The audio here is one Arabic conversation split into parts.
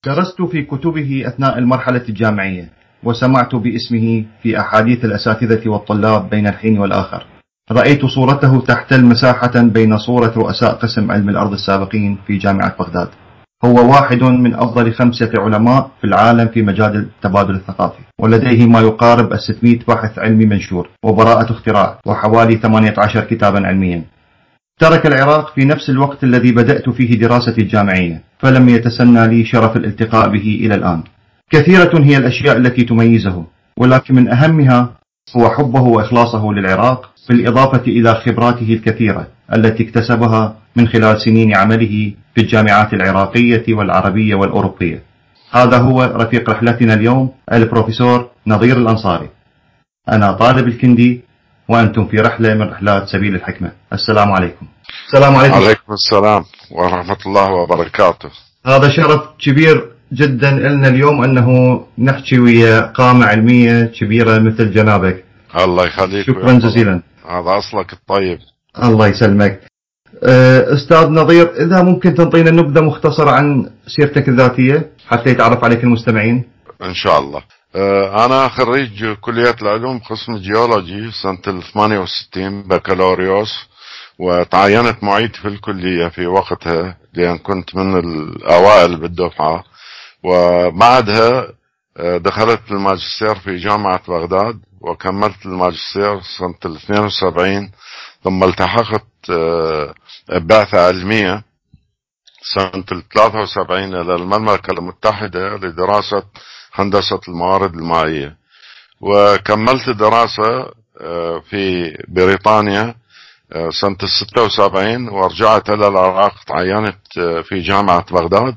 درست في كتبه أثناء المرحلة الجامعية، وسمعت باسمه في أحاديث الأساتذة والطلاب بين الحين والآخر. رأيت صورته تحتل مساحة بين صورة رؤساء قسم علم الأرض السابقين في جامعة بغداد. هو واحد من أفضل 5 علماء في العالم في مجال التبادل الثقافي، ولديه ما يقارب 600 بحث علمي منشور وبراءة اختراع وحوالي 18 كتابا علميا. ترك العراق في نفس الوقت الذي بدأت فيه دراستي الجامعية، فلم يتسنى لي شرف الالتقاء به إلى الآن. كثيرة هي الأشياء التي تميزه، ولكن من أهمها هو حبه وإخلاصه للعراق، بالإضافة إلى خبراته الكثيرة التي اكتسبها من خلال سنين عمله في الجامعات العراقية والعربية والأوروبية. هذا هو رفيق رحلتنا اليوم، البروفيسور نظير الأنصاري. أنا طالب الكندي، وأنتم في رحلة من رحلات سبيل الحكمة. السلام عليكم. السلام عليكم. عليكم السلام ورحمة الله وبركاته. هذا شرف كبير جدا لنا اليوم أنه نحكي ويا قامة علمية كبيرة مثل جنابك. الله يخليك. شكرا جزيلا. هذا أصلك الطيب. الله يسلمك. أستاذ نظير، إذا ممكن تنطينا نبذة مختصرة عن سيرتك الذاتية حتى يتعرف عليك المستمعين. إن شاء الله. أنا خريج كلية العلوم قسم جيولوجي سنة 68 بكالوريوس، وتعينت معيد في الكلية في وقتها لأن كنت من الأوائل بالدفعة. وبعدها دخلت الماجستير في جامعة بغداد وكملت الماجستير سنة 72، ثم التحقت بعثة علمية سنة 73 إلى المملكة المتحدة لدراسة هندسة الموارد المائية، وكملت دراسة في بريطانيا سنة 76، ورجعت إلى العراق، تعينت في جامعة بغداد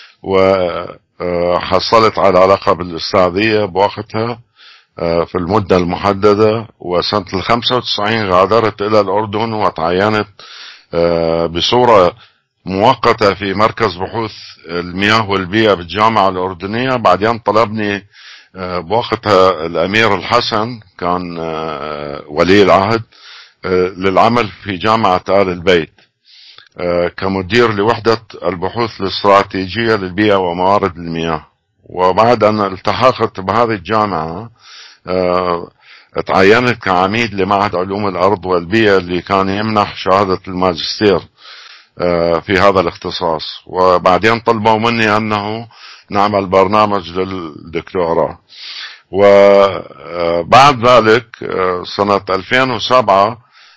وحصلت على لقب الأستاذية بوقتها في المدة المحددة. وسنة 95 غادرت إلى الأردن وتعينت بصورة مؤقتة في مركز بحوث المياه والبيئة بالجامعة الأردنية. بعدين طلبني بوقتها الأمير الحسن، كان ولي العهد، للعمل في جامعة آل البيت كمدير لوحدة البحوث الاستراتيجية للبيئة وموارد المياه. وبعد أن التحقت بهذه الجامعة تعينت كعميد لمعهد علوم الأرض والبيئة اللي كان يمنح شهادة الماجستير في هذا الاختصاص. وبعدين طلبوا مني أنه نعمل برنامج للدكتوراه. وبعد ذلك سنة 2007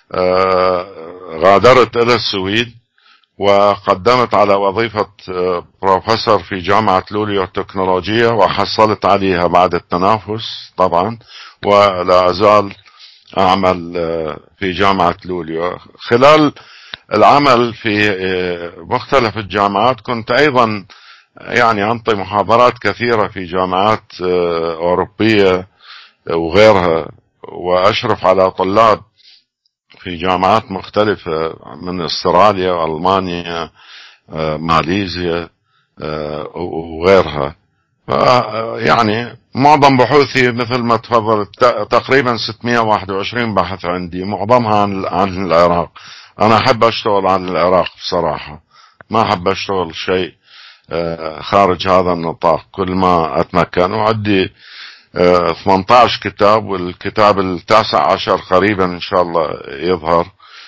غادرت إلى السويد وقدمت على وظيفة بروفيسور في جامعة لوليو التكنولوجية، وحصلت عليها بعد التنافس طبعا، ولا أزال أعمل في جامعة لوليو. خلال العمل في مختلف الجامعات كنت أيضا يعني أنطي محاضرات كثيرة في جامعات أوروبية وغيرها، وأشرف على طلاب في جامعات مختلفة من استراليا وألمانيا ماليزيا وغيرها. يعني معظم بحوثي مثل ما تفضل تقريبا 621 بحث عندي، معظمها عن العراق. أنا أحب أشتغل عن العراق بصراحة، ما أحب أشتغل شيء خارج هذا النطاق كل ما أتمكن. وعندي 18 كتاب، والكتاب 19 قريبا إن شاء الله يظهر.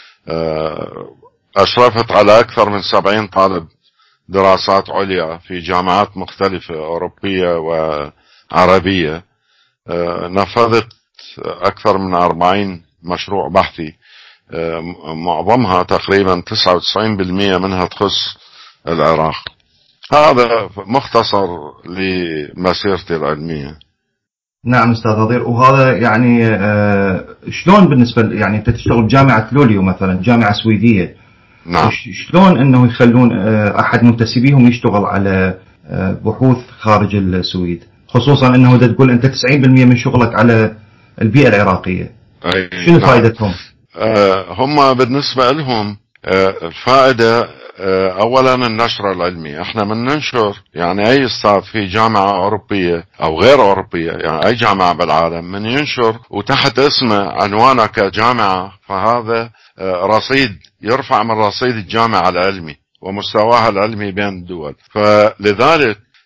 أشرفت على أكثر من 70 طالب دراسات عليا في جامعات مختلفة أوروبية وعربية. نفذت أكثر من 40 مشروع بحثي، معظمها تقريبا 99% منها تخص العراق. هذا مختصر لمسيرتي العلمية. نعم أستاذ نظير. وهذا يعني شلون بالنسبة يعني أنت تشتغل بجامعة لوليو مثلا، جامعة سويدية، نعم. شلون أنه يخلون أحد منتسبيهم يشتغل على بحوث خارج السويد، خصوصا أنه تقول أنت 90% من شغلك على البيئة العراقية؟ شنو نعم. فائدتهم؟ هم بالنسبة لهم الفائدة اولا النشر العلمي. احنا من ننشر، يعني اي استاذ في جامعة اوروبية او غير اوروبية، يعني اي جامعة بالعالم، من ينشر وتحت اسمه عنوانه كجامعة، فهذا رصيد يرفع من رصيد الجامعة العلمي ومستواها العلمي بين الدول. فلذلك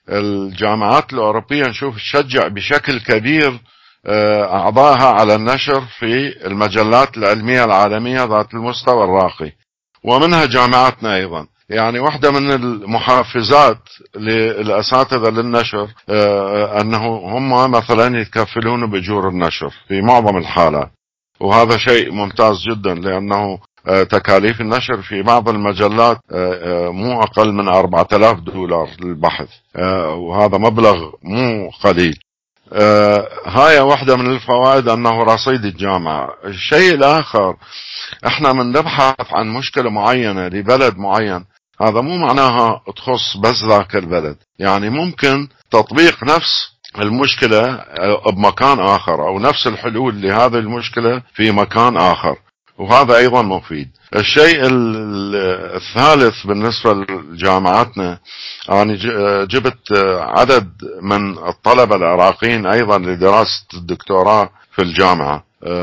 الجامعات الأوروبية نشوف تشجع بشكل كبير أعضائها على النشر في المجلات العلمية العالمية ذات المستوى الراقي، ومنها جامعاتنا أيضا. يعني واحدة من المحفزات للأساتذة للنشر أنه هم مثلا يتكفلون بأجور النشر في معظم الحالات، وهذا شيء ممتاز جدا، لأنه تكاليف النشر في بعض المجلات مو أقل من $4000 للبحث، وهذا مبلغ مو قليل. هاي واحدة من الفوائد، أنه رصيد الجامعة. الشيء الآخر، احنا من نبحث عن مشكلة معينة لبلد معين، هذا مو معناها تخص بس ذاك البلد، يعني ممكن تطبيق نفس المشكلة بمكان آخر، أو نفس الحلول لهذه المشكلة في مكان آخر، وهذا أيضا مفيد. الشيء الثالث بالنسبة لجامعاتنا، أنا جبت عدد من الطلبة العراقيين أيضا لدراسة الدكتوراه في الجامعة،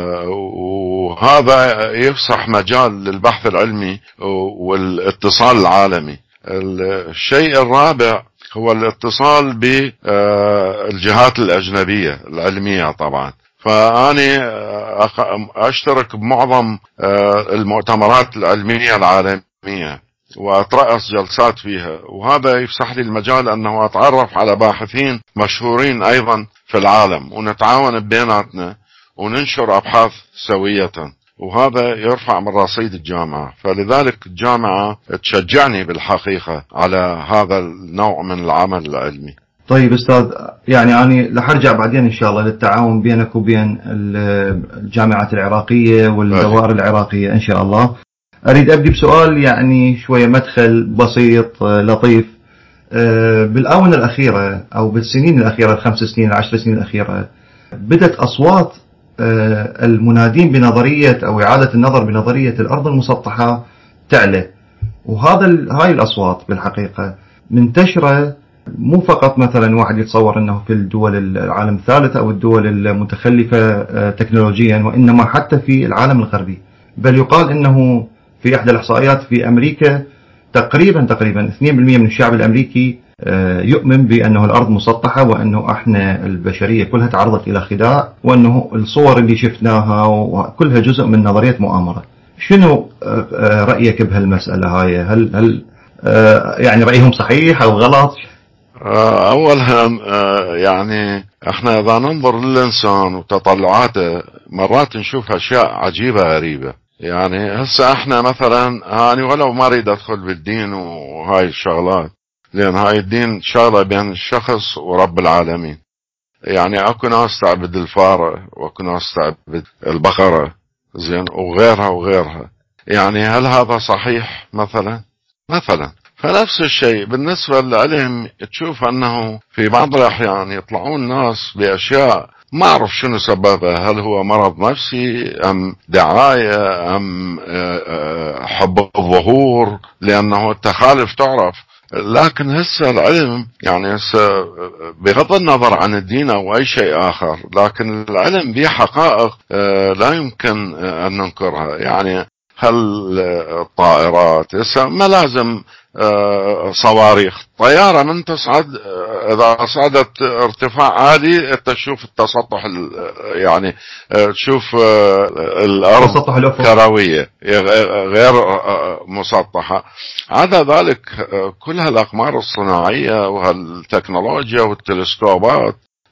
وهذا يفسح مجال للبحث العلمي والاتصال العالمي. الشيء الرابع هو الاتصال بالجهات الأجنبية العلمية طبعا. فأنا أشترك بمعظم المؤتمرات العلمية العالمية وأترأس جلسات فيها، وهذا يفسح لي المجال أنه أتعرف على باحثين مشهورين أيضا في العالم، ونتعاون بيناتنا وننشر أبحاث سوية، وهذا يرفع من رصيد الجامعة. فلذلك الجامعة تشجعني بالحقيقة على هذا النوع من العمل العلمي. طيب أستاذ، يعني أنا رح أرجع بعدين إن شاء الله للتعاون بينك وبين الجامعات العراقية والدوائر العراقية إن شاء الله. أريد أبدي بسؤال يعني شوية مدخل بسيط لطيف. بالآونة الأخيرة أو بالسنين الأخيرة، ال5 سنين 10 سنين الأخيرة، بدت أصوات المنادين بنظرية أو إعادة النظر بنظرية الأرض المسطحة تعلى، هاي الأصوات بالحقيقة منتشرة مو فقط مثلا واحد يتصور أنه في الدول العالم الثالث أو الدول المتخلفة تكنولوجيا، وإنما حتى في العالم الغربي. بل يقال أنه في إحدى الإحصائيات في أمريكا تقريبا 2% من الشعب الأمريكي يؤمن بأنه الأرض مسطحة، وأنه احنا البشرية كلها تعرضت إلى خداع، وأنه الصور اللي شفناها وكلها جزء من نظرية مؤامرة. شنو رأيك بهالمسألة هاي؟ هل يعني رأيهم صحيح أو غلط؟ أولها يعني احنا إذا ننظر للإنسان وتطلعاته مرات نشوف أشياء عجيبة غريبة. يعني هسه احنا مثلا، أنا ولو ما أريد أدخل بالدين وهاي الشغلات، لأن هاي الدين شغلة بين الشخص ورب العالمين. يعني أكو ناس تعبد الفارة، وأكو ناس تعبد البقرة، زين، وغيرها. يعني هل هذا صحيح مثلا؟ فنفس الشيء بالنسبة للعلم، تشوف أنه في بعض الأحيان يطلعون ناس بأشياء ما أعرف شنو سببها، هل هو مرض نفسي أم دعاية أم حب الظهور، لأنه التخالف تعرف. لكن هسه العلم، يعني هسه بغض النظر عن الدين أو أي شيء آخر، لكن العلم به حقائق لا يمكن أن ننكرها. يعني هل الطائرات ما لازم صواريخ، طيارة من تصعد إذا صعدت ارتفاع عالي تشوف التسطح، يعني تشوف الأرض كروية غير مسطحة. عدا ذلك كل هالأقمار الصناعية وهالتكنولوجيا والتلسكوبات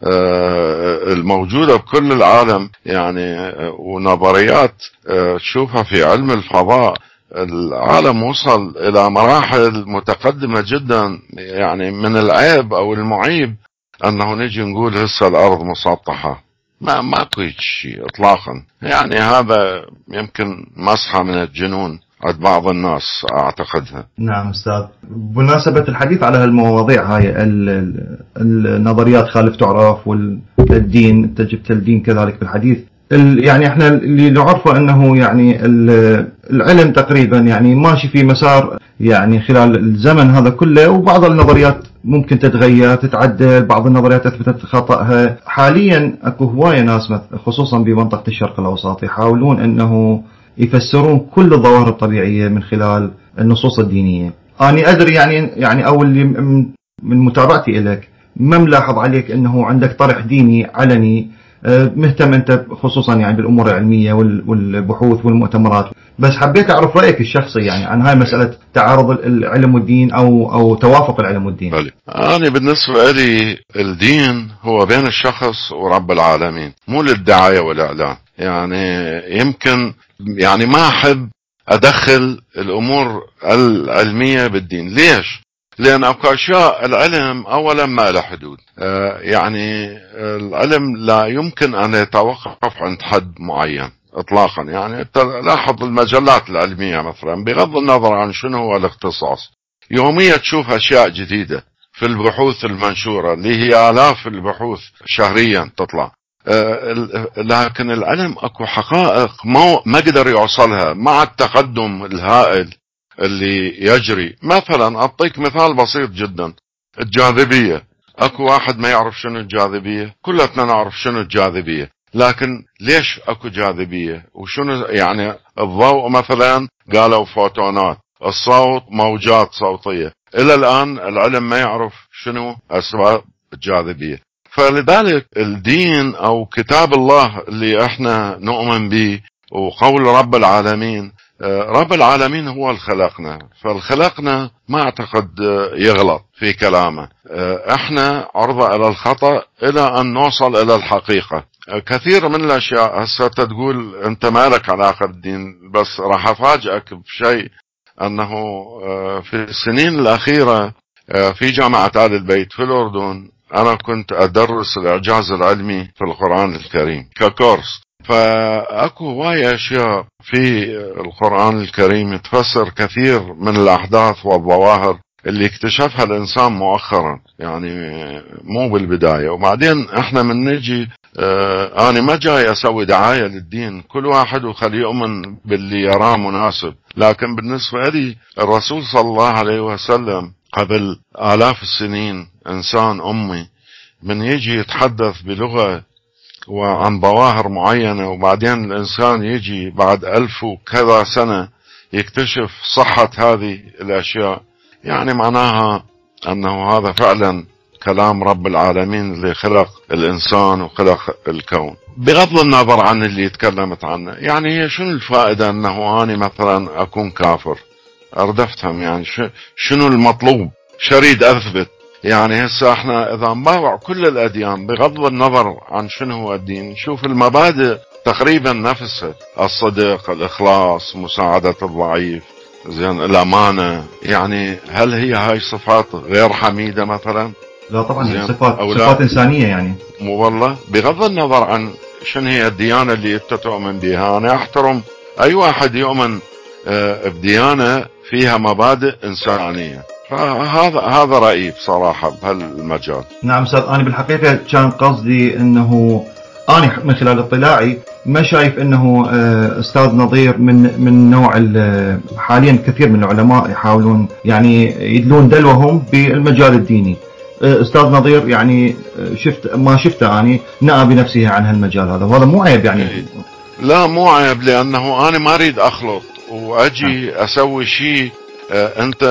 الموجودة بكل العالم، يعني ونظريات تشوفها في علم الفضاء، العالم وصل إلى مراحل متقدمة جدا. يعني من العيب أو المعيب أنه نجي نقول هسه الأرض مسطحة، ماكو شيء إطلاقا. يعني هذا يمكن مسحة من الجنون عند بعض الناس أعتقدها. نعم أستاذ، بمناسبة الحديث على هالمواضيع هاي، النظريات خالف تعرف والدين، أنت جبت الدين كذلك بالحديث. يعني احنا اللي نعرفه أنه يعني العلم تقريبا يعني ماشي في مسار يعني خلال الزمن هذا كله، وبعض النظريات ممكن تتغير تتعدل، بعض النظريات اثبتت خطأها. حاليا اكو هواية ناس خصوصا بمنطقة الشرق الأوسط يحاولون أنه يفسرون كل الظواهر الطبيعية من خلال النصوص الدينية. أنا أدري يعني أول من متابعتي إليك ما ملاحظ عليك أنه عندك طرح ديني علني، مهتم أنت خصوصا يعني بالأمور العلمية والبحوث والمؤتمرات. بس حبيت أعرف رأيك الشخصي يعني عن هاي مسألة تعارض العلم والدين أو توافق العلم والدين. أنا بالنسبة لي الدين هو بين الشخص ورب العالمين، مو للدعاية والإعلان. يعني يمكن يعني ما أحب أدخل الأمور العلمية بالدين. ليش؟ لأن أكو أشياء العلم أولا ما له حدود. يعني العلم لا يمكن أن يتوقف عند حد معين اطلاقا. يعني لاحظ المجلات العلمية مثلا، بغض النظر عن شنو هو الاختصاص، يوميا تشوف اشياء جديدة في البحوث المنشورة اللي هي آلاف البحوث شهريا تطلع. لكن العلم اكو حقائق ما قدر يوصلها مع التقدم الهائل اللي يجري. مثلا اعطيك مثال بسيط جدا، الجاذبية. اكو واحد ما يعرف شنو الجاذبية؟ كلنا نعرف شنو الجاذبية، لكن ليش اكو جاذبية وشنو يعني؟ الضوء مثلا قالوا فوتونات، الصوت موجات صوتية. الى الان العلم ما يعرف شنو اسباب الجاذبية. فلذلك الدين او كتاب الله اللي احنا نؤمن به وقول رب العالمين، رب العالمين هو الخلقنا، فالخلقنا ما اعتقد يغلط في كلامه. احنا عرضة الى الخطأ الى ان نوصل الى الحقيقة. كثير من الاشياء هسه تقول انت مالك علاقة بالدين، بس راح افاجئك بشيء، انه في السنين الاخيرة في جامعة آل البيت في الاردن انا كنت ادرس الاعجاز العلمي في القرآن الكريم ككورس. فاكو هواية اشياء في القرآن الكريم تفسر كثير من الاحداث والظواهر اللي اكتشفها الانسان مؤخرا، يعني مو بالبداية. وبعدين احنا من نجي انا ما جاي اسوي دعاية للدين، كل واحد وخليه يؤمن باللي يراه مناسب. لكن بالنسبة لي الرسول صلى الله عليه وسلم قبل آلاف السنين انسان امي، من يجي يتحدث بلغة وعن ظواهر معينة، وبعدين الإنسان يجي بعد 1000 وكذا سنة يكتشف صحة هذه الأشياء، يعني معناها أنه هذا فعلا كلام رب العالمين اللي خلق الإنسان وخلق الكون، بغض النظر عن اللي تكلمت عنه. يعني هي شنو الفائدة أنه أنا مثلا أكون كافر؟ أريد أفهم يعني شنو المطلوب، شريد أثبت. يعني هسه احنا اذا نباوع كل الاديان بغض النظر عن شنو هو الدين، نشوف المبادئ تقريبا نفسها، الصدق، الاخلاص، مساعدة الضعيف، زين، الامانة. يعني هل هي هاي صفات غير حميدة مثلا؟ لا طبعا، هي زين صفات او لا؟ صفات إنسانية يعني. مو والله، بغض النظر عن شنو هي الديانة اللي انت تؤمن بها. انا احترم اي واحد يؤمن بديانة فيها مبادئ انسانية. فهذا رأيي بصراحة بهالمجال. نعم أستاذ، أنا بالحقيقة كان قصدي أنه أنا من خلال اطلاعي ما شايف أنه أستاذ نظير من نوع حاليا كثير من العلماء يحاولون يعني يدلون دلوهم بالمجال الديني. أستاذ نظير يعني ما شفته أنا نأى بنفسه عن هالمجال هذا، وهذا مو عيب يعني. لا مو عيب، لأنه أنا ما أريد أخلط نعم. وأجي أسوي شيء. أنت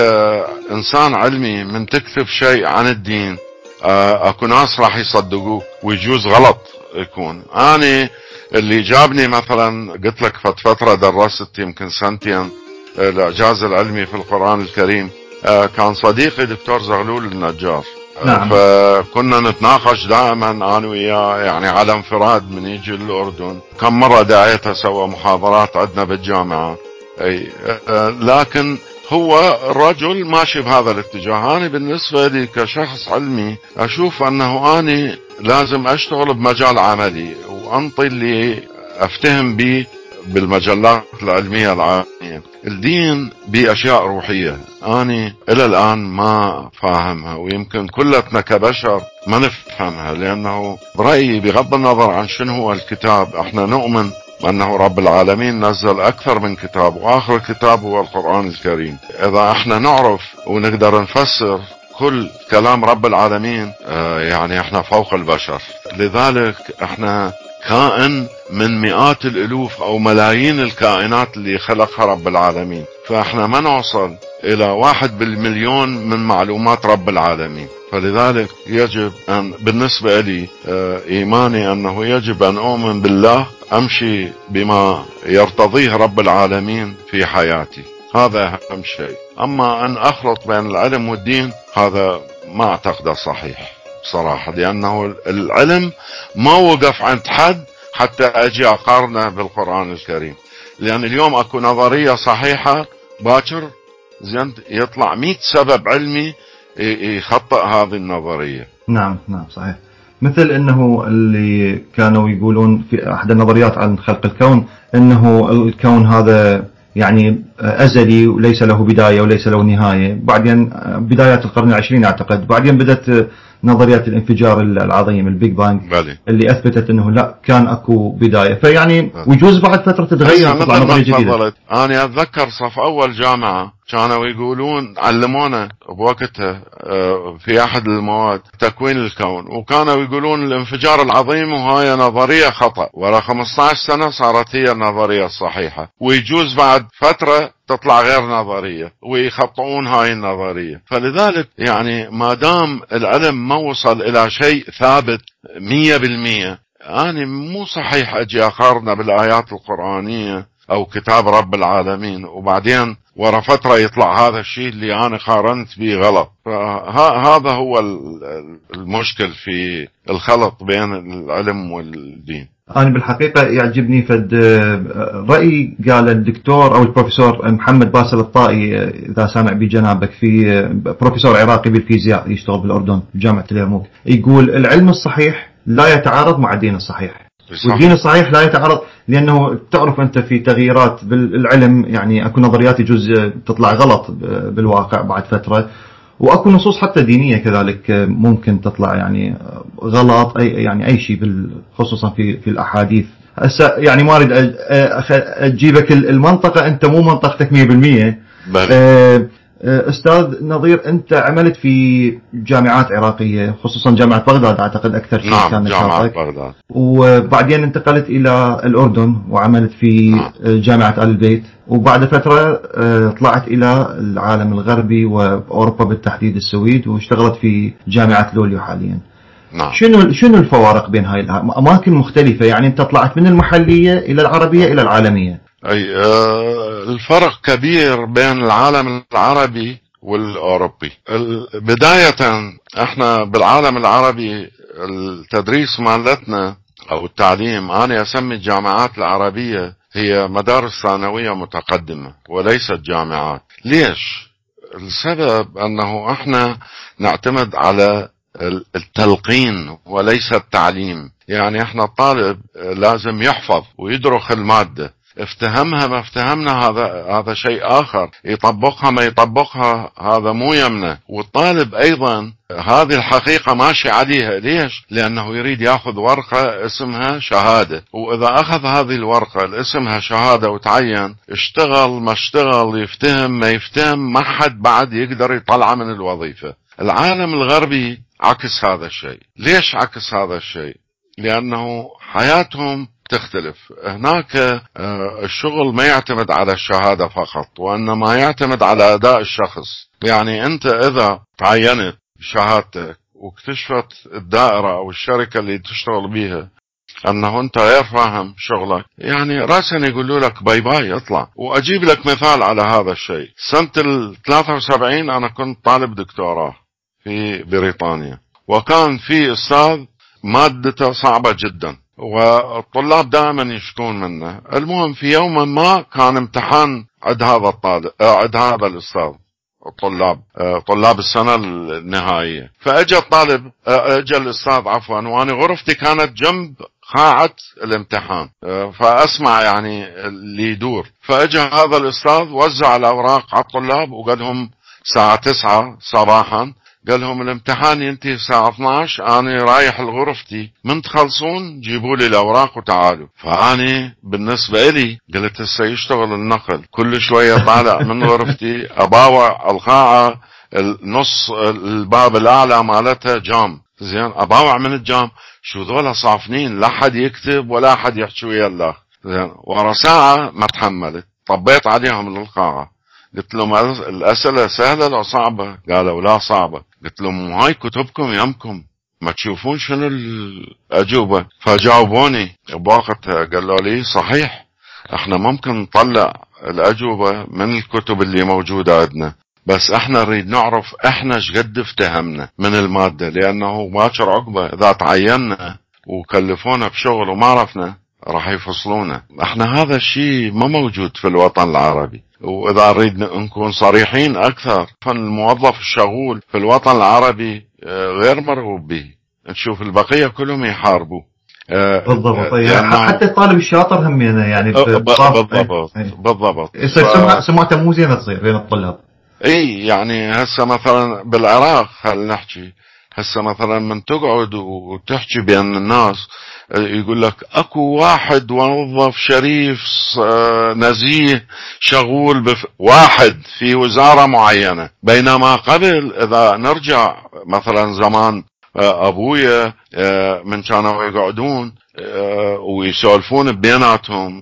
كإنسان علمي من تكتب شيء عن الدين، أكو ناس راح يصدقوك ويجوز غلط يكون. أنا اللي جابني مثلا قلت لك فترة درست يمكن سنتين الإعجاز العلمي في القرآن الكريم، كان صديقي دكتور زغلول النجار. نعم. فكنا نتناقش دائما انا وياه يعني على انفراد من يجي الاردن. كم مرة دعيته سوى محاضرات عندنا بالجامعة. اي لكن هو الرجل ماشي بهذا الاتجاه. انا بالنسبة لي كشخص علمي اشوف انه انا لازم اشتغل بمجال عملي وانطي اللي افتهم به بالمجلات العلمية العالمية. الدين بأشياء روحية أنا إلى الآن ما فاهمها، ويمكن كلتنا كبشر ما نفهمها، لأنه برأيي بغض النظر عن شنو هو الكتاب، احنا نؤمن أنه رب العالمين نزل أكثر من كتاب، وآخر كتاب هو القرآن الكريم. إذا احنا نعرف ونقدر نفسر كل كلام رب العالمين يعني احنا فوق البشر. لذلك احنا كائن من مئات الالوف او ملايين الكائنات اللي خلقها رب العالمين، فاحنا ما نوصل الى 1 بالمليون من معلومات رب العالمين. فلذلك يجب أن بالنسبة لي إيماني أنه يجب أن أؤمن بالله، أمشي بما يرتضيه رب العالمين في حياتي، هذا أهم شيء. أما أن أخلط بين العلم والدين هذا ما أعتقده صحيح صراحة، لأنه العلم ما وقف عند حد حتى أجي أقارنه بالقرآن الكريم. لأن اليوم أكو نظرية صحيحة باكر زين يطلع 100 سبب علمي يخطئ هذه النظرية. نعم صحيح. مثل انه اللي كانوا يقولون في احد النظريات عن خلق الكون انه الكون هذا يعني ازلي وليس له بدايه وليس له نهايه، بعدين بدايات القرن العشرين اعتقد، بعدين بدات نظريات الانفجار العظيم البيج بانج اللي اثبتت انه لا كان اكو بدايه، فيعني ويجوز بعد فتره تتغير تطلع نظريه جديده. انا اتذكر صف اول جامعه كانوا يقولون علمونا بوقتها في احد المواد تكوين الكون، وكانوا يقولون الانفجار العظيم وهاي نظريه خطا، ورا 15 سنه صارت هي النظريه الصحيحه، ويجوز بعد فتره تطلع غير نظريه ويخطئون هاي النظريه. فلذلك يعني ما دام العلم ما وصل الى شيء ثابت 100%، أنا مو صحيح أجي أقارنه بالآيات القرآنية أو كتاب رب العالمين وبعدين ورا فترة يطلع هذا الشيء اللي أنا قارنت به غلط. هذا هو المشكل في الخلط بين العلم والدين. أنا بالحقيقة يعجبني فد رأي قال الدكتور أو البروفيسور محمد باسل الطائي، إذا سامع بجنابك، في بروفيسور عراقي بالفيزياء يشتغل بالأردن بجامعة اليرموك، يقول العلم الصحيح لا يتعارض مع الدين الصحيح، والدين الصحيح لا يتعارض، لأنه تعرف أنت في تغييرات بالعلم، يعني أكو نظريات يجوز تطلع غلط بالواقع بعد فترة، واكو نصوص حتى دينيه كذلك ممكن تطلع يعني غلط، اي شيء خصوصا في الاحاديث. هسه يعني ما اريد اجيبك المنطقه، انت مو منطقتك 100%. استاذ نظير، انت عملت في جامعات عراقيه خصوصا جامعه بغداد اعتقد اكثر شيء. نعم كان جامعه نشاطك، بغداد، وبعدين انتقلت الى الاردن وعملت في جامعه آل البيت، وبعد فتره طلعت الى العالم الغربي واوروبا بالتحديد السويد، واشتغلت في جامعه لوليو حاليا. نعم. شنو الفوارق بين هاي الاماكن مختلفه؟ يعني انت طلعت من المحليه الى العربيه الى العالميه. اي الفرق كبير بين العالم العربي والاوروبي. بداية احنا بالعالم العربي التدريس مالتنا او التعليم، انا اسمي الجامعات العربية هي مدارس ثانوية متقدمة وليست جامعات. ليش؟ السبب انه احنا نعتمد على التلقين وليس التعليم. يعني احنا الطالب لازم يحفظ ويدرخ المادة، افتهمها ما افتهمنا هذا شيء آخر، يطبقها ما يطبقها هذا مو يمنه. والطالب أيضا هذه الحقيقة ماشي عليها. ليش؟ لأنه يريد يأخذ ورقة اسمها شهادة، وإذا أخذ هذه الورقة اللي اسمها شهادة وتعين، اشتغل ما اشتغل، يفتهم ما يفتهم، ما حد بعد يقدر يطلعه من الوظيفة. العالم الغربي عكس هذا الشيء. ليش عكس هذا الشيء؟ لأنه حياتهم تختلف. هناك الشغل ما يعتمد على الشهادة فقط، وإنما يعتمد على أداء الشخص. يعني أنت إذا تعينت شهادتك واكتشفت الدائرة أو الشركة اللي تشتغل بيها أنه أنت غير فاهم شغلك، يعني رأسا يقولوا لك باي باي اطلع. وأجيب لك مثال على هذا الشيء. سنة 73 أنا كنت طالب دكتوراه في بريطانيا، وكان في أستاذ مادته صعبة جدا والطلاب دائما يشكون منه. المهم في يوم ما كان امتحان عند هذا الطالب عند هذا الأستاذ طلاب السنة النهائية، فأجى الطالب أجى الأستاذ عفوا، وأنا غرفتي كانت جنب قاعة الامتحان فأسمع يعني اللي يدور. فأجى هذا الأستاذ وزع الأوراق على الطلاب وقال لهم الساعة 9 صباحا، قال لهم الامتحان ينتهي الساعة 12، أنا رايح لغرفتي، من تخلصون جيبوا لي الأوراق وتعالوا. فأنا بالنسبة لي قلت هسه يشتغل النقل، كل شوية طالع من غرفتي أباوع القاعة، النص الباب الأعلى مالتها جام، زين أباوع من الجام، شو ذولا صافنين، لا حد يكتب ولا حد يحكي ويا الله. زين ورا ساعة ما تحملت، طبيت عليهم للقاعة، قلت لهم الأسئلة سهلة لو صعبة؟ قالوا لا صعبة. قلت لهم هاي كتبكم يمكم، ما تشوفون شنو الأجوبة؟ فجاوبوني بوقتها قالوا لي صحيح احنا ممكن نطلع الأجوبة من الكتب اللي موجودة عندنا، بس احنا نريد نعرف احنا شقد افتهمنا من المادة، لأنه باكر عقبة إذا تعيننا وكلفونا بشغل وما عرفنا راح يفصلونا. احنا هذا الشيء ما موجود في الوطن العربي. وإذا نريد نكون صريحين أكثر، فالموظف الشغول في الوطن العربي غير مرغوب به. نشوف البقية كلهم يحاربوا. بالضبط. حتى الطالب الشاطر هم يعني بالضبط بالضبط. سمعته مو زينة تصير بين الطلاب. اي يعني هسه مثلا بالعراق خل نحكي، هسه مثلا من تقعد وتحكي بين الناس يقول لك اكو واحد موظف شريف نزيه شغول واحد في وزارة معينة، بينما قبل اذا نرجع مثلا زمان ابويا من كانوا يقعدون ويسولفون بيناتهم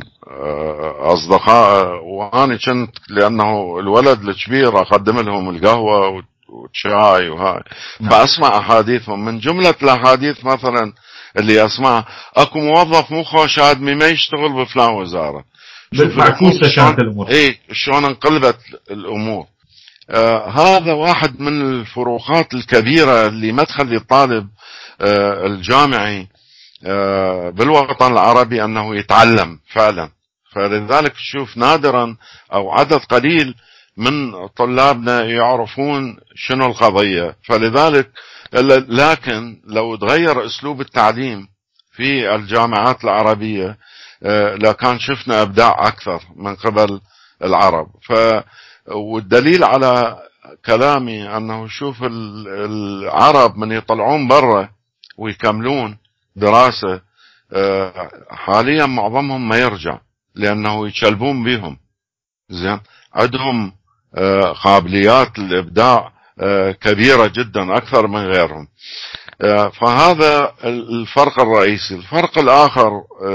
اصدقاء، وانا كنت لانه الولد الكبير اقدم لهم القهوة والشاي وهاي، فاسمع احاديثهم. من جملة الاحاديث مثلا اللي اسمع اكو موظف مو خوش ادمي ما يشتغل بفلان وزارة. شوف الامور ايه شلون انقلبت الامور. هذا واحد من الفروقات الكبيرة اللي ما تخلي الطالب الجامعي بالوطن العربي انه يتعلم فعلا. فلذلك تشوف نادرا او عدد قليل من طلابنا يعرفون شنو القضية. فلذلك لكن لو تغير اسلوب التعليم في الجامعات العربية لكان شفنا ابداع اكثر من قبل العرب. والدليل على كلامي انه شوف العرب من يطلعون برا ويكملون دراسة حاليا معظمهم ما يرجع، لانه يشلبون بهم زين، عندهم قابليات الابداع كبيرة جدا اكثر من غيرهم. فهذا الفرق الرئيسي. الفرق الاخر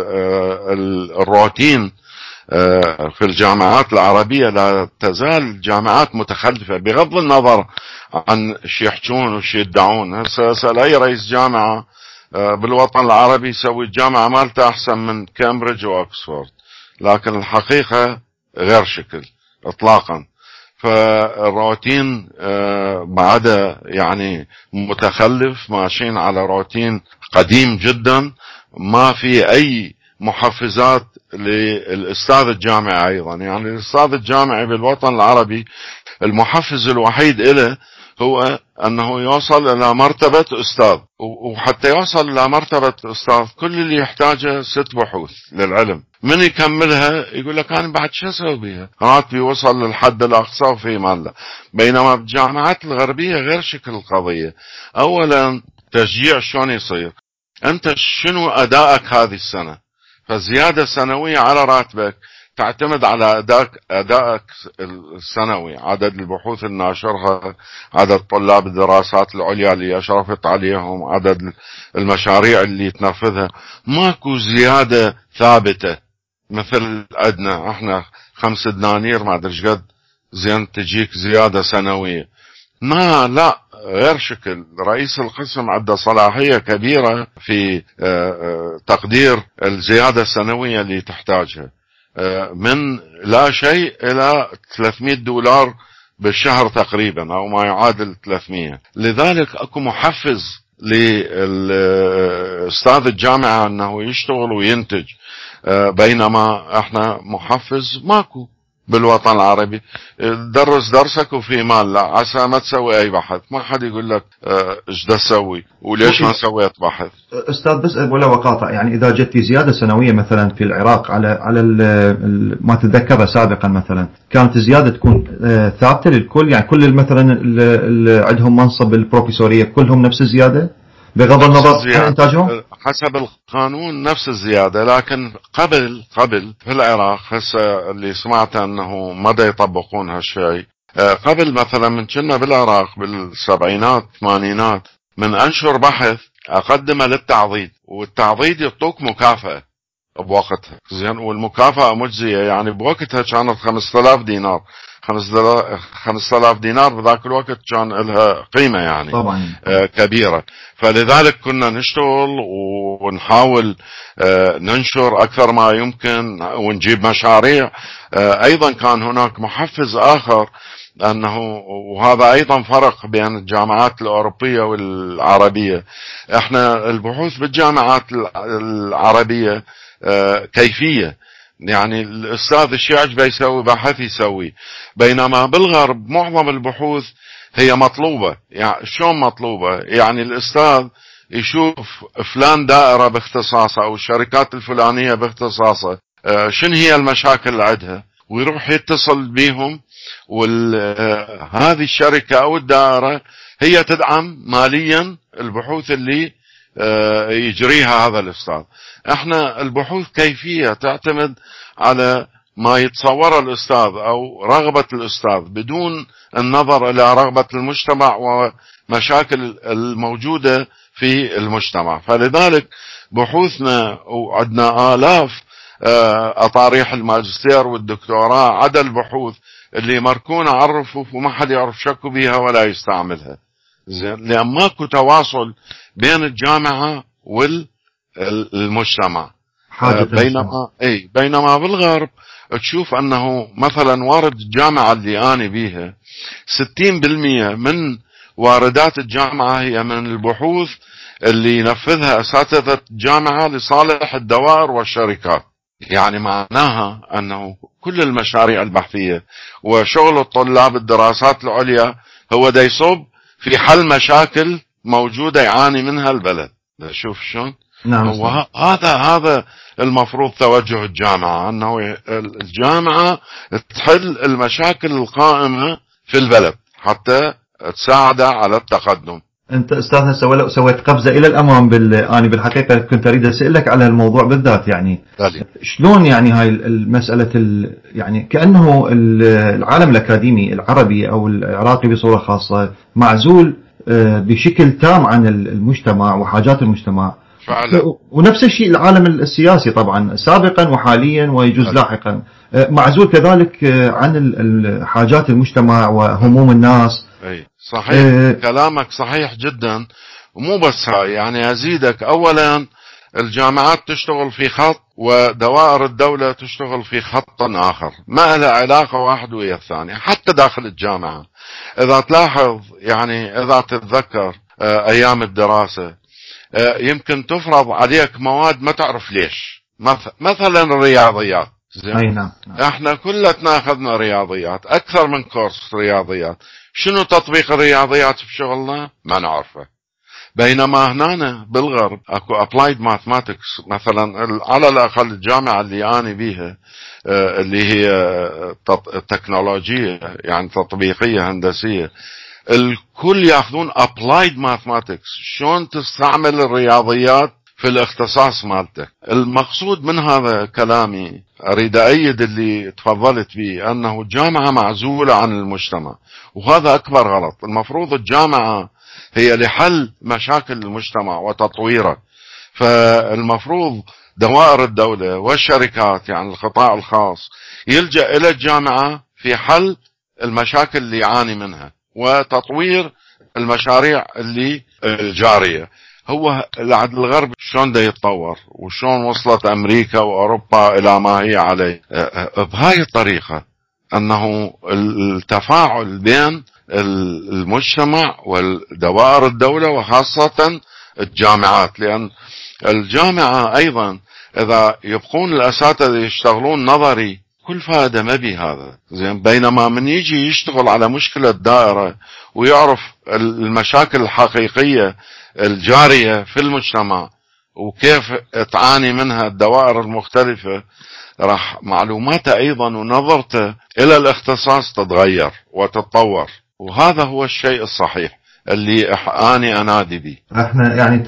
الروتين في الجامعات العربية لا تزال جامعات متخلفة بغض النظر عن شي يحجون وشي يدعون. هسه اسأل اي رئيس جامعة بالوطن العربي يسوي الجامعة مالته احسن من كامبريدج واكسفورد، لكن الحقيقة غير شكل اطلاقا. فالروتين بعد يعني متخلف، ماشيين على روتين قديم جدا، ما في اي محفزات للأستاذ الجامعي أيضا. يعني الأستاذ الجامعي بالوطن العربي المحفز الوحيد له هو أنه يوصل إلى مرتبة أستاذ، وحتى يوصل إلى مرتبة أستاذ كل اللي يحتاجه 6 بحوث للعلم. من يكملها يقول لك أنا بعد شو أسوي بها، راتبي وصل للحد الأقصى وفي مال. بينما بالجامعات الغربية غير شكل القضية. أولا تشجيع شلون يصير؟ أنت شنو أدائك هذه السنة؟ فالزيادة السنوية على راتبك تعتمد على أدائك السنوي، عدد البحوث الناشرها، عدد طلاب الدراسات العليا اللي أشرفت عليهم، عدد المشاريع اللي تنفذها. ماكو زيادة ثابتة مثل عندنا احنا 5 دنانير ما ادري قد زين تجيك زيادة سنوية. ما لا، غير شكل. رئيس القسم عنده صلاحية كبيرة في تقدير الزيادة السنوية اللي تحتاجها، من لا شيء إلى $300 بالشهر تقريبا أو ما يعادل 300. لذلك أكو محفز للأستاذ الجامعة أنه يشتغل وينتج، بينما احنا محفز ماكو بالوطن العربي. درس درسك وفي مال، لا عسى ما تسوي اي بحث. ما حد يقول لك ايش دا تسوي وليش ما سويت بحث. استاذ بس ولا وقاطع، يعني اذا جت في زياده سنويه مثلا في العراق على ما تتذكره سابقا، مثلا كانت الزياده تكون ثابته للكل، يعني كل مثلا عندهم منصب البروفيسوريه كلهم نفس الزياده بغض النظر عن انتاجهم حسب القانون نفس الزيادة. لكن قبل في العراق هسه اللي سمعته انه مدى يطبقون هالشيء. قبل مثلا من كنا بالعراق بالسبعينات 80 من انشر بحث اقدمه للتعضيد، والتعضيد يعطوك مكافأة بوقتها زين، والمكافأة مجزية، يعني بوقتها كانت 5000 دينار. 5000 دينار بذاك الوقت كان لها قيمة يعني طبعا. كبيرة. فلذلك كنا نشتغل ونحاول ننشر أكثر ما يمكن ونجيب مشاريع. أيضا كان هناك محفز آخر، أنه وهذا أيضا فرق بين الجامعات الأوروبية والعربية. احنا البحوث بالجامعات العربية كيفية، يعني الأستاذ الشيء عجبه يسوي بحث يسوي، بينما بالغرب معظم البحوث هي مطلوبة. يعني شلون مطلوبة؟ يعني الأستاذ يشوف فلان دائرة باختصاصه أو الشركات الفلانية باختصاصه شن هي المشاكل اللي عندها، ويروح يتصل بيهم، وهذه الشركة أو الدائرة هي تدعم ماليا البحوث اللي يجريها هذا الأستاذ. احنا البحوث كيفية تعتمد على ما يتصور الأستاذ أو رغبة الأستاذ بدون النظر إلى رغبة المجتمع ومشاكل الموجودة في المجتمع. فلذلك بحوثنا وعندنا آلاف أطاريح الماجستير والدكتوراه عدا البحوث اللي مركونة على الرفوف وما حد يعرف شكو بيها ولا يستعملها، زين، لأن ماكو تواصل بين الجامعة والمجتمع. بينما بالغرب تشوف أنه مثلا وارد الجامعة اللي أنا بيها 60% من واردات الجامعة هي من البحوث اللي ينفذها أساتذة الجامعة لصالح الدوائر والشركات. يعني معناها أنه كل المشاريع البحثية وشغل الطلاب الدراسات العليا هو دا يصب في حل مشاكل موجودة يعاني منها البلد. شوف شلون؟ نعم. هذا المفروض توجه الجامعة، أنه الجامعة تحل المشاكل القائمة في البلد حتى تساعد على التقدم. أنت أستاذنا سويت قفزة إلى الأمام. أنا بالحقيقة كنت أريد أسألك على الموضوع بالذات، يعني شلون يعني هاي المسألة يعني كأنه العالم الأكاديمي العربي أو العراقي بصورة خاصة معزول بشكل تام عن المجتمع وحاجات المجتمع فعلا. ونفس الشيء العالم السياسي طبعا سابقا وحاليا ويجوز لاحقا معزول كذلك عن حاجات المجتمع وهموم الناس. أي صحيح. كلامك صحيح جدا. ومو بس هاي، يعني أزيدك، أولا الجامعات تشتغل في خط ودوائر الدولة تشتغل في خط آخر، ما لها علاقة واحد ويا الثاني. حتى داخل الجامعة إذا تلاحظ، يعني إذا تتذكر أيام الدراسة يمكن تفرض عليك مواد ما تعرف ليش، مثلا الرياضيات. زين. نعم. احنا كلتنا اخذنا رياضيات، اكثر من كورس رياضيات. شنو تطبيق الرياضيات بشغلنا؟ ما نعرفه. بينما هنا بالغرب اكو ابلايد ماثماتكس مثلا، على الاقل الجامعة اللي انا بيها اللي هي تكنولوجية يعني تطبيقية هندسية، الكل ياخذون applied mathematics، شلون تستعمل الرياضيات في الاختصاص مالته. المقصود من هذا كلامي اريد ايد اللي تفضلت به، انه الجامعة معزولة عن المجتمع، وهذا اكبر غلط. المفروض الجامعة هي لحل مشاكل المجتمع وتطويره. فالمفروض دوائر الدولة والشركات يعني القطاع الخاص يلجأ الى الجامعة في حل المشاكل اللي يعاني منها وتطوير المشاريع اللي الجارية. هو العدل الغرب شلون دا يتطور وشلون وصلت أمريكا وأوروبا إلى ما هي عليه بهاي الطريقة، أنه التفاعل بين المجتمع والدوائر الدولة وخاصة الجامعات. لأن الجامعة أيضا إذا يبقون الأساتذة يشتغلون نظري كل فائدة ما بي هذا، زين. بينما من يجي يشتغل على مشكلة دائرة ويعرف المشاكل الحقيقية الجارية في المجتمع وكيف تعاني منها الدوائر المختلفة، راح معلوماته أيضا ونظرته إلى الاختصاص تتغير وتتطور. وهذا هو الشيء الصحيح اللي أني أنادي به. احنا يعني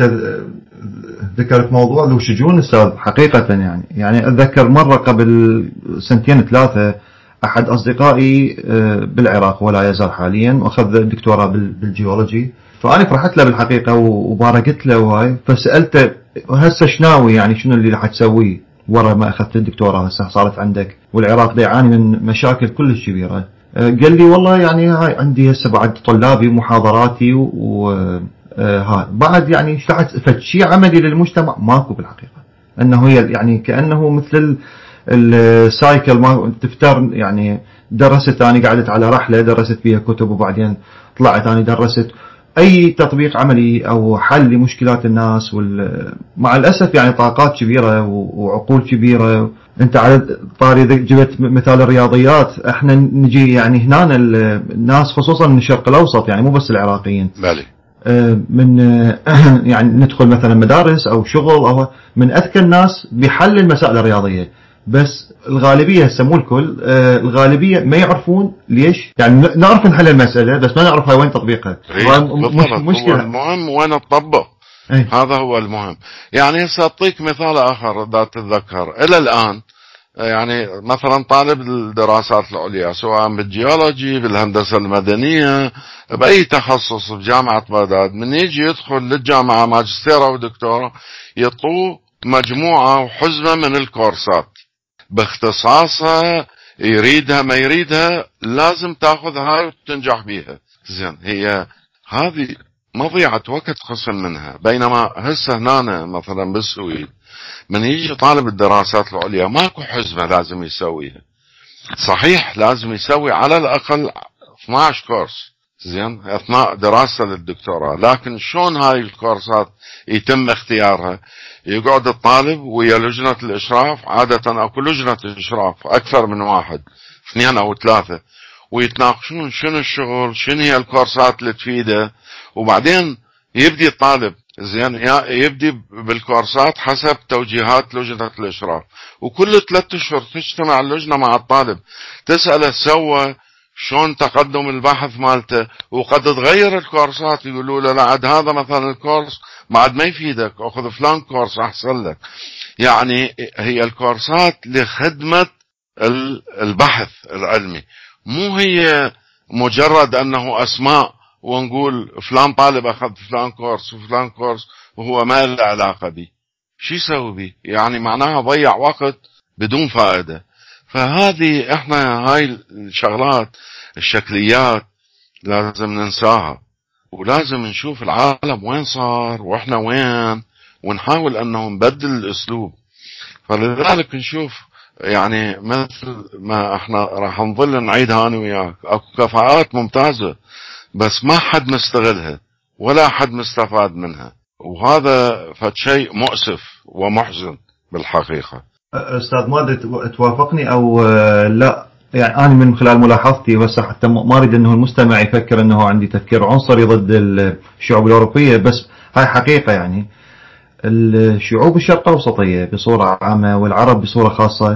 ذكرت موضوع ذو شجون أستاذ حقيقة، يعني أتذكر مرة قبل 2-3 أحد أصدقائي بالعراق ولا يزال حاليا وأخذ دكتوراه بالجيولوجي، فأنا فرحت له بالحقيقة وباركت له وهاي، فسألته هسه شناوي يعني شنو اللي راح تسويه؟ ورا ما أخذت الدكتوراه هسه صارت عندك، والعراق يعاني من مشاكل كلش كبيرة. قال لي والله يعني هاي عندي هسه بعد طلابي ومحاضراتي هاي بعد يعني فشي عملي للمجتمع ماكو بالحقيقة. انه هي يعني كأنه مثل السايكل ما تفتر يعني. درست أنا قعدت على رحلة درست فيها كتب وبعدين طلعت أنا درست أي تطبيق عملي أو حل لمشكلات الناس. مع الأسف يعني طاقات كبيرة وعقول كبيرة. أنت على طاري جبت مثال الرياضيات، احنا نجي يعني هنا الناس خصوصا من الشرق الأوسط يعني مو بس العراقيين بالي من يعني ندخل مثلا مدارس أو شغل أو من أذكى الناس بحل المسائل الرياضية، بس الغالبية هسه مو الكل، الغالبية ما يعرفون ليش. يعني نعرف نحل المسألة بس ما نعرف هاي وين تطبيقها. بالضبط، مشكلة. هو المهم وين تطبق. أي. هذا هو المهم. يعني سأعطيك مثال آخر إذا تتذكر إلى الآن. يعني مثلا طالب الدراسات العليا سواء بالجيولوجي بالهندسة المدنية بأي تخصص بجامعة بغداد، من يجي يدخل للجامعة ماجستير أو دكتوراه يطوه مجموعة وحزمة من الكورسات باختصاصها، يريدها ما يريدها لازم تاخذ هاي وتنجح بيها. زين، هي هذه مضيعة وقت قسم منها. بينما هسه هنا مثلا بالسويد من يجي طالب الدراسات العليا ماكو حزمة لازم يسويها. صحيح لازم يسوي على الأقل 12 كورس زين أثناء دراسة للدكتوراه، لكن شلون هاي الكورسات يتم اختيارها؟ يقعد الطالب ويا لجنة الإشراف، عادة أكو لجنة إشراف أكثر من واحد، 2 أو 3، ويتناقشون شنو الشغل، شنو هي الكورسات اللي تفيده، وبعدين يبدي الطالب زين يبدي بالكورسات حسب توجيهات لجنة الإشراف. وكل 3 أشهر تجتمع اللجنة مع الطالب تسأله سوى شلون تقدم البحث مالته، وقد تغير الكورسات. يقولوا له لا عاد هذا مثلا الكورس بعد ما يفيدك، اخذ فلان كورس احسن لك. يعني هي الكورسات لخدمة البحث العلمي، مو هي مجرد انه اسماء ونقول فلان طالب اخذ فلان كورس وفلان كورس وهو ما له علاقة به. شو يسوي به؟ يعني معناها ضيع وقت بدون فائدة. فهذه احنا هاي الشغلات الشكليات لازم ننساها، ولازم نشوف العالم وين صار واحنا وين، ونحاول انه نبدل الاسلوب. فلذلك نشوف يعني مثل ما احنا راح نظل نعيدها انا وياك، اكو كفاءات ممتازة بس ما حد مستغلها ولا حد مستفاد منها، وهذا فشيء مؤسف ومحزن بالحقيقة. أستاذ ما أدري توافقني أو لا. يعني أنا من خلال ملاحظتي بس حتى ما أريد أنه المستمع يفكر أنه عندي تفكير عنصري ضد الشعوب الأوروبية، بس هاي حقيقة. يعني الشعوب الشرق الأوسطية بصورة عامة والعرب بصورة خاصة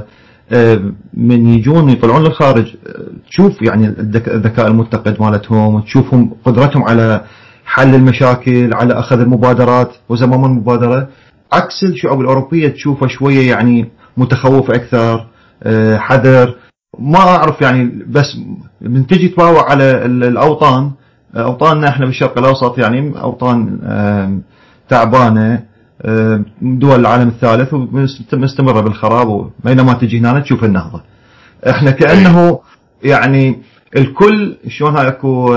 من يجون يطلعون للخارج تشوف يعني الذكاء المتقد مالتهم، تشوفهم قدرتهم على حل المشاكل، على أخذ المبادرات وزمام المبادرة، عكس الشعوب الأوروبية تشوفها شوية يعني متخوف أكثر، حذر. ما أعرف يعني. بس من تجي تباوع على الأوطان، أوطاننا إحنا بالشرق الأوسط يعني أوطان تعبانة، دول العالم الثالث ومستمرة بالخراب، بينما تجي هنا تشوف النهضة. احنا كأنه يعني الكل شلون هاي اكو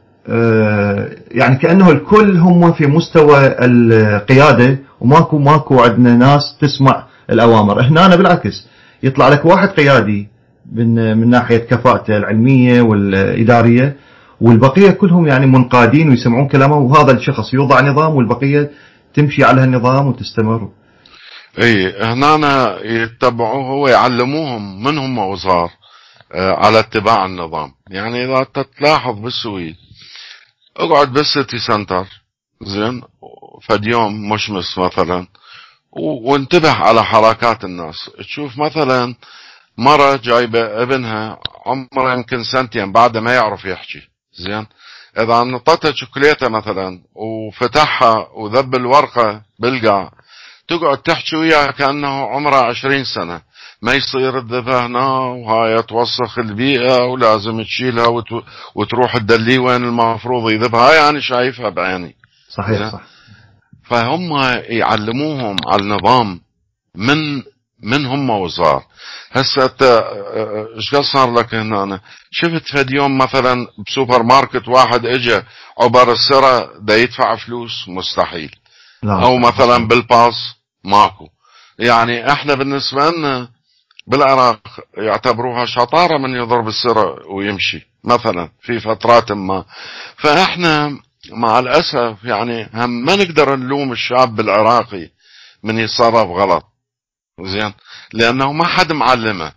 يعني كأنه الكل هم في مستوى القيادة وماكو عندنا ناس تسمع الأوامر. هنا أنا بالعكس يطلع لك واحد قيادي من ناحية كفاءته العلمية والإدارية، والبقية كلهم يعني منقادين ويسمعون كلامه، وهذا الشخص يوضع نظام والبقية تمشي على هالنظام وتستمر. اي هنا يتبعوه ويعلموهم من هم وصغار على اتباع النظام. يعني اذا تلاحظ بالسويد اقعد بالسيتي سنتر زين فد يوم مشمس مثلا وانتبه على حركات الناس. تشوف مثلا مرة جايبة ابنها عمره يمكن 2 بعد ما يعرف يحكي زين، اذا نطتها شوكولاتة مثلا وفتحها وذب الورقة بالقاع تقعد تحكي وياه كأنه عمره 20 سنة. ما يصير تذبها هنا وهاي توسخ البيئة ولازم تشيلها وتروح تدليه وين المفروض يذبها. هاي أنا شايفها بعيني. صحيح صح. فهم يعلموهم على النظام من من هم وصار. هسه انت ايش قد صار لك هنا؟ أنا شفت فد يوم مثلا بسوبر ماركت واحد اجى عبر السرة دا يدفع فلوس؟ مستحيل. او مثلا بالباص ماكو. يعني احنا بالنسبة لنا بالعراق يعتبروها شطارة من يضرب السرة ويمشي مثلا في فترات ما. فاحنا مع الاسف يعني هم ما نقدر نلوم الشاب العراقي من يتصرف غلط، زين، لانه ما حد معلمه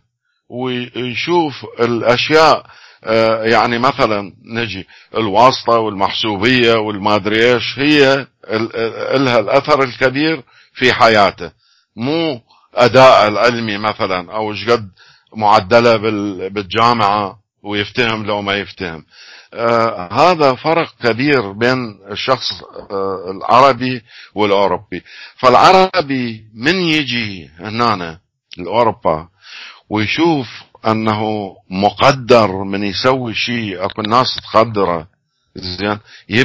ويشوف الاشياء. يعني مثلا نجي الواسطة والمحسوبية والمادري ايش، هي لها الاثر الكبير في حياته، مو اداء العلمي مثلا او ايش قد معدله بالجامعة ويفتهم لو ما يفتهم. هذا فرق كبير بين الشخص العربي والاوروبي. فالعربي من يجي هنا لاوروبا ويشوف انه مقدر من يسوي شيء، اكو الناس تقدره، زين،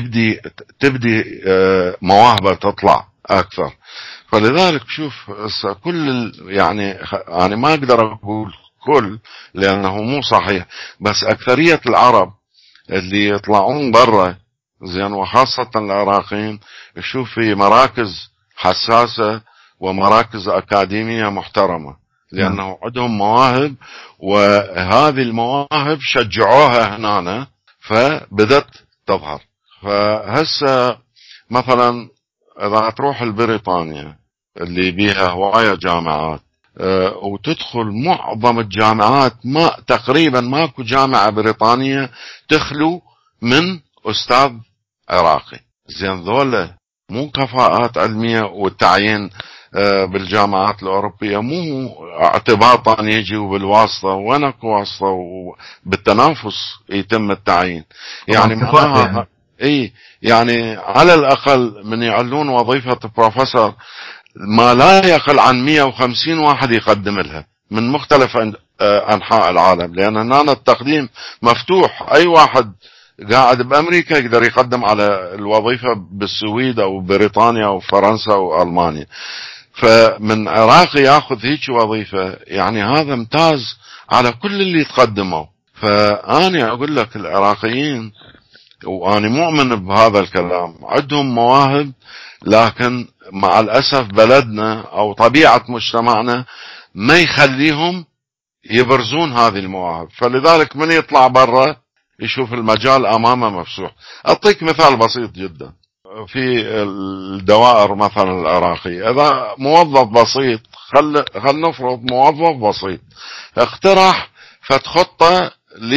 تبدي مواهبه تطلع اكثر. فلذلك شوف كل يعني انا ما اقدر اقول كل لانه مو صحيح، بس اكثرية العرب اللي يطلعون برا، زين، وخاصة العراقيين، يشوف في مراكز حساسة ومراكز اكاديمية محترمة، لانه عندهم مواهب، وهذه المواهب شجعوها هنا فبدت تظهر. فهسه مثلا اذا تروح لبريطانيا اللي بيها هواية جامعات، وتدخل معظم الجامعات، ما تقريبا ماكو جامعة بريطانية تخلو من استاذ عراقي. زين، ذولا مو كفاءات علمية، والتعيين بالجامعات الأوروبية مو اعتباطا يجي وبالواسطة، وينك واسطة، وبالتنافس يتم التعيين. يعني معناها يعني. اي يعني على الأقل من يعلون وظيفة بروفيسور ما لا يقل عن 150 واحد يقدم لها من مختلف أنحاء العالم، لأن هنا التقديم مفتوح، أي واحد قاعد بأمريكا يقدر يقدم على الوظيفة بالسويد أو بريطانيا أو فرنسا أو ألمانيا. فمن عراقي ياخذ هيك وظيفة، يعني هذا امتاز على كل اللي يتقدموا. فأنا أقول لك العراقيين، وأنا مؤمن بهذا الكلام، عندهم مواهب، لكن مع الأسف بلدنا أو طبيعة مجتمعنا ما يخليهم يبرزون هذه المواهب. فلذلك من يطلع برا يشوف المجال أمامه مفتوح. أعطيك مثال بسيط جدا. في الدوائر مثلا العراقية، إذا موظف بسيط، خل نفرض موظف بسيط اقترح فتخطة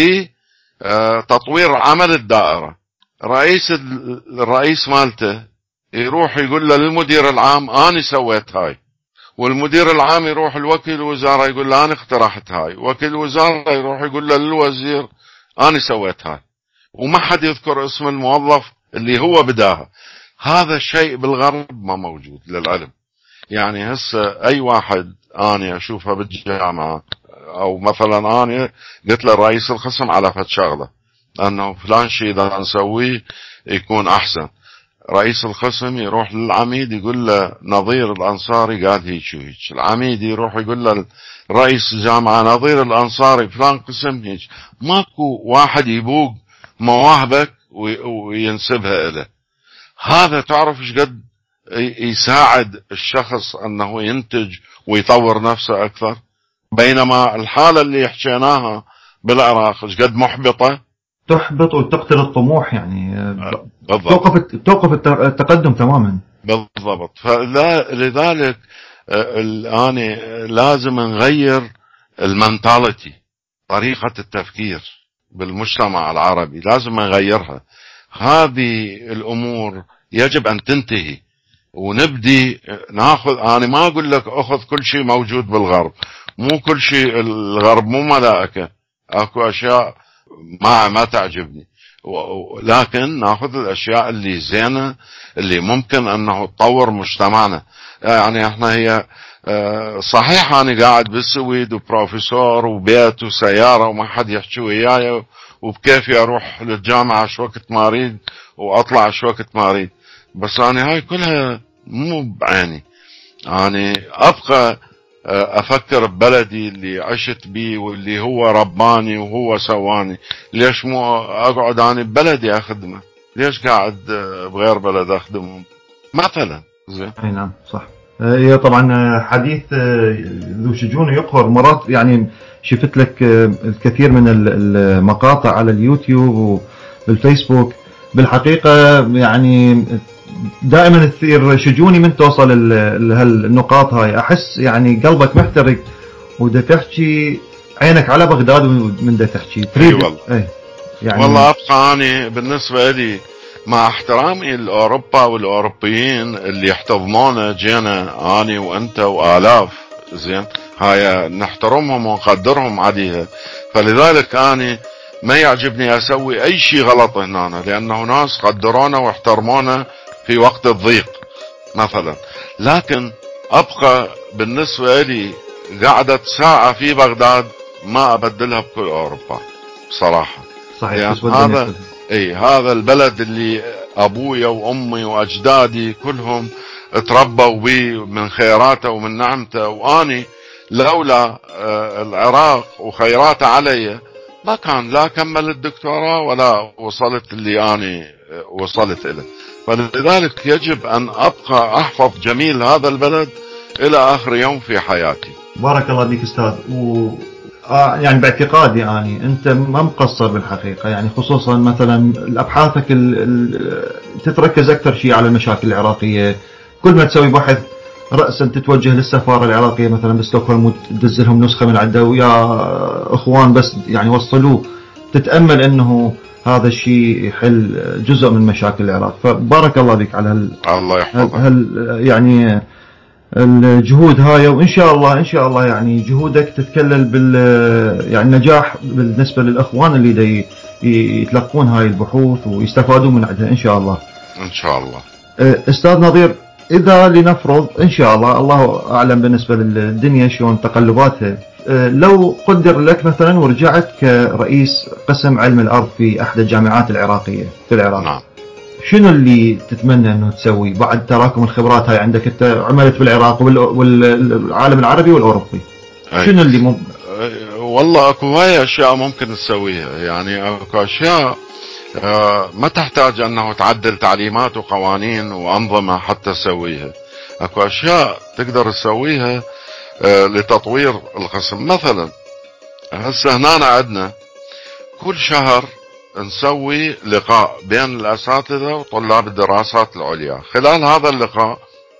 لتطوير عمل الدائرة، الرئيس مالته يروح يقول له للمدير العام أنا سويت هاي، والمدير العام يروح الوكيل الوزارة يقول له أنا اقترحت هاي، وكيل الوزارة يروح يقول له للوزير أنا سويت هاي، وما حد يذكر اسم الموظف اللي هو بداها. هذا الشيء بالغرب ما موجود للعلم. يعني هسه اي واحد اني اشوفها بالجامعة، او مثلا اني قلت له رئيس القسم على فد شغلة انه فلان شيء اذا نسويه يكون احسن، رئيس القسم يروح للعميد يقول له نظير الانصاري قال هيك وهيك، العميد يروح يقول له رئيس الجامعة نظير الانصاري فلان قسم هيك. ماكو واحد يبوق مواهبك وينسبها له. هذا تعرف ايش قد يساعد الشخص انه ينتج ويطور نفسه اكثر، بينما الحالة اللي حكيناها بالعراق ايش قد محبطة، تحبط وتقتل الطموح، يعني بالضبط. توقف التقدم تماما. بالضبط. فلذلك الآن لازم نغير المنتاليتي، طريقة التفكير بالمجتمع العربي لازم نغيرها. هذه الأمور يجب أن تنتهي، ونبدي ناخذ. أنا ما أقول لك أخذ كل شيء موجود بالغرب، مو كل شيء الغرب مو ملائكة، أكو أشياء ما تعجبني، لكن ناخذ الاشياء اللي زينة اللي ممكن انه تطور مجتمعنا. يعني احنا هي صحيح انا قاعد بالسويد وبروفيسور وبيت وسيارة وما حد يحكي وياي، وبكيفي اروح للجامعة شو وقت ما اريد واطلع شو وقت ما اريد، بس انا هاي كلها مو بعيني. يعني ابقى افكر ببلدي اللي عشت بيه واللي هو رباني وهو سواني. ليش مو اقعد انا ببلدي اخدمه؟ ليش قاعد بغير بلد اخدمهم مثلا؟ زين. اي نعم صح. هي طبعا حديث ذو شجون يقهر مرات. يعني شفت لك الكثير من المقاطع على اليوتيوب والفيسبوك. بالحقيقة يعني دائما تثير شجوني من توصل لهالنقاط هاي. احس يعني قلبك محترق ودا تحكي، عينك على بغداد من دا تحكي اي تريد. والله. اي يعني والله ابقى اني بالنسبة لي مع احترامي لاوروبا والاوروبيين اللي يحتضنونا، جينا اني وانت والاف، زين، هاي نحترمهم ونقدرهم عليها. فلذلك اني ما يعجبني اسوي اي شيء غلط هنا، لانه ناس قدرونا واحترمونا في وقت الضيق مثلا. لكن ابقى بالنسبة لي قعدة ساعة في بغداد ما ابدلها بكل اوروبا بصراحة. صحيح. لان تسوى الدنيا هذا، كلها. اي هذا البلد اللي ابويا وامي واجدادي كلهم تربوا بيه من خيراته ومن نعمته، واني لولا العراق وخيراته علي ما كان لا كمل الدكتوراه ولا وصلت اللي اني وصلت له. فلذلك يجب ان ابقى احفظ جميل هذا البلد الى اخر يوم في حياتي. بارك الله بك استاذ. يعني باعتقادي يعني انت ما مقصر بالحقيقه، يعني خصوصا مثلا ابحاثك تتركز اكثر شيء على المشاكل العراقيه. كل ما تسوي بحث راسا تتوجه للسفاره العراقيه مثلا بستوكهولم وتدز لهم نسخه من عنده، ويا اخوان بس يعني وصلوه. تتامل انه هذا الشيء يحل جزء من مشاكل العراق. فبارك الله بك على الله يحفظك. يعني الجهود هاي. وان شاء الله ان شاء الله يعني جهودك تتكلل يعني نجاح بالنسبه للاخوان اللي دي يتلقون هاي البحوث ويستفادون من عندها ان شاء الله. ان شاء الله. استاذ نظير، اذا لنفرض ان شاء الله، الله اعلم بالنسبه للدنيا شلون تقلباتها، لو قدر لك مثلا ورجعت كرئيس قسم علم الارض في احدى الجامعات العراقيه في العراق، نعم. شنو اللي تتمنى انه تسوي بعد تراكم الخبرات هاي عندك؟ انت عملت بالعراق والعالم العربي والاوروبي. أي. شنو اللي والله اكو هواي اشياء ممكن تسويها. يعني اكو اشياء ما تحتاج انه تعدل تعليمات وقوانين وانظمة حتى تسويها. اكو اشياء تقدر تسويها لتطوير القسم. مثلا هسه هنا عندنا كل شهر نسوي لقاء بين الاساتذة وطلاب الدراسات العليا. خلال هذا اللقاء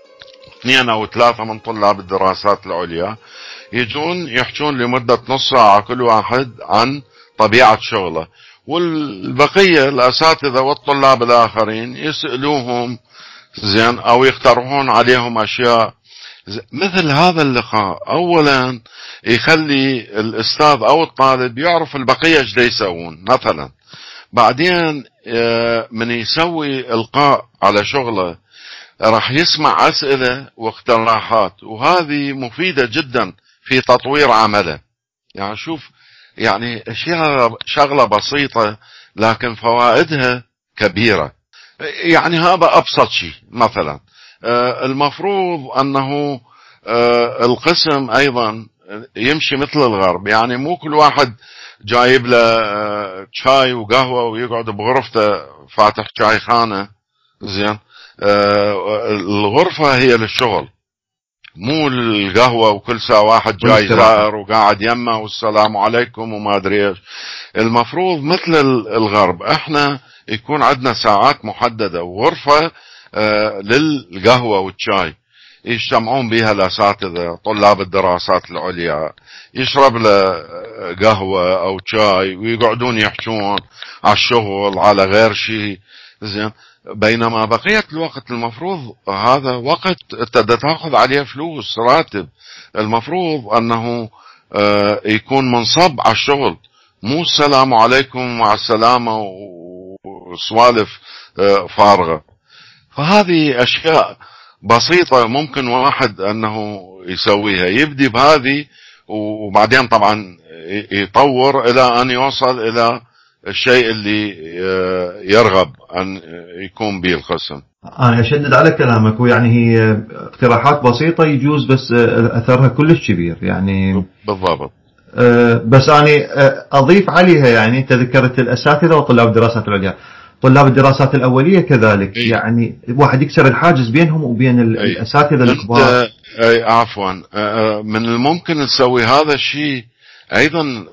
2 أو 3 من طلاب الدراسات العليا يجون يحجون لمدة نص ساعة كل واحد عن طبيعة شغله، والبقية الأساتذة والطلاب الآخرين يسألوهم، زين، أو يقترحون عليهم أشياء. مثل هذا اللقاء أولا يخلي الأستاذ أو الطالب يعرف البقية ايش يسوون مثلا. بعدين من يسوي إلقاء على شغله راح يسمع أسئلة واقتراحات، وهذه مفيدة جدا في تطوير عمله. يعني شوف، يعني شغلة بسيطة لكن فوائدها كبيرة. يعني هذا أبسط شيء. مثلا المفروض أنه القسم أيضا يمشي مثل الغرب. يعني مو كل واحد جايب له شاي وقهوة ويقعد بغرفته فاتح شاي خانة، زين. الغرفة هي للشغل، مو القهوة وكل ساعة واحد جاي زائر وقاعد يمه والسلام عليكم وما ادري ايش. المفروض مثل الغرب احنا يكون عندنا ساعات محددة وغرفة للقهوة والشاي يجتمعون بها الاساتذة طلاب الدراسات العليا، يشرب له قهوة او شاي ويقعدون يحجون على الشغل على غير شيء، زين. بينما بقية الوقت المفروض هذا وقت تاخذ عليه فلوس راتب. المفروض انه يكون منصب على الشغل، مو السلام عليكم مع السلامة وسوالف فارغة. فهذه اشياء بسيطة ممكن واحد انه يسويها، يبدي بهذه وبعدين طبعا يطور الى ان يوصل الى الشيء اللي يرغب أن يكون به القسم. أنا أشدد على كلامك، ويعني هي اقتراحات بسيطة يجوز بس أثرها كلش كبير يعني. بالضبط. بس أنا أضيف عليها، يعني أنت ذكرت الأساتذة وطلاب الدراسات العليا، طلاب الدراسات الأولية كذلك. إيه؟ يعني واحد يكسر الحاجز بينهم وبين إيه؟ الأساتذة أنت الكبار. عفوا، من الممكن تسوي هذا الشيء أيضا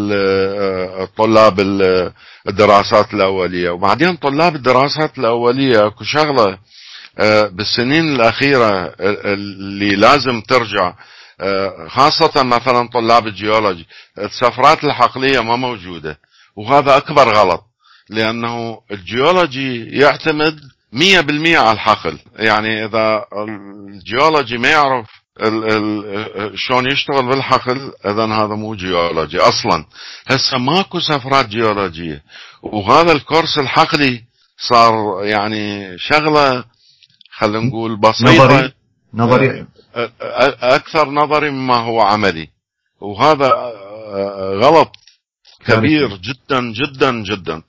طلاب الدراسات الأولية. وبعدين طلاب الدراسات الأولية اكو شغلة بالسنين الأخيرة اللي لازم ترجع، خاصة مثلا طلاب الجيولوجي، السفرات الحقلية ما موجودة، وهذا أكبر غلط، لأنه الجيولوجي يعتمد 100% على الحقل. يعني إذا الجيولوجي ما يعرف شلون يشتغل بالحقل، إذا هذا مو جيولوجي أصلا. هسه ماكو سفرات جيولوجية، وهذا الكورس الحقلي صار يعني شغلة خلينا نقول بسيطة، نظري أكثر نظري مما هو عملي، وهذا غلط كبير كارثي. جدا جدا جدا.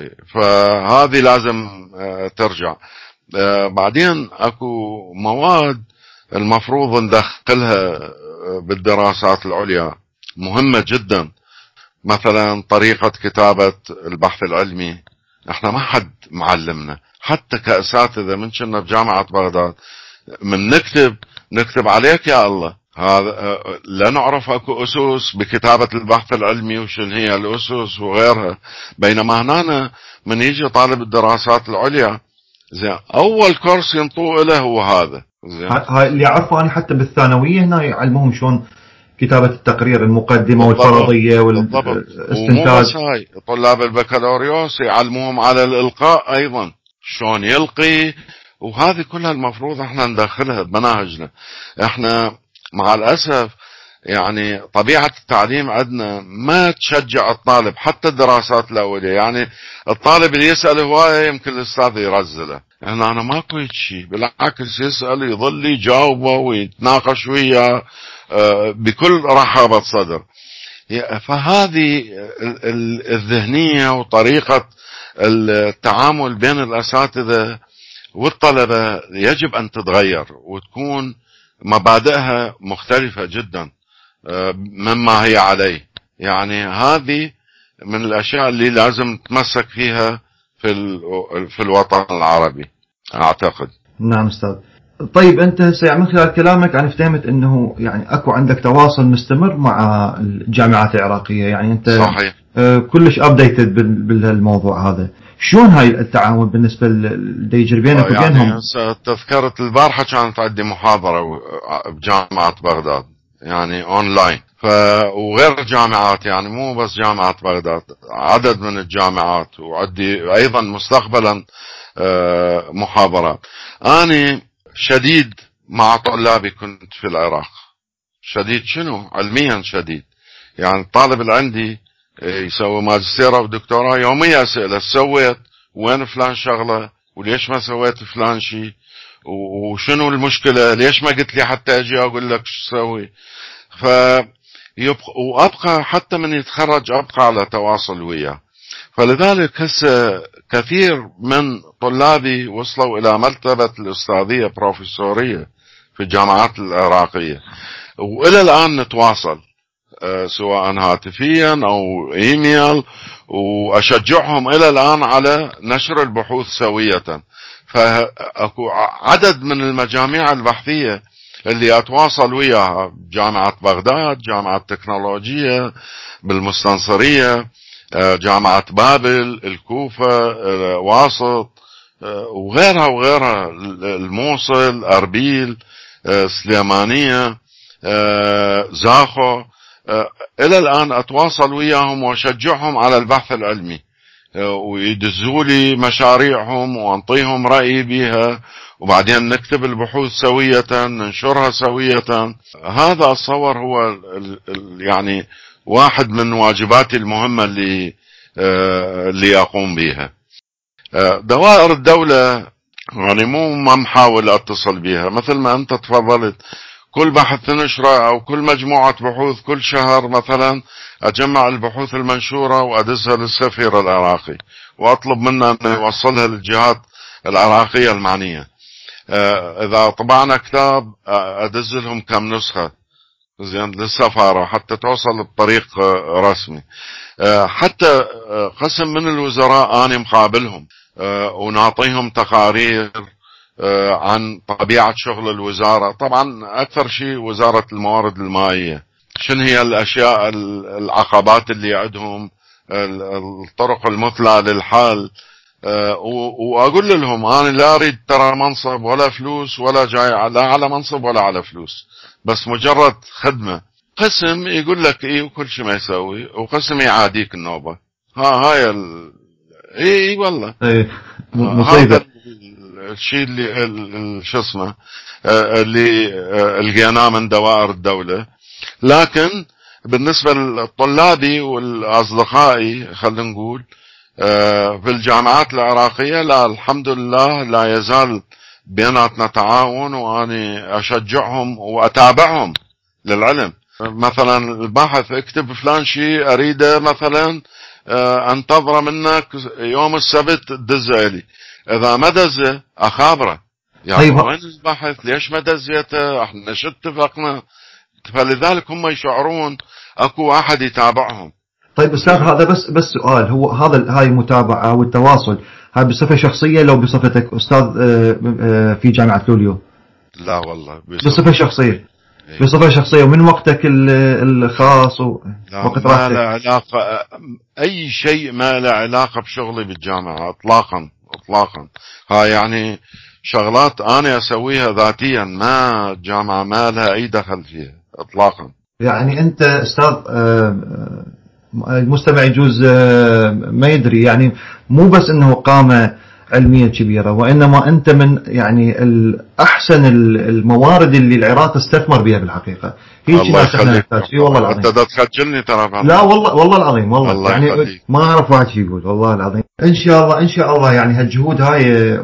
فهذه لازم ترجع. بعدين اكو مواد المفروض ندخلها بالدراسات العليا مهمة جدا، مثلا طريقة كتابة البحث العلمي. احنا ما حد معلمنا، حتى كأساتذة من كنا بجامعة بغداد من نكتب عليك يا الله. هذا لا نعرف اكو اسس بكتابة البحث العلمي وشن هي الاسس وغيرها. بينما هنا من يجي طالب الدراسات العليا، زين، اول كورس ينطوه له هو هذا. زين، هاي اللي اعرفه انا، حتى بالثانويه هنا يعلموهم شلون كتابه التقرير، المقدمه بالضبط. والفرضيه بالضبط. ومو والاستنتاج. بس هاي، طلاب البكالوريوس يعلموهم على الالقاء ايضا، شلون يلقي. وهذه كلها المفروض احنا ندخلها بمناهجنا. احنا مع الاسف يعني طبيعة التعليم عندنا ما تشجع الطالب، حتى الدراسات الأولية. يعني الطالب اللي يسأل هواية يمكن الأستاذ يرزله. يعني أنا ماكو هيك شيء، بالعكس يسأل يظل يجاوبه ويتناقش وياه بكل رحابة صدر. فهذه الذهنية وطريقة التعامل بين الأساتذة والطلبة يجب أن تتغير، وتكون مبادئها مختلفة جدا مما هي عليه. يعني هذه من الأشياء اللي لازم تمسك فيها في الوطن العربي أعتقد. نعم استاذ. طيب انت هسه يعني من خلال كلامك انا فهمت انه يعني اكو عندك تواصل مستمر مع الجامعات العراقيه، يعني انت صحيح. كلش ابديتد بالموضوع هذا. شلون هاي التعاون بالنسبه يجري بينك يعني وبينهم؟ هسه تذكرت البارحة كانت عندي محاضرة بجامعة بغداد، يعني اونلاين. وغير الجامعات، يعني مو بس جامعة بغداد، عدد من الجامعات، وعندي ايضا مستقبلا محاضرات. اني شديد مع طلابي كنت في العراق. شديد شنو؟ علميا شديد. يعني الطالب اللي عندي يسوي ماجستير او دكتوراه، يوميا اسئله سويت، وين فلان شغله، وليش ما سويت فلان شيء، وشنو المشكله، ليش ما قلت لي حتى اجي اقول لك شو تسوي. وابقى حتى من يتخرج ابقى على تواصل وياه. فلذلك هسه كثير من طلابي وصلوا الى مرتبه الاستاذيه بروفيسوريه في الجامعات العراقيه، والى الان نتواصل سواء هاتفيا او ايميل، واشجعهم الى الان على نشر البحوث سوية. فاكو عدد من المجاميع البحثية اللي اتواصل وياها، جامعة بغداد، جامعة تكنولوجية بالمستنصرية، جامعة بابل، الكوفة، واسط، وغيرها وغيرها، الموصل، اربيل، سليمانية، زاخو. الى الان اتواصل وياهم واشجعهم على البحث العلمي، ويدزوا لي مشاريعهم وانطيهم رأيي بها، وبعدين نكتب البحوث سوية، ننشرها سوية. هذا اتصور هو يعني واحد من واجباتي المهمة اللي اقوم بها. دوائر الدولة يعني مو ما محاول اتصل بها، مثل ما انت تفضلت كل بحث ننشره أو كل مجموعة بحوث كل شهر مثلا أجمع البحوث المنشورة وأدزها للسفير العراقي وأطلب منه أن يوصلها للجهات العراقية المعنية. إذا طبعنا كتاب أدز لهم كم نسخة زين للسفارة حتى توصل بطريق رسمي. حتى قسم من الوزراء أنا مقابلهم ونعطيهم تقارير عن طبيعة شغل الوزارة. طبعا أكثر شيء وزارة الموارد المائية شن هي الأشياء العقبات اللي عندهم، الطرق المثلى للحال. وأقول لهم أنا لا أريد ترى منصب ولا فلوس ولا جاي لا على منصب ولا على فلوس، بس مجرد خدمة. قسم يقول لك إيه وكل شيء ما يسوي، وقسم يعاديك النوبة. هاي إيه والله مصيبة. هذا الشيء اللي شو اسمه اللي لقيناه من دوائر الدولة. لكن بالنسبة للطلابي والأصدقائي خلينا نقول في الجامعات العراقية، لا الحمد لله لا يزال بيناتنا تعاون، وأنا أشجعهم وأتابعهم للعلم. مثلا الباحث اكتب فلان شيء أريده مثلا انتظر منك يوم السبت دزه لي، إذا ما دزه أخابره يعني طيب. وين الباحث ليش ما دزيته، احنا شو اتفقنا. فلذلك هم يشعرون اكو احد يتابعهم. طيب أستاذ هذا بس سؤال، هو هاي المتابعة والتواصل هاي بصفة شخصية لو بصفتك أستاذ في جامعة لوليو؟ لا والله بصفة شخصية. بصفة شخصية ومن وقتك الخاص وقت ما له علاقة أي شيء ما له علاقة بشغلي بالجامعة إطلاقا إطلاقا. ها يعني شغلات أنا أسويها ذاتيا، ما الجامعة ما لها أي دخل فيها إطلاقا. يعني أنت أستاذ المستمع يجوز ما يدري، يعني مو بس أنه قامة علمية كبيرة، وإنما أنت من يعني أحسن الموارد اللي العراق استثمر بها بالحقيقة. الله يخليك. اي والله العظيم. انت تخجلني ترى. لا والله العظيم والله الله يعني يخليك. ما اعرف واحد شو يقول والله العظيم. ان شاء الله يعني هالجهود هاي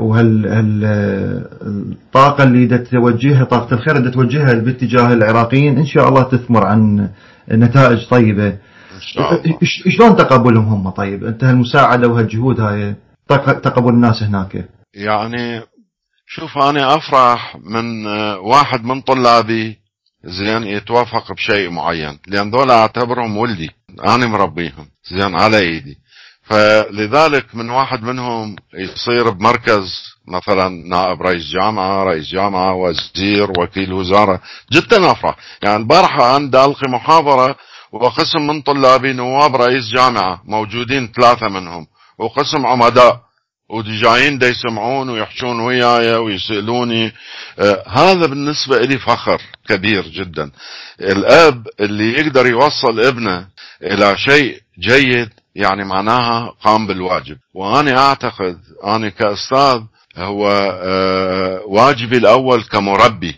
الطاقة اللي توجهها، طاقة الخير اللي توجهها باتجاه العراقيين ان شاء الله تثمر عن نتائج طيبة ان شاء الله. شلون تقبلهم هم؟ طيب انت هالمساعدة وهالجهود هاي تقبل الناس هناك؟ يعني شوف انا افرح من واحد من طلابي زين يتوافق بشيء معين، لان دول اعتبرهم ولدي انا مربيهم زين على ايدي. فلذلك من واحد منهم يصير بمركز مثلا نائب رئيس جامعة وزير وكيل وزارة، جدا افرح. يعني البارحة انا القي محاضرة وقسم من طلابي نواب رئيس جامعة موجودين 3 منهم، وقسم عمداء ودي دا يسمعون ويحشون وياي ويسألوني. هذا بالنسبة لي فخر كبير جدا. الاب اللي يقدر يوصل ابنه الى شيء جيد يعني معناها قام بالواجب. وانا اعتقد انا كاستاذ هو واجبي الاول كمربي.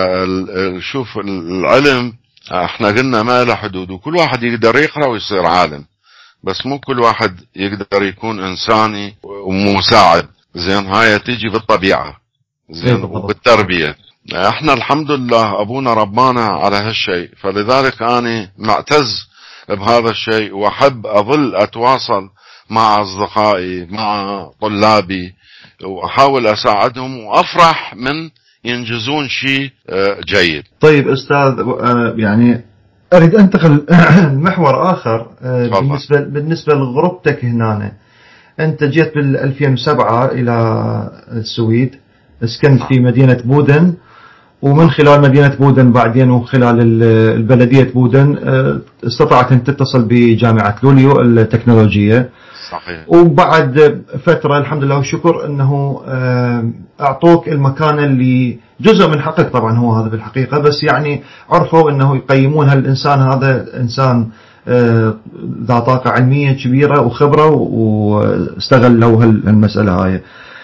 شوف العلم احنا قلنا ما له حدود، وكل واحد يقدر يقرأ ويصير عالم، بس مو كل واحد يقدر يكون انساني ومساعد. زين هاي تيجي بالطبيعة زين وبالتربية. احنا الحمد لله ابونا ربانا على هالشيء، فلذلك انا معتز بهذا الشيء، واحب اظل اتواصل مع اصدقائي مع طلابي واحاول اساعدهم، وافرح من ينجزون شيء جيد. طيب استاذ يعني اريد انتقل لمحور اخر. بالنسبه لغربتك هنا، انت جيت بال 2007 الى السويد، سكنت في مدينه بودن، ومن خلال مدينه بودن بعدين وخلال البلديه بودن استطعت ان تتصل بجامعه لوليو التكنولوجيه. صحيح. وبعد فترة الحمد لله والشكر انه اعطوك المكانة اللي جزء من حقك طبعا هو هذا بالحقيقة، بس يعني عرفوا انه يقيمون هالانسان هذا انسان ذا طاقة علمية كبيرة وخبرة، واستغلوا هالمسألة هاي.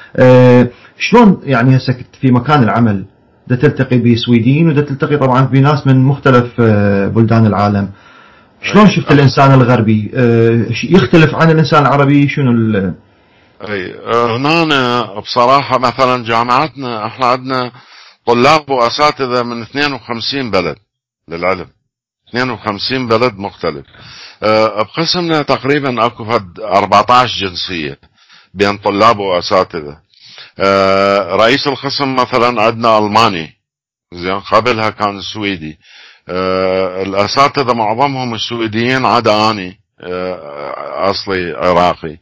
شلون يعني هسه في مكان العمل دا تلتقي بسويديين ودا تلتقي طبعا بناس من مختلف بلدان العالم، شلون شفت الإنسان الغربي يختلف عن الإنسان العربي؟ شنو هنا بصراحة مثلا جامعاتنا احنا عندنا طلاب وأساتذة من 52 بلد للعلم، 52 بلد مختلف. بقسمنا تقريبا اكو 14 جنسية بين طلاب وأساتذة. رئيس القسم مثلا عندنا ألماني، زين، قبلها كان سويدي. الأساتذة معظمهم السويديين، عدا أني أصلي عراقي.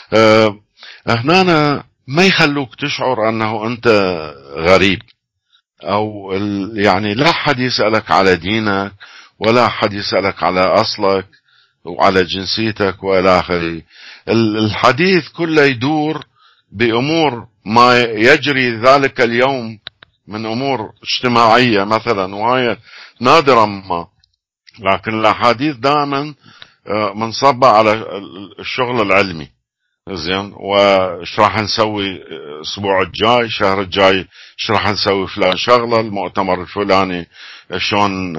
هنا ما يخلوك تشعر أنه أنت غريب، أو يعني لا حد يسألك على دينك، ولا حد يسألك على أصلك وعلى جنسيتك وإلى آخره. الحديث كله يدور بأمور ما يجري ذلك اليوم من أمور اجتماعية مثلا، وهي نادرا ما، لكن الأحاديث دائما منصبة على الشغل العلمي. زين، وش راح نسوي الأسبوع الجاي، شهر الجاي، ايش راح نسوي فلان شغلة، المؤتمر الفلاني شلون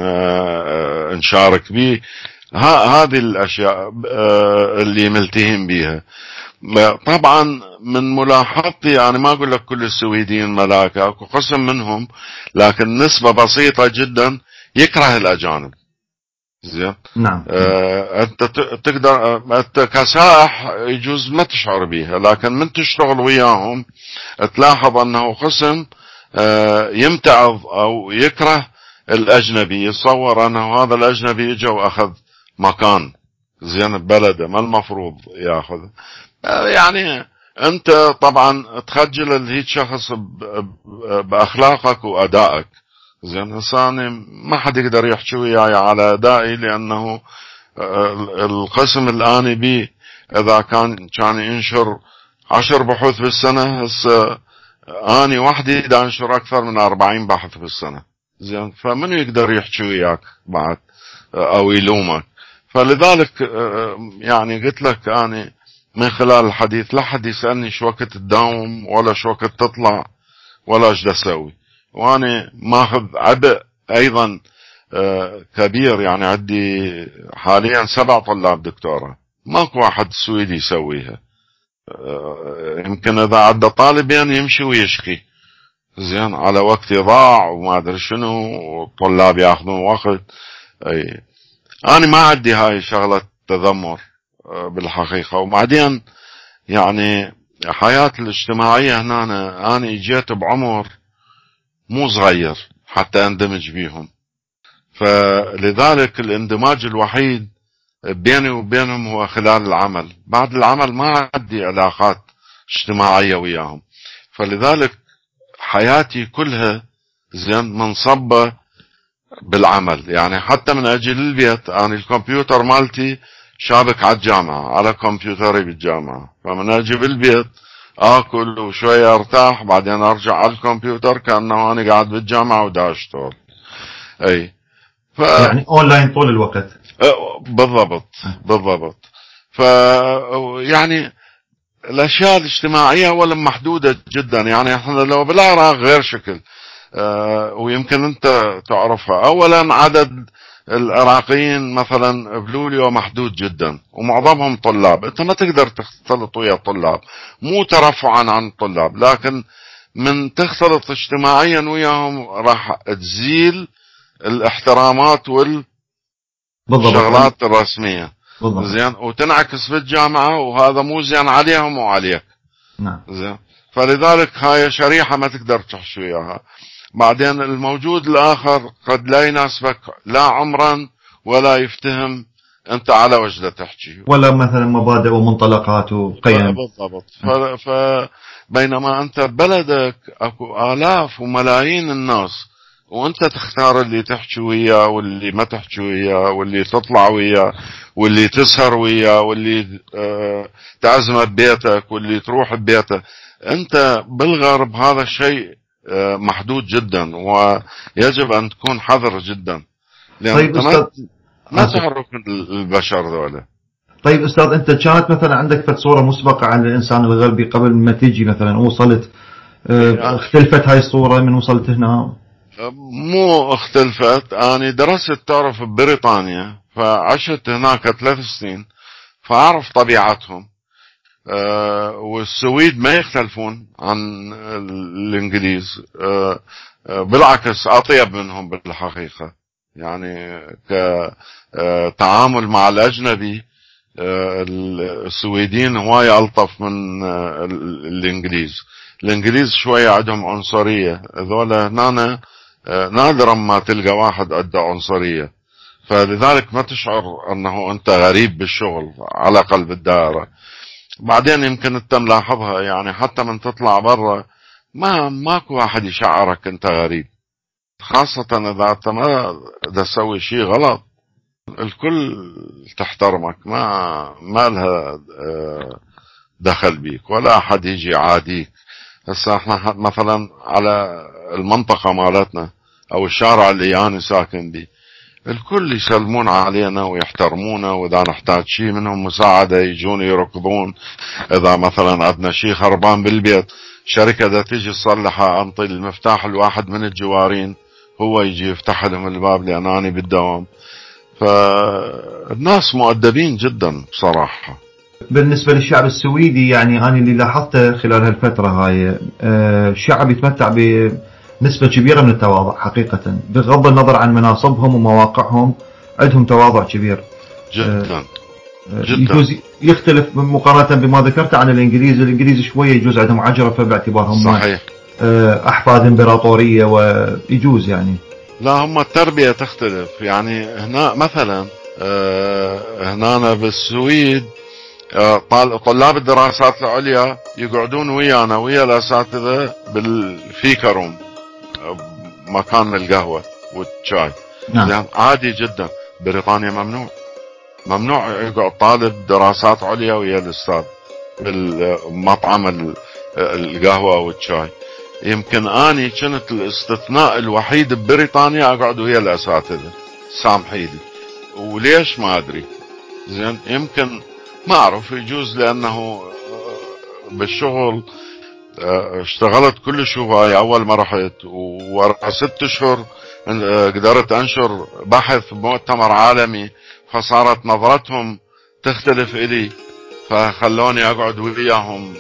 نشارك به. هذه الأشياء اللي ملتهم بيها. طبعا من ملاحظتي، يعني ما أقول لك كل السويديين ملاكة، أكو قسم منهم، لكن نسبة بسيطة جدا يكره الأجانب. زين. نعم. أنت تقدر، أنت كسائح يجوز ما تشعر بيها، لكن من تشتغل وياهم تلاحظ أنه قسم يمتعض أو يكره الأجنبي، يتصور أنه هذا الأجنبي إجا وأخذ مكان، زين، ببلده ما المفروض ياخذ. يعني أنت طبعا تخجل هيك شخص بأخلاقك وأدائك. زين، إنساني ما حد يقدر يحكي وياي على أدائي، لأنه القسم الآن بي إذا كان ينشر 10 بحوث بالسنة، هسه أني وحدي دا أنشر أكثر من 40 بحث بالسنة. زين، فمن يقدر يحكي وياك بعد أو يلومك؟ فلذلك يعني قلت لك أنا من خلال الحديث لا حد يسألني شو وقت تداوم، ولا شو وقت تطلع، ولا ايش اسوي. وانا ماخذ عبء ايضا كبير، يعني عندي حاليا 7 طلاب دكتوراه، ماكو واحد سويدي يسويها. يمكن اذا عدى طالبين يمشي ويشكي، زين، على وقت ضاع وما ادري شنو، والطلاب ياخذون وقت. اي انا ما عندي هاي شغلة تذمر بالحقيقة. وبعدين يعني حياتي الاجتماعية هنا، أنا جيت بعمر مو صغير حتى اندمج بيهم، فلذلك الاندماج الوحيد بيني وبينهم هو خلال العمل. بعد العمل ما عندي علاقات اجتماعية وياهم، فلذلك حياتي كلها زين منصبة بالعمل. يعني حتى من اجي للبيت، انا الكمبيوتر مالتي شابك على الجامعة، على كمبيوتري بالجامعة، فمن اجي بالبيت اكل وشوية ارتاح، بعدين ارجع على الكمبيوتر كأنه انا قاعد بالجامعة ودا اشتغل. اي يعني اونلاين طول الوقت. بالضبط بالضبط. يعني الاشياء الاجتماعية اولا محدودة جدا. يعني احنا لو بالعراق غير شكل، ويمكن انت تعرفها. اولا عدد العراقيين مثلا بلوليو محدود جدا، ومعظمهم طلاب. انت ما تقدر تختلط ويا طلاب، مو ترفعا عن الطلاب، لكن من تختلط اجتماعيا وياهم راح تزيل الاحترامات والشغلات الرسمية. بالضبط. زين، وتنعكس بالجامعة، وهذا مو زين عليهم وعليك. نعم. زين، فلذلك هاي شريحة ما تقدر تحشي وياها. بعدين الموجود الآخر قد لا يناسبك لا عمرا ولا يفتهم انت على وجه تحكي، ولا مثلا مبادئ ومنطلقات وقيم. بالضبط. فبينما انت ببلدك اكو آلاف وملايين الناس، وانت تختار اللي تحكي وياه واللي ما تحكي وياه، واللي تطلع وياه واللي تسهر وياه، واللي تعزمه ببيتك واللي تروح ببيته. انت بالغرب هذا الشيء محدود جدا، ويجب ان تكون حذر جدا، لان طيب انت استاذ، ما تعرف البشر ذولا. طيب استاذ، انت كانت مثلا عندك صورة مسبقة عن الانسان الغربي قبل ما تيجي مثلا وصلت، اختلفت هاي الصورة من وصلت هنا؟ مو اختلفت. اني درست تعرف ببريطانيا، فعشت هناك 3 سنين، فاعرف طبيعتهم. والسويد ما يختلفون عن الانجليز. بالعكس أطيب منهم بالحقيقة. يعني كتعامل مع الأجنبي السويدين هواية ألطف من الإنجليز. الإنجليز شوية عندهم عنصرية، ذولا هنا نادرا ما تلقى واحد عنده عنصرية، فلذلك ما تشعر أنه أنت غريب بالشغل على قلب الدائرة. بعدين يمكن أنت ملاحظها، يعني حتى من تطلع برا ماكو واحد يشعرك أنت غريب، خاصة إذا أنت ما تسوي شيء غلط الكل تحترمك، ما لها دخل بيك ولا أحد يجي يعاديك. هسه احنا مثلا على المنطقة مالتنا أو الشارع اللي أنا ساكن بيه الكل يسلمون علينا ويحترمونا، وإذا نحتاج شيء منهم مساعدة يجون يركضون. إذا مثلا عندنا شيء خربان بالبيت، شركة دا تيجي تصلحها، أنطي المفتاح الواحد من الجوارين هو يجي يفتح لهم الباب لأن أنا بالدوام. فالناس مؤدبين جدا بصراحة. بالنسبة للشعب السويدي، يعني أنا اللي لاحظته خلال هالفترة هاي، الشعب يتمتع بنسبة كبيرة من التواضع حقيقة، بغض النظر عن مناصبهم ومواقعهم عندهم تواضع كبير جدا جدا. يجوز يختلف مقارنة بما ذكرت عن الإنجليز شوية يجوز عندهم عجرفة باعتبارهم صحيح أحفاد إمبراطورية، ويجوز يعني. لا، هم التربية تختلف. يعني هنا مثلا هنا بالسويد طلاب الدراسات العليا يقعدون ويانا ويا الأساتذة بالفيكروم، مكان القهوة والشاي. نعم. عادي جدا. بريطانيا ممنوع يقعد طالب دراسات عليا ويا الأستاذ بالمطعم القهوة والشاي. يمكن أني كنت الاستثناء الوحيد ببريطانيا أقعد ويا الأساتذة، سامحيلي وليش ما أدري. زين، يمكن ما أعرف، يجوز لأنه بالشغل اشتغلت كل هواي. أول ما رحت ورا 6 أشهر قدرت أنشر بحث بمؤتمر عالمي، فصارت نظرتهم تختلف إلي، فخلوني أقعد وياهم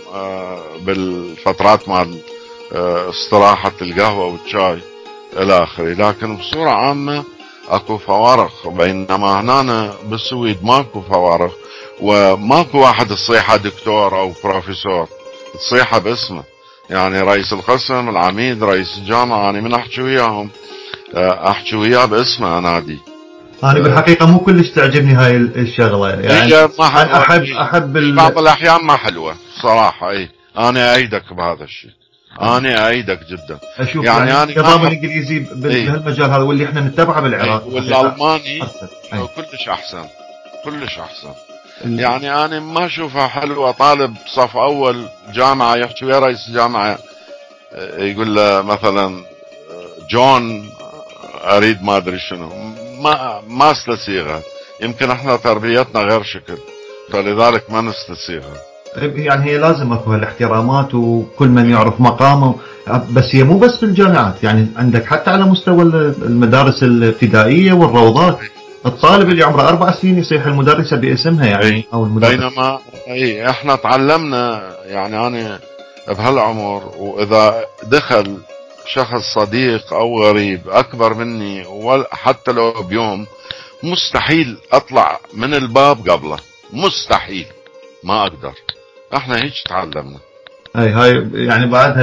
بالفترات مال استراحة القهوة والشاي إلى آخره. لكن بصورة عامة اكو فوارق، بينما هنا بالسويد ماكو فوارق، وماكو واحد تصيحه دكتور او بروفيسور، تصيحه باسمه. يعني رئيس القسم، العميد، رئيس الجامعة، انا من احكي وياهم احكي وياه باسمه انادي. أنا بالحقيقة مو كلش تعجبني هاي الشغلة، يعني هي ما أنا أحب في بعض الاحيان ما حلوة صراحة. اي انا ايدك بهذا الشيء، انا ايدك جدا. أشوف يعني يعني انا ما النظام احب. الإنجليزي بهالمجال هذا واللي إحنا نتبعه بالعراق والالماني أي. كلش احسن، كلش احسن. يعني انا ما اشوفها حلوة طالب صف اول جامعة يحكي ويا رئيس جامعة يقول له مثلا جون اريد ما ادري شنو، ما استسيغها. يمكن احنا تربيتنا غير شكل، فلذلك ما نستسيغها. يعني هي لازم اكو هالاحترامات وكل من يعرف مقامه، بس هي مو بس في الجامعات، يعني عندك حتى على مستوى المدارس الابتدائية والروضات، الطالب صحيح. اللي عمره 4 سنين يصيح المدرسة باسمها يعني او المدرس. بينما احنا تعلمنا، يعني انا بهالعمر واذا دخل شخص صديق او غريب اكبر مني حتى لو بيوم، مستحيل اطلع من الباب قبله، مستحيل، ما اقدر. احنا هيك تعلمنا. هاي يعني بعدها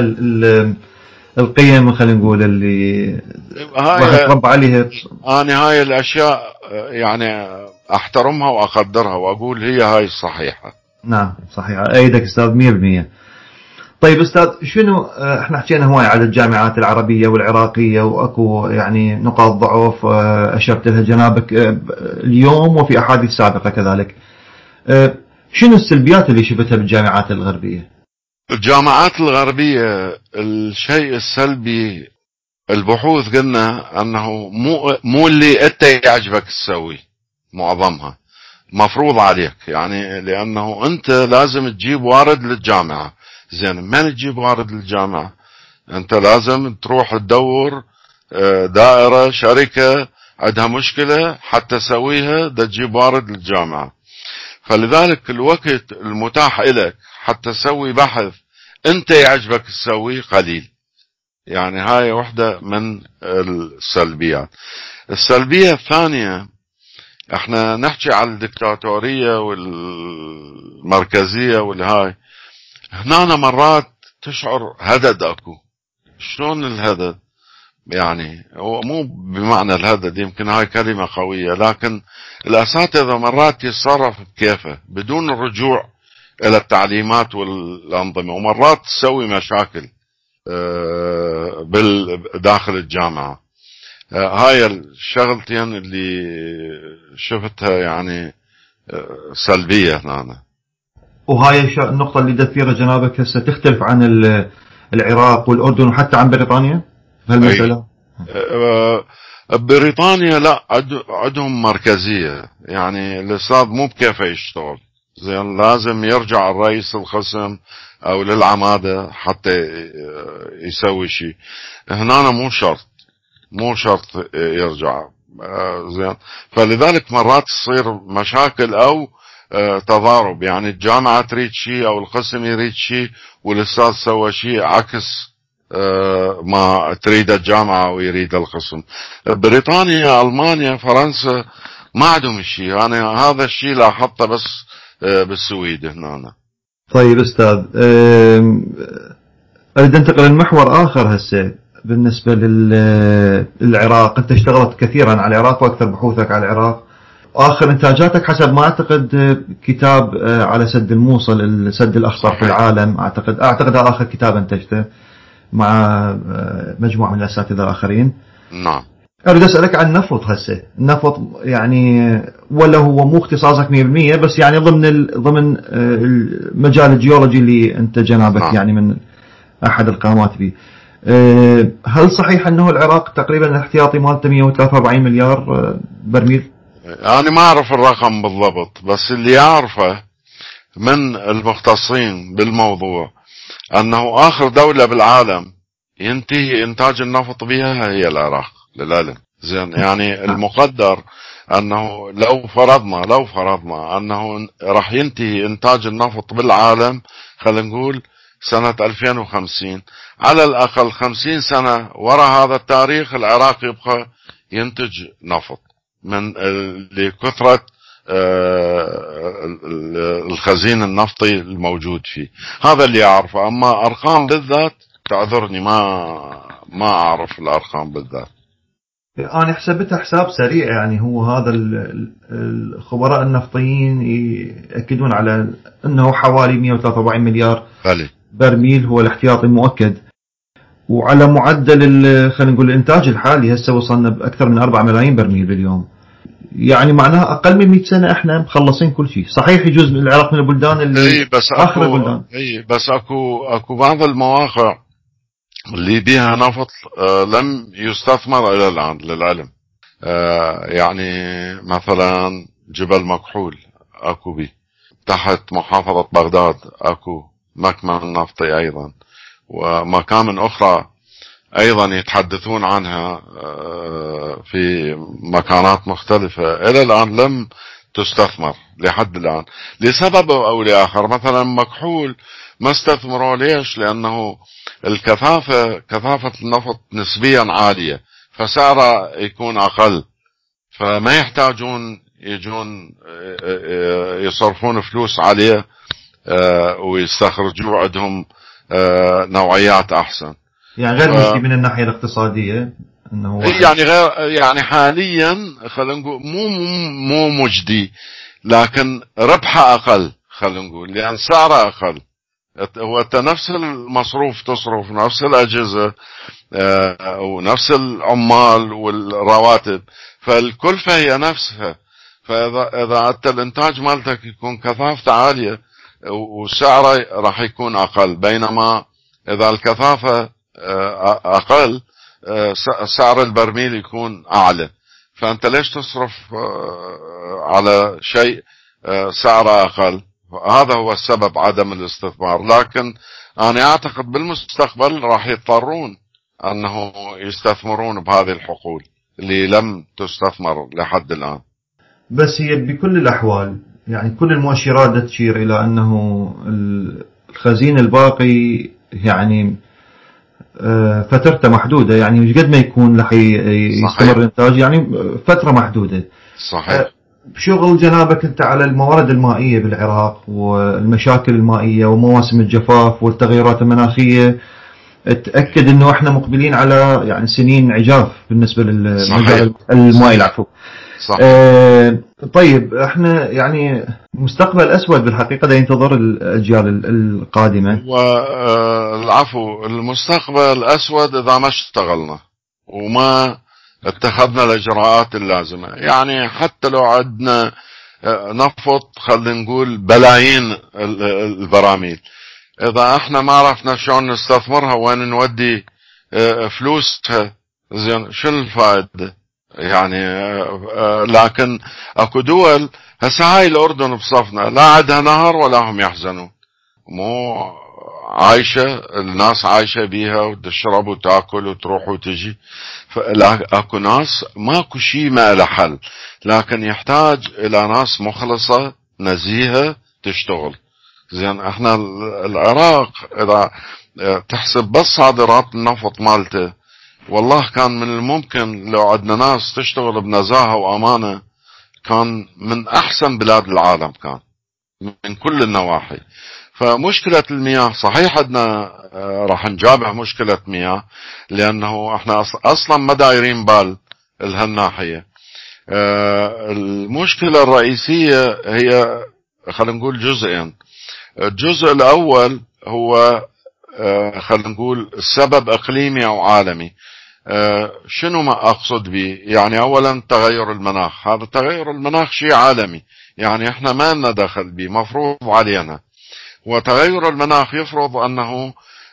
القيم، خلينا نقول اللي واحد هاي تربى عليها. انا هاي الاشياء يعني احترمها واقدرها واقول هي هاي الصحيحة. نعم صحيح، ايدك استاذ 100%. طيب استاذ، شنو احنا حكينا هواي على الجامعات العربية والعراقية، واكو يعني نقاط ضعف اشرت لها جنابك اليوم وفي احاديث سابقة كذلك. شنو السلبيات اللي شفتها بالجامعات الغربية؟ الجامعات الغربية الشيء السلبي، البحوث قلنا انه مو اللي انت يعجبك تسوي، معظمها مفروض عليك. يعني لانه انت لازم تجيب وارد للجامعة. زين، من تجيب وارد للجامعة؟ انت لازم تروح تدور دائرة، شركة عندها مشكلة حتى تسويها، دا تجيب وارد للجامعة. فلذلك الوقت المتاح لك حتى تسوي بحث انت يعجبك تسويه قليل. يعني هاي واحدة من السلبيات. السلبية الثانية، احنا نحكي على الدكتاتورية والمركزية والهاي، هنا مرات تشعر هدد اكو. شلون الهدد؟ يعني هو مو بمعنى الهدد، يمكن هاي كلمة قوية، لكن الأساتذة مرات يتصرف بكيفه بدون الرجوع إلى التعليمات والأنظمة، ومرات تسوي مشاكل داخل الجامعة. هاي الشغلتين اللي شفتها يعني سلبية هنا. وهاي النقطة اللي دثيرة جنابك هسه تختلف عن العراق والأردن وحتى عن بريطانيا بهالمسألة؟ بريطانيا لا، عندهم مركزية، يعني الأستاذ مو بكيفه يشتغل، زين لازم يرجع الرئيس القسم أو للعمادة حتى يسوي شيء. هنا مو شرط يرجع. زين، فلذلك مرات تصير مشاكل أو تضارب، يعني الجامعة تريد شيء أو القسم يريد شيء والأستاذ سوى شيء عكس ما تريد الجامعة ويريد القسم. بريطانيا، ألمانيا، فرنسا ما عندهم الشيء. أنا هذا الشيء لاحظته بس بالسويد هنا. طيب أستاذ، أريد أنتقل لمحور آخر هسه بالنسبة للعراق. أنت اشتغلت كثيرا على العراق وأكثر بحوثك على العراق. آخر إنتاجاتك حسب ما أعتقد كتاب على سد الموصل، السد الأخطر في العالم. أعتقد آخر كتاب أنتجته مع مجموعة من الأساتذة الآخرين. نعم. أريد أسألك عن النفط هسه. النفط يعني ولا هو مو اختصاصك 100%، بس يعني ضمن المجال الجيولوجي اللي أنت جنابك نعم. يعني من أحد القامات به. هل صحيح أنه العراق تقريبا الاحتياطي مالته 143 مليار برميل؟ أنا ما أعرف الرقم بالضبط، بس اللي أعرفه من المختصين بالموضوع أنه آخر دولة بالعالم ينتهي إنتاج النفط بها هي العراق للعلم. زين، يعني المقدر أنه لو فرضنا أنه راح ينتهي إنتاج النفط بالعالم، خلينا نقول سنة 2050، على الأقل 50 سنة وراء هذا التاريخ العراق يبقى ينتج نفط من لكثرة الخزين النفطي الموجود فيه. هذا اللي أعرفه. أما أرقام بالذات تعذرني، ما أعرف الأرقام بالذات. أنا حسبتها حساب سريع، يعني هو هذا الخبراء النفطيين يأكدون على أنه حوالي 143 مليار برميل هو الاحتياطي المؤكد. وعلى معدل خلينا نقول الإنتاج الحالي هسه وصلنا بأكثر من 4 ملايين برميل باليوم، يعني معناها أقل من 100 سنة إحنا مخلصين كل شيء. صحيح يجوز من العراق من البلدان اللي آخر البلدان. بس أكو بعض المواقع اللي بيها نفط لم يستثمر إلى الآن للعلم. يعني مثلا جبل مكحول أكو بي، تحت محافظة بغداد أكو مكمن نفطي أيضا، ومكامن أخرى أيضا يتحدثون عنها في مكانات مختلفة إلى الآن لم تستثمر لحد الآن لسبب أو لآخر. مثلا مكحول ما استثمروا. ليش؟ لأنه كثافة النفط نسبيا عالية، فسعره يكون أقل، فما يحتاجون يجون يصرفون فلوس عليه ويستخرجوا عندهم نوعيات أحسن. يعني غير مجدي من الناحية الاقتصادية انه يعني غير، يعني حاليا خلينا نقول مو مجدي، لكن ربحه اقل، خلينا نقول، لان سعره اقل. هو نفس المصروف تصرف نفس الاجهزه ونفس العمال والرواتب، فالكلفه هي نفسها. فاذا انت الانتاج مالتك يكون كثافته عاليه وسعره راح يكون اقل، بينما اذا الكثافه اقل سعر البرميل يكون اعلى. فانت ليش تصرف على شيء سعره اقل؟ هذا هو السبب عدم الاستثمار. لكن انا اعتقد بالمستقبل راح يضطرون انه يستثمرون بهذه الحقول اللي لم تستثمر لحد الان. بس هي بكل الاحوال يعني كل المؤشرات تشير الى انه الخزين الباقي يعني فترته محدودة، يعني مش قد ما يكون رح يستمر الإنتاج، يعني فترة محدودة. صحيح. شغل جنابك أنت على الموارد المائية بالعراق والمشاكل المائية ومواسم الجفاف والتغيرات المناخية، تأكد أنه إحنا مقبلين على يعني سنين عجاف بالنسبة للمجال المائي. العفو. طيب احنا يعني مستقبل اسود بالحقيقه ده ينتظر الاجيال القادمه. والعفو، المستقبل اسود اذا ما اشتغلنا وما اتخذنا الاجراءات اللازمه. يعني حتى لو عندنا نفط، خلينا نقول بلايين البراميل، اذا احنا ما عرفنا شلون نستثمرها وين نودي فلوسها، زين شو الفائده يعني؟ لكن اكو دول هسه هاي الاردن بصفنا لا عندها نهر ولا هم يحزنون، مو عايشة، الناس عايشة بيها وتشرب وتاكل وتروح وتجي. اكو ناس ماكو شي ما له حل، لكن يحتاج الى ناس مخلصة نزيهة تشتغل. زين احنا العراق اذا تحسب بس صادرات النفط مالته، والله كان من الممكن لو عندنا ناس تشتغل بنزاهة وامانة كان من احسن بلاد العالم، كان من كل النواحي. فمشكلة المياه صحيح عندنا راح نجابه مشكلة مياه، لانه احنا اصلا ما دايرين بال لهالناحية. المشكلة الرئيسية هي خلينا نقول جزئين. الجزء الاول هو خلينا نقول السبب اقليمي او عالمي. شنو ما اقصد به؟ يعني اولا تغير المناخ، هذا تغير المناخ شيء عالمي، يعني احنا ما لنا دخل به، مفروض علينا. وتغير المناخ يفرض انه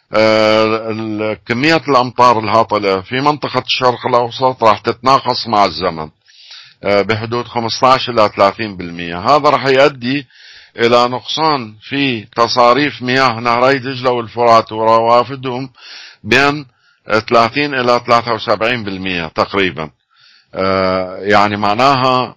كمية الامطار الهاطلة في منطقة الشرق الاوسط راح تتناقص مع الزمن بحدود 15 الى 30%. هذا راح يؤدي الى نقصان في تصاريف مياه نهري دجلة والفرات وروافدهم بين 30 الى 73% تقريبا. يعني معناها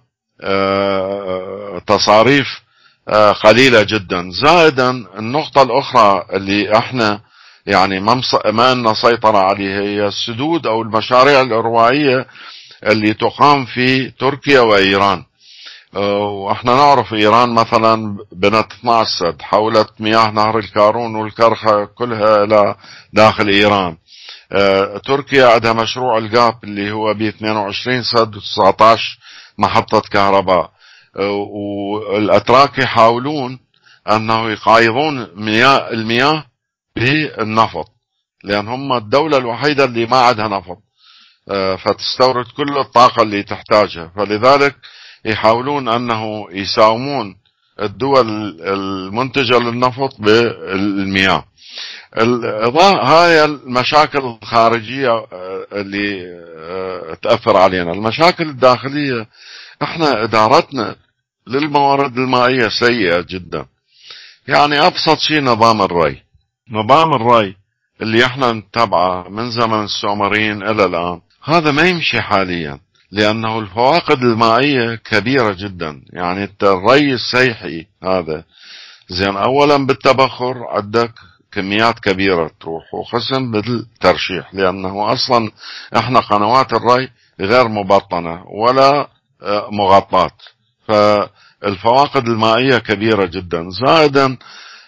تصاريف قليلة جدا. زائدا النقطة الاخرى اللي احنا يعني ما لنا سيطرة عليها هي السدود او المشاريع الاروائية اللي تقام في تركيا وايران. واحنا نعرف ايران مثلا بنت 12 سد، حولت مياه نهر الكارون والكرخة كلها الى داخل ايران. تركيا عندها مشروع القاب اللي هو ب 22 سد و19 محطة كهرباء. والاتراك يحاولون انه يقايضون المياه بالنفط، لان هم الدولة الوحيدة اللي ما عندها نفط، فتستورد كل الطاقة اللي تحتاجها. فلذلك يحاولون انه يساومون الدول المنتجة للنفط بالمياه. هاي المشاكل الخارجية اللي تأثر علينا. المشاكل الداخلية، احنا ادارتنا للموارد المائية سيئة جدا. يعني ابسط شيء نظام الري. نظام الري اللي احنا نتبعه من زمن السومريين الى الان، هذا ما يمشي حاليا، لانه الفواقد المائية كبيرة جدا. يعني الري السيحي هذا، زين اولا بالتبخر عندك كميات كبيرة تروح، وخصم بالترشيح، لانه اصلا احنا قنوات الري غير مبطنة ولا مغطاة، فالفواقد المائية كبيرة جدا. زائدا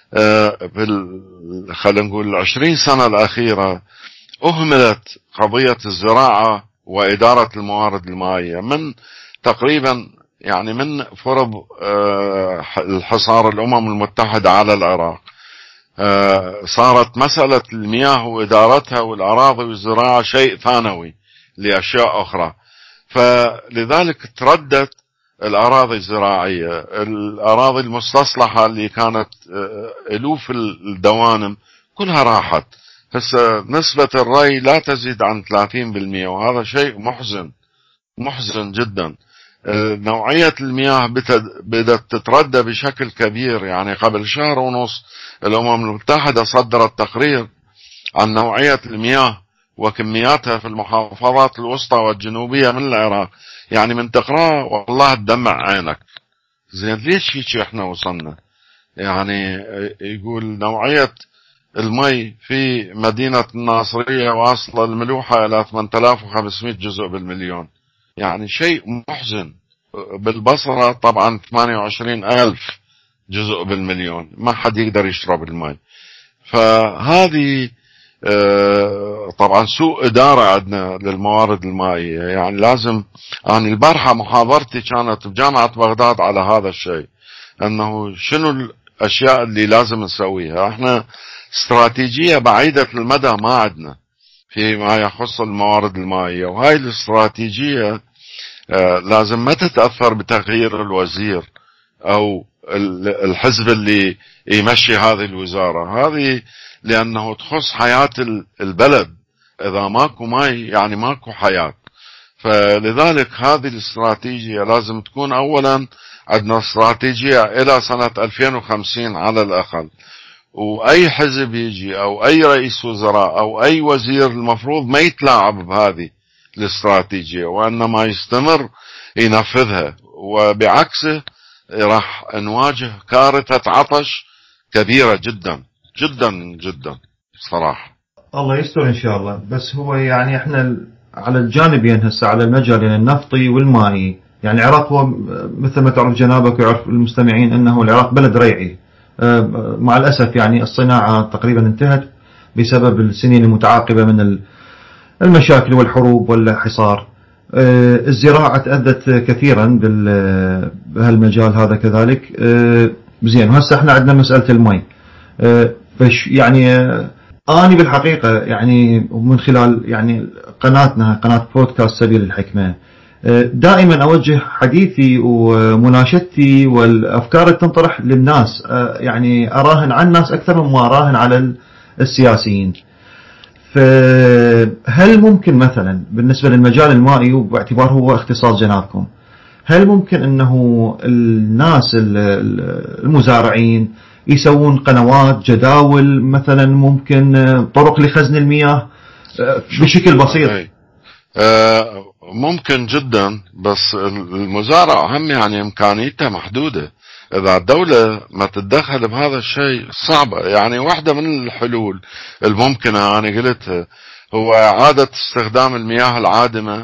خلينا نقول 20 سنة الاخيرة اهملت قضية الزراعة وادارة الموارد المائية، من تقريبا يعني من فرض الحصار الامم المتحدة على العراق. صارت مسألة المياه وادارتها والاراضي والزراعة شيء ثانوي لاشياء اخرى. فلذلك تردت الاراضي الزراعية، الاراضي المستصلحة اللي كانت الوف الدوانم كلها راحت. هسه نسبة الري لا تزيد عن 30%، وهذا شيء محزن جدا. نوعية المياه بدأت تتردى بشكل كبير. يعني قبل شهر ونص الأمم المتحدة صدرت تقرير عن نوعية المياه وكمياتها في المحافظات الوسطى والجنوبية من العراق. يعني من تقرأ والله تدمع عينك. زين ليش هيك احنا وصلنا؟ يعني يقول نوعية المي في مدينة الناصرية واصلة الملوحة إلى 8500 جزء بالمليون، يعني شيء محزن. بالبصرة طبعا 28,000 جزء بالمليون، ما حد يقدر يشرب المي. فهذه طبعا سوء إدارة عندنا للموارد المائية. يعني لازم، يعني البارحة محاضرتي كانت بجامعة بغداد على هذا الشيء، أنه شنو الأشياء اللي لازم نسويها. احنا استراتيجية بعيدة المدى ما عندنا فيما يخص الموارد المائية، وهاي الاستراتيجية لازم ما تتأثر بتغيير الوزير أو الحزب اللي يمشي هذه الوزارة هذه، لأنه تخص حياة البلد. إذا ماكو ماي يعني ماكو حياة. فلذلك هذه الاستراتيجية لازم تكون أولا عندنا استراتيجية إلى سنة 2050 على الأقل. وأي حزب يجي أو أي رئيس وزراء أو أي وزير المفروض ما يتلاعب بهذه الاستراتيجية، وإنما يستمر ينفذها، وبعكسه راح نواجه كارثة عطش كبيرة جدا جدا جدا صراحة. الله يستر إن شاء الله. بس هو يعني إحنا على الجانبين هسه، على المجال النفطي والمائي، يعني العراق هو مثل ما تعرف جنابك ويعرف المستمعين أنه العراق بلد ريعي. مع الأسف يعني الصناعة تقريبا انتهت بسبب السنين المتعاقبة من المشاكل والحروب والحصار. الزراعة تأذت كثيرا بهالمجال هذا كذلك. زين، وهسه احنا عندنا مسألة المي. يعني أنا بالحقيقة يعني من خلال يعني قناتنا، قناة بودكاست سبيل الحكمة، دائما أوجه حديثي ومناشدتي والأفكار اللي تنطرح للناس، يعني أراهن على الناس أكثر مما أراهن على السياسيين. فهل ممكن مثلا بالنسبة للمجال المائي، وباعتبار هو اختصاص جنابكم، هل ممكن أنه الناس المزارعين يسوون قنوات، جداول مثلا، ممكن طرق لخزن المياه بشكل بسيط؟ ممكن جدا، بس المزارع هم يعني إمكانيته محدودة. إذا الدولة ما تتدخل بهذا الشيء صعبة. يعني واحدة من الحلول الممكنة أنا قلتها هو إعادة استخدام المياه العادمة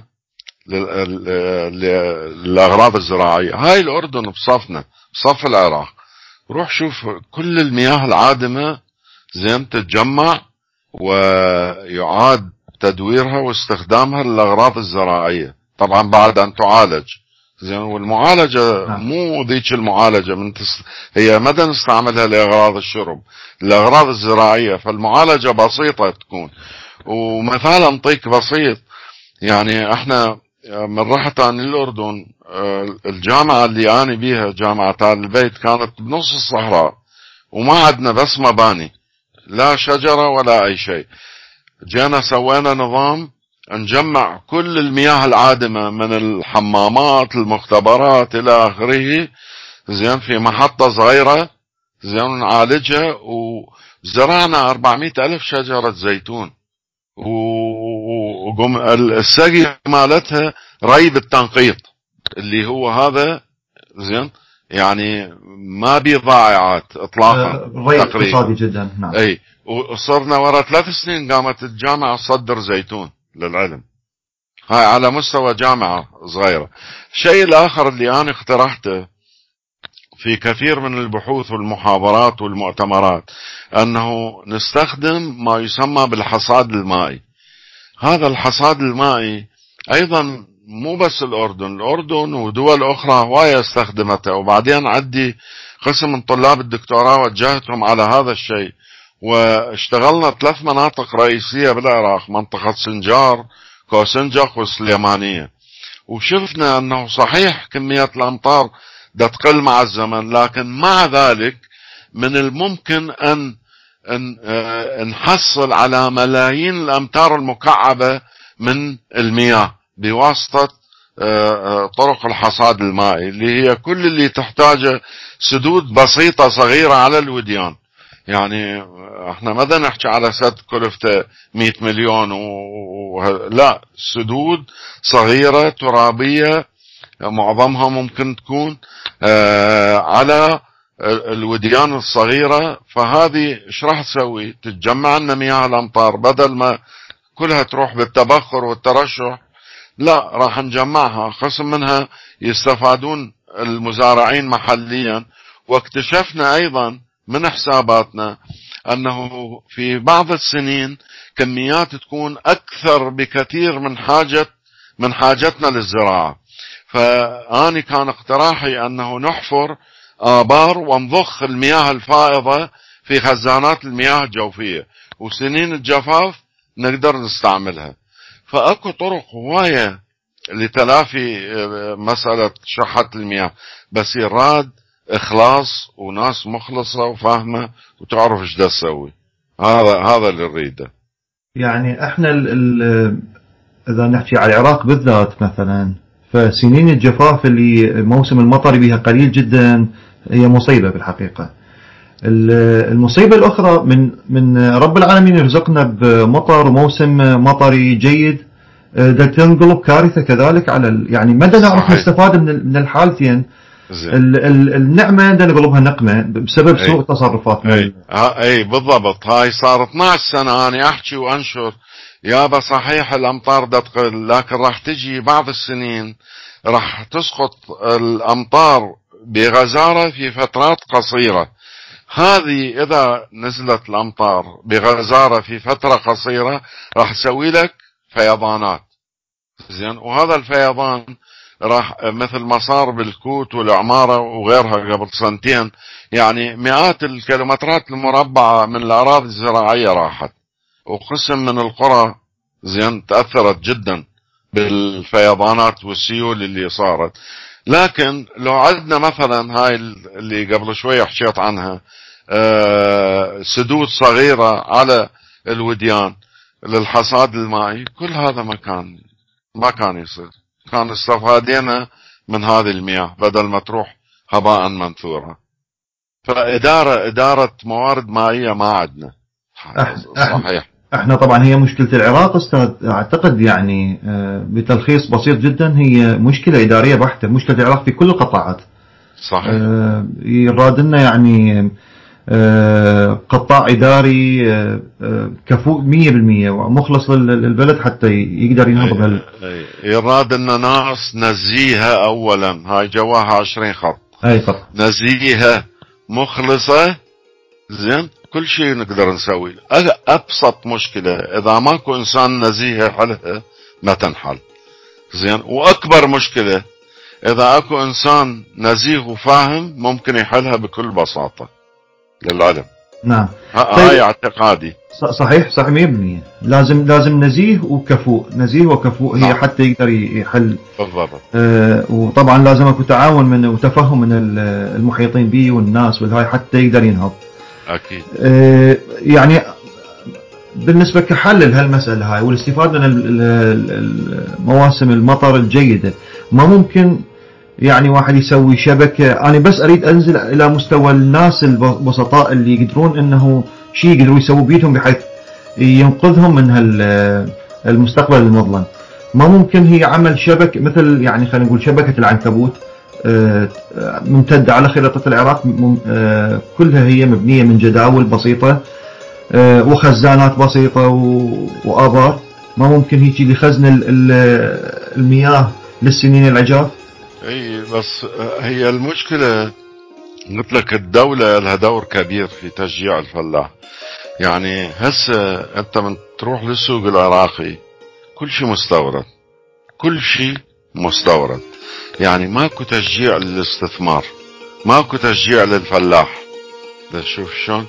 للأغراض الزراعية. هاي الأردن بصفنا، بصف العراق. روح شوف كل المياه العادمة زين تتجمع ويعاد تدويرها واستخدامها للأغراض الزراعية، طبعا بعد أن تعالج زين. والمعالجة مو ذيك المعالجة هي مدى نستعملها لأغراض الشرب، للأغراض الزراعية. فالمعالجة بسيطة تكون. ومثال انطيك بسيط، يعني احنا من رحت عن الأردن، الجامعة اللي أنا بيها جامعة آل البيت كانت بنص الصحراء، وما عندنا بس مباني، لا شجرة ولا أي شيء. جينا سوينا نظام نجمع كل المياه العادمة من الحمامات، المختبرات إلى آخره، زين، في محطة صغيرة، زين، نعالجها. وزرعنا 400,000 شجرة زيتون، وقم السقي مالتها ري بالتنقيط اللي هو هذا، زين، يعني ما بيه ضائعات اطلاقا. ري اقتصادي جدا. نعم. اي، وصرنا ورا 3 سنين قامت الجامعة تصدر زيتون للعلم. هاي على مستوى جامعة صغيرة. الشيء الاخر اللي انا اقترحته في كثير من البحوث والمحاضرات والمؤتمرات، انه نستخدم ما يسمى بالحصاد المائي. هذا الحصاد المائي ايضا مو بس الأردن ودول أخرى هواية استخدمته. وبعدين عندي قسم من طلاب الدكتوراه وجهتهم على هذا الشيء، واشتغلنا 3 مناطق رئيسية بالعراق: منطقة سنجار، كوسنجق، والسليمانية. وشفنا أنه صحيح كمية الأمطار دا تقل مع الزمن، لكن مع ذلك من الممكن أن نحصل على ملايين الأمتار المكعبة من المياه بواسطة طرق الحصاد المائي، اللي هي كل اللي تحتاجه سدود بسيطة صغيرة على الوديان. يعني احنا ماذا نحكي على سد كلفته 100 مليون لا، سدود صغيرة ترابية معظمها ممكن تكون على الوديان الصغيرة، فهذه ايش راح تسوي؟ تتجمع لنا مياه الامطار بدل ما كلها تروح بالتبخر والترشح، لا راح نجمعها، قسم منها يستفادون المزارعين محليا. واكتشفنا ايضا من حساباتنا انه في بعض السنين كميات تكون اكثر بكثير من حاجتنا للزراعة. فاني كان اقتراحي انه نحفر آبار ونضخ المياه الفائضة في خزانات المياه الجوفية، وسنين الجفاف نقدر نستعملها. فاكو طرق هواية لتلافي مسألة شحة المياه، بس يراد اخلاص وناس مخلصة وفاهمة وتعرف ايش دا تسوي. هذا اللي نريده. يعني احنا اذا نحكي على العراق بالذات مثلا، فسنين الجفاف اللي موسم المطر بها قليل جدا هي مصيبة بالحقيقة. المصيبة الأخرى من رب العالمين يرزقنا بمطر وموسم مطري جيد، ده تنقلب كارثة كذلك على يعني مدى نعرف نستفاد من الحالتين. النعمة ده نقلبها نقمة بسبب سوء تصرفاتنا. اي بالضبط. هاي صار 12 سنة انا احكي وانشر يابا صحيح الامطار دا تقل، لكن راح تجي بعض السنين راح تسقط الامطار بغزارة في فترات قصيرة. هذه اذا نزلت الامطار بغزارة في فترة قصيرة راح تسوي لك فيضانات. زين، وهذا الفيضان راح مثل ما صار بالكوت والعمارة وغيرها قبل سنتين، يعني مئات الكيلومترات المربعة من الأراضي الزراعية راحت، وقسم من القرى زين تأثرت جدا بالفيضانات والسيول اللي صارت. لكن لو عندنا مثلا هاي اللي قبل شوية حكيت عنها، سدود صغيرة على الوديان للحصاد المائي، كل هذا ما كان يصير، كان استفادينا من هذه المياه بدل ما تروح هباء منثورا. إدارة موارد مائية ما عندنا. صحيح. احنا طبعا هي مشكلة العراق استاذ اعتقد يعني بتلخيص بسيط جدا هي مشكلة إدارية بحتة، مشكلة العراق في كل القطاعات. صحيح. يراد لنا يعني قطاع إداري كفؤ 100% ومخلص للبلد حتى يقدر ينهض يراد لنا ناس نزيهة أولا، هاي جواها 20 خط. أي خط. نزيهة مخلصة. زين، كل شيء نقدر نسوي. أبسط مشكلة إذا ماكو إنسان نزيه حلها ما تنحل. زين، وأكبر مشكلة إذا أكو إنسان نزيه وفاهم ممكن يحلها بكل بساطة للعلم. نعم. هاي اعتقادي. صحيح 100%. لازم نزيه وكفؤ، نزيه وكفؤ هي حتى يقدر يحل. بالضبط. وطبعا لازم اكو تعاون من وتفهم من المحيطين به والناس والهاي حتى يقدر ينهض. اكيد. يعني بالنسبة كحل لهالمسألة هاي والاستفادة من مواسم المطر الجيدة، ما ممكن يعني واحد يسوي شبكة؟ أنا بس أريد أنزل إلى مستوى الناس البسطاء اللي يقدرون إنه شيء يقدروا يسووا بيتهم بحيث ينقذهم من المستقبل المظلم. ما ممكن هي عمل شبكة مثل يعني خلينا نقول شبكة العنكبوت ممتدة على خريطة العراق، كلها هي مبنية من جداول بسيطة وخزانات بسيطة وآبار. ما ممكن هيك لخزن المياه للسنين العجاف؟ اي بس هي المشكلة قلت لك الدولة لها دور كبير في تشجيع الفلاح. يعني هسه انت من تروح للسوق العراقي كل شيء مستورد، كل شيء مستورد. يعني ماكو تشجيع للاستثمار، ماكو تشجيع للفلاح. شوف شلون.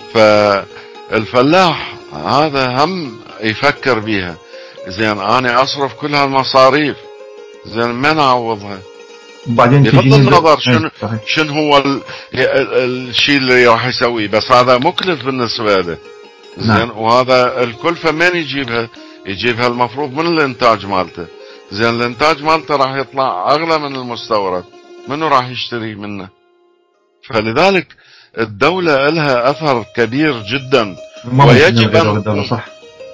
فالفلاح هذا هم يفكر بيها. زين انا اصرف كل هالمصاريف، زين من اعوضها؟ وبعدين بغض النظر شنو هو الشيء اللي راح يسويه، بس هذا مكلف بالنسبة له. زين. وهذا الكلفة من يجيبها المفروض من الانتاج مالته. زين، الانتاج مالته راح يطلع اغلى من المستورد، منو راح يشتري منه؟ فلذلك الدولة لها اثر كبير جدا، ويجب ان صح.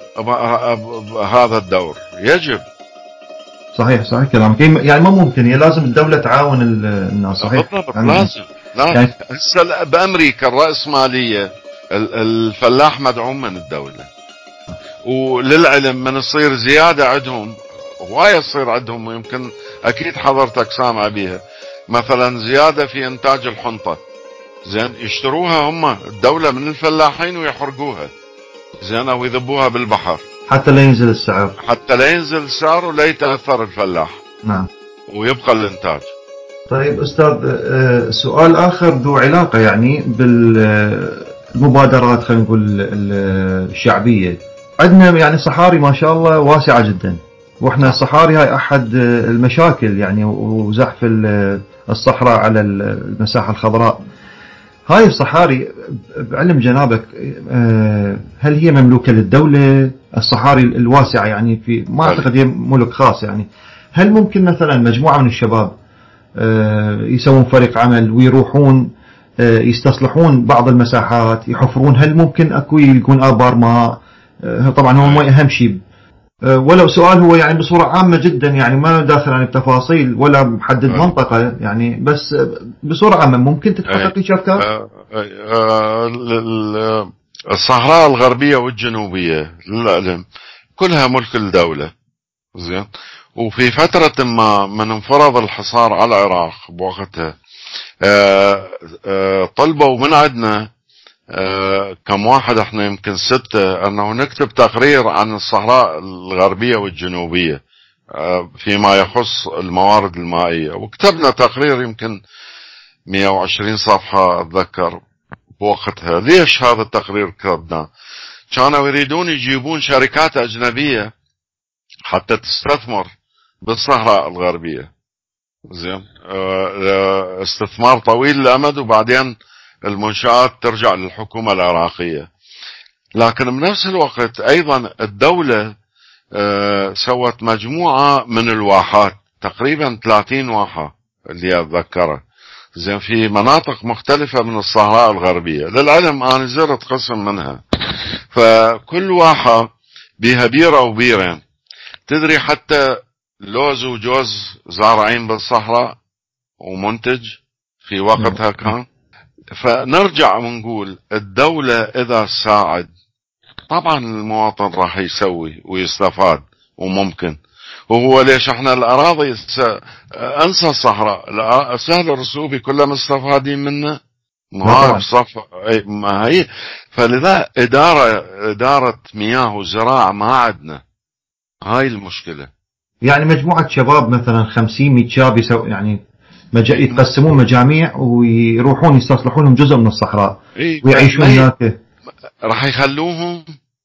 هذا الدور يجب. صحيح كلامك. يعني ما ممكن، هي لازم الدولة تعاون الناس. صحيح. بالضبط. يعني هسه بامريكا الرأسمالية الفلاح مدعوم من الدولة، وللعلم من يصير زيادة عندهم هواية، يصير عندهم ويمكن اكيد حضرتك سامع بيها، مثلا زيادة في انتاج الحنطة، زين يشتروها هم الدولة من الفلاحين ويحرقوها، زين، او يذبوها بالبحر حتى لا ينزل السعر، حتى لا ينزل السعر ولا يتأثر الفلاح، نعم، ويبقى الانتاج. طيب أستاذ، سؤال آخر ذو علاقة يعني بالمبادرات، خلينا نقول الشعبية. عندنا يعني صحاري ما شاء الله واسعة جدا، واحنا الصحاري هاي أحد المشاكل يعني، وزحف الصحراء على المساحة الخضراء. هاي الصحاري بعلم جنابك، هل هي مملوكة للدولة؟ الصحاري الواسعة يعني، في ما أعتقد هي ملك خاص يعني. هل ممكن مثلا مجموعة من الشباب يسوون فريق عمل ويروحون يستصلحون بعض المساحات، يحفرون؟ هل ممكن اكو يلقون ابار ماء؟ طبعا هو الماء اهم شيء. ولو سؤال هو يعني بصورة عامة جدا، يعني ما داخل عن التفاصيل ولا محدد منطقة يعني، بس بصورة عامة ممكن تتحقق هيك افكار؟ الصحراء الغربية والجنوبية للعلم كلها ملك الدولة، زين. وفي فترة ما من انفرض الحصار على العراق بوقتها، طلبوا من عندنا كم واحد، احنا يمكن 6، انه نكتب تقرير عن الصحراء الغربية والجنوبية فيما يخص الموارد المائية، وكتبنا تقرير يمكن 120 صفحة اتذكر بوقتها. ليش هذا التقرير كتبناه؟ كانوا يريدون يجيبون شركات اجنبية حتى تستثمر بالصحراء الغربية، زين، استثمار طويل الامد، وبعدين المنشآت ترجع للحكومة العراقية. لكن بنفس الوقت ايضا الدولة سوت مجموعة من الواحات، تقريبا 30 واحة اللي اتذكره، زين، في مناطق مختلفة من الصحراء الغربية. للعلم انا زرت قسم منها، فكل واحة بيها بيرة وبيرين، تدري حتى لوز وجوز زارعين بالصحراء ومنتج في وقتها كان. فنرجع ونقول الدولة إذا ساعد طبعا المواطن راح يسوي ويستفاد وممكن. وهو ليش احنا الأراضي انسى الصحراء، السهل الرسوبي كلها مستفادين منه، ما بصف ما هي. فلذا إدارة مياه وزراعة ما عندنا، هاي المشكلة. يعني مجموعة شباب مثلا 50-100 شاب يعني يتقسمون مجاميع ويروحون يستصلحون لهم جزء من الصحراء ويعيشون هناك، راح يخلوهم.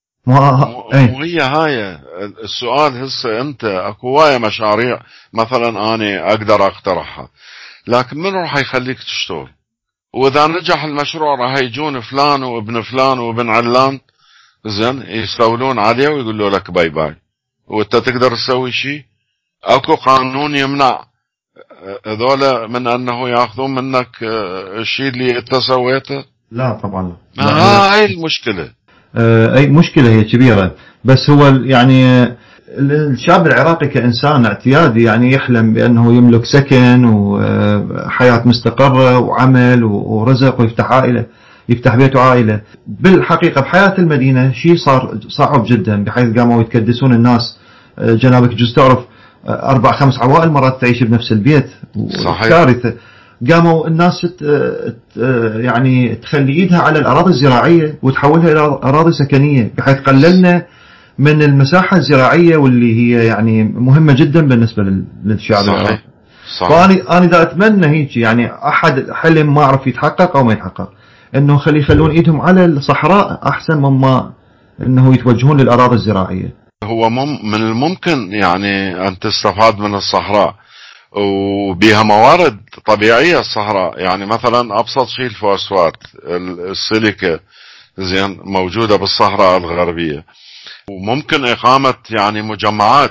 هي هاي السؤال. هسه انت اكو هواية مشاريع مثلا انا اقدر اقترحها، لكن من راح يخليك تشتغل؟ واذا نجح المشروع راح يجون فلان وابن فلان وابن علان، زين، يستولون عليه ويقولوا لك باي باي، وانت تقدر تسوي شيء؟ اكو قانون يمنع هذولا من انه ياخذون منك الشيء اللي انت سويته؟ لا طبعا لا. هاي المشكلة. اي مشكلة هي كبيرة. بس هو يعني الشاب العراقي كإنسان اعتيادي يعني يحلم بأنه يملك سكن وحياة مستقرة وعمل ورزق ويفتح عائلة، يفتح بيت وعائلة. بالحقيقة بحياة المدينة شيء صار صعب جدا، بحيث قاموا يتكدسون الناس. جنابك جزء تعرف 4-5 عوائل مرات تعيش بنفس البيت، وكارثة. قاموا الناس يعني تخلي ايدها على الأراضي الزراعية وتحولها إلى أراضي سكنية، بحيث قللنا من المساحة الزراعية واللي هي يعني مهمة جدا بالنسبة للشعب العراقي. فأنا إذا أتمنى هيك يعني أحد حلم ما أعرف يتحقق أو ما يتحقق، إنه يخلون إيدهم على الصحراء أحسن مما إنه يتوجهون للأراضي الزراعية. هو من الممكن يعني أن تستفاد من الصحراء وبها موارد طبيعية الصحراء، يعني مثلا أبسط شيء الفوسفات، السيليكا، زين، موجودة بالصحراء الغربية. وممكن إقامة يعني مجمعات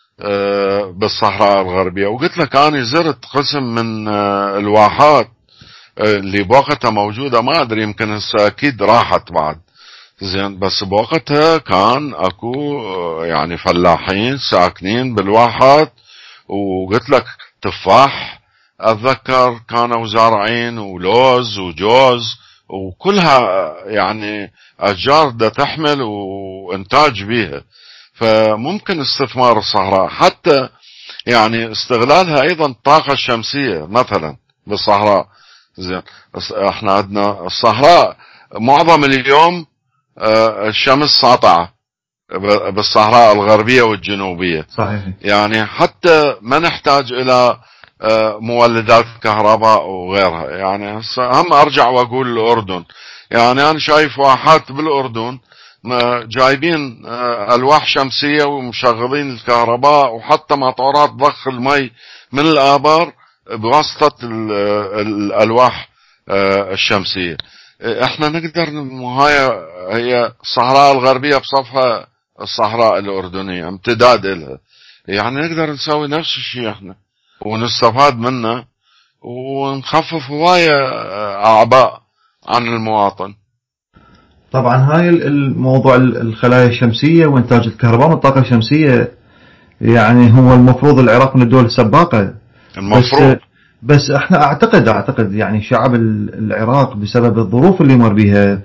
بالصحراء الغربية. وقلت لك أنا زرت قسم من الواحات اللي بوقتها موجودة، ما أدري يمكن هسه أكيد راحت بعد، زين، بس بوقتها كان أكو يعني فلاحين ساكنين بالواحات. وقلت لك تفاح اتذكر كانوا زارعين ولوز وجوز وكلها يعني اشجار دا تحمل وانتاج بيها. فممكن استثمار الصحراء، حتى يعني استغلالها ايضا الطاقة الشمسية مثلا بالصحراء. زين، احنا عندنا الصحراء معظم اليوم الشمس ساطعة بالصحراء الغربية والجنوبية. صحيح. يعني حتى ما نحتاج الى مولدات كهرباء وغيرها. يعني هم ارجع واقول الاردن، يعني انا شايف واحات بالاردن جايبين الواح شمسية ومشغلين الكهرباء، وحتى مطارات ضخ المي من الابار بواسطة الالواح الشمسية. احنا نقدر، هي الصحراء الغربية بصفها الصحراء الاردنية امتداد لها، يعني نقدر نسوي نفس الشيء احنا ونستفاد منه ونخفف هواية اعباء عن المواطن. طبعا هاي الموضوع الخلايا الشمسية وإنتاج الكهرباء من الطاقة الشمسية، يعني هو المفروض العراق من الدول السباقة. المفروض. بس احنا اعتقد يعني شعب العراق بسبب الظروف اللي مر بها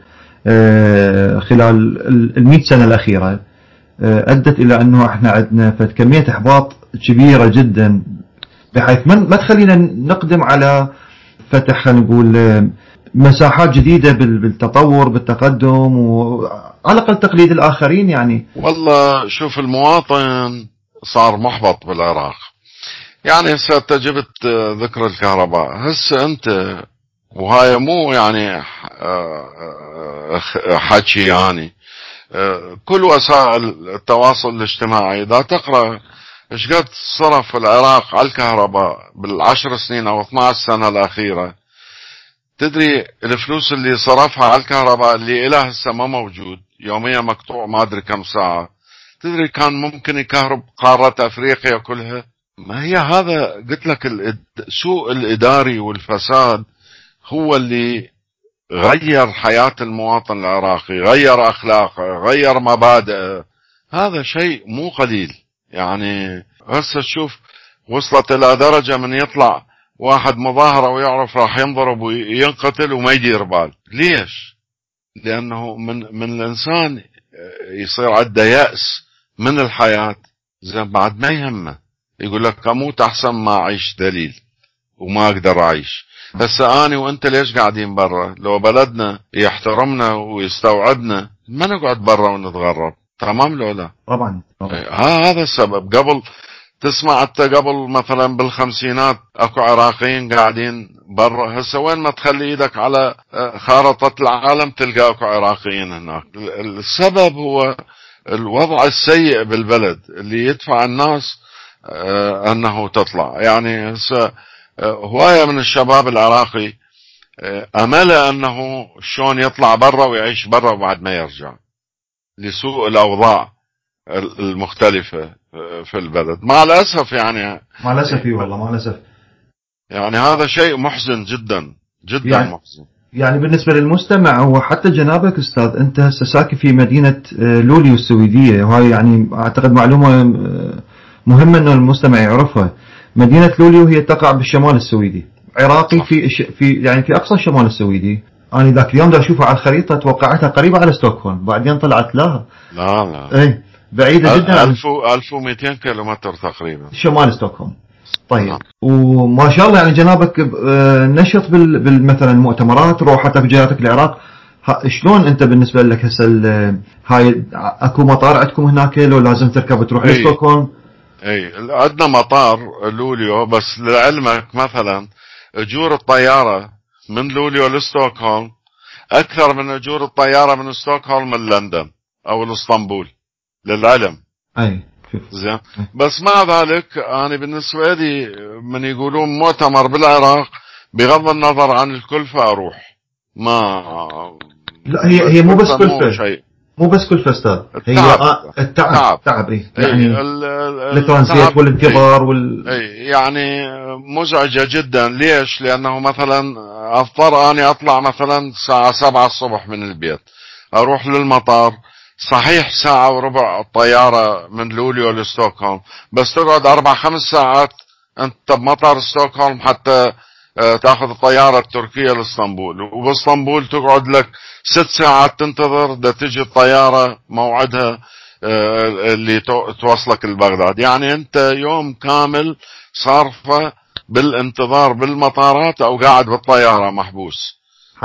خلال 100 سنة الأخيرة أدت إلى أنه احنا عندنا كمية إحباط كبيرة جدا، بحيث ما تخلينا نقدم على فتح، خلينا نقول مساحات جديدة بالتطور بالتقدم، وعلى الأقل تقليد الآخرين يعني. والله شوف، المواطن صار محبط بالعراق. يعني هسه انت جبت ذكر الكهرباء، هسه انت وهاي مو يعني حكي يعني كل وسائل التواصل الاجتماعي اذا تقرأ ايش قد صرف العراق على الكهرباء بالعشر سنين او 12 سنة الاخيرة. تدري الفلوس اللي صرفها على الكهرباء اللي إله هسه ما موجود، يوميا مقطوع ما ادري كم ساعة. تدري كان ممكن يكهرب قارة افريقيا كلها. ما هي هذا قلت لك، سوء الاداري والفساد هو اللي غير حياة المواطن العراقي، غير اخلاقه، غير مبادئه. هذا شيء مو قليل. يعني هسه تشوف وصلت الى درجة من يطلع واحد مظاهرة ويعرف راح ينضرب وينقتل وما يدير بال. ليش؟ لانه من الانسان يصير عنده يأس من الحياة، زين بعد ما يهمه، يقول لك اموت احسن ما اعيش دليل وما اقدر اعيش. هسه اني وانت ليش قاعدين برا؟ لو بلدنا يحترمنا ويستوعبنا ما نقعد برا ونتغرب. تمام لو لا؟ طبعا. هذا السبب. قبل تسمع انت قبل مثلا بالخمسينات اكو عراقيين قاعدين برا، هسه وين ما تخلي ايدك على خارطة العالم تلقى اكو عراقيين هناك. السبب هو الوضع السيء بالبلد اللي يدفع الناس انه تطلع. يعني هسه هواية من الشباب العراقي امله انه شلون يطلع برا ويعيش برا وبعد ما يرجع، لسوء الاوضاع المختلفة في البلد. مع الأسف يعني، مع الأسف والله مع الأسف. يعني هذا شيء محزن جدا جدا يعني محزن. يعني بالنسبة للمستمع، هو حتى جنابك أستاذ أنت هسه ساكن في مدينة لوليو السويدية، وهي يعني أعتقد معلومة مهمة أنه المستمع يعرفها. مدينة لوليو هي تقع بالشمال السويدي، عراقي صح. في يعني في أقصى الشمال السويدي. أنا ذاك اليوم دا أشوفها على الخريطة توقعتها قريبة على ستوكهولم، بعدين طلعت لا. لا إيه، بعيدة جدا عن 1200 كيلومتر تقريبا شمال ستوكهولم. طيب، نعم. وما شاء الله يعني جنابك نشط مثلا مؤتمرات، تروح حتى في جهاتك العراق. شلون انت بالنسبه لك هسه هاي اكو مطار عندكم هناك لو لازم تركب تروح لستوكهولم؟ اي عندنا مطار لوليو، بس لعلمك مثلا اجور الطيارة من لوليو لستوكهولم اكثر من اجور الطيارة من ستوكهولم من لندن او الاسطنبول، للعلم. اي شوف. زين. بس مع ذلك انا بالنسبة لي من يقولون مؤتمر بالعراق بغض النظر عن الكلفة اروح. ما لا، هي مو بس مو كلفه، شيء. مو بس كلفه استاذ، هي التعب. التعب إيه؟ يعني الترانزيت التعب. والانتظار يعني مزعجة جدا. ليش؟ لانه مثلا اضطر اني اطلع مثلا الساعة 7 الصبح من البيت، اروح للمطار. صحيح ساعة وربع الطيارة من لوليو لستوكهولم، بس تقعد 4-5 ساعات انت بمطار ستوكهولم حتى تاخذ الطيارة التركية لاسطنبول، وباسطنبول تقعد لك 6 ساعات تنتظر دا تجي الطيارة موعدها اللي توصلك لبغداد. يعني انت يوم كامل صارفة بالانتظار بالمطارات او قاعد بالطيارة محبوس.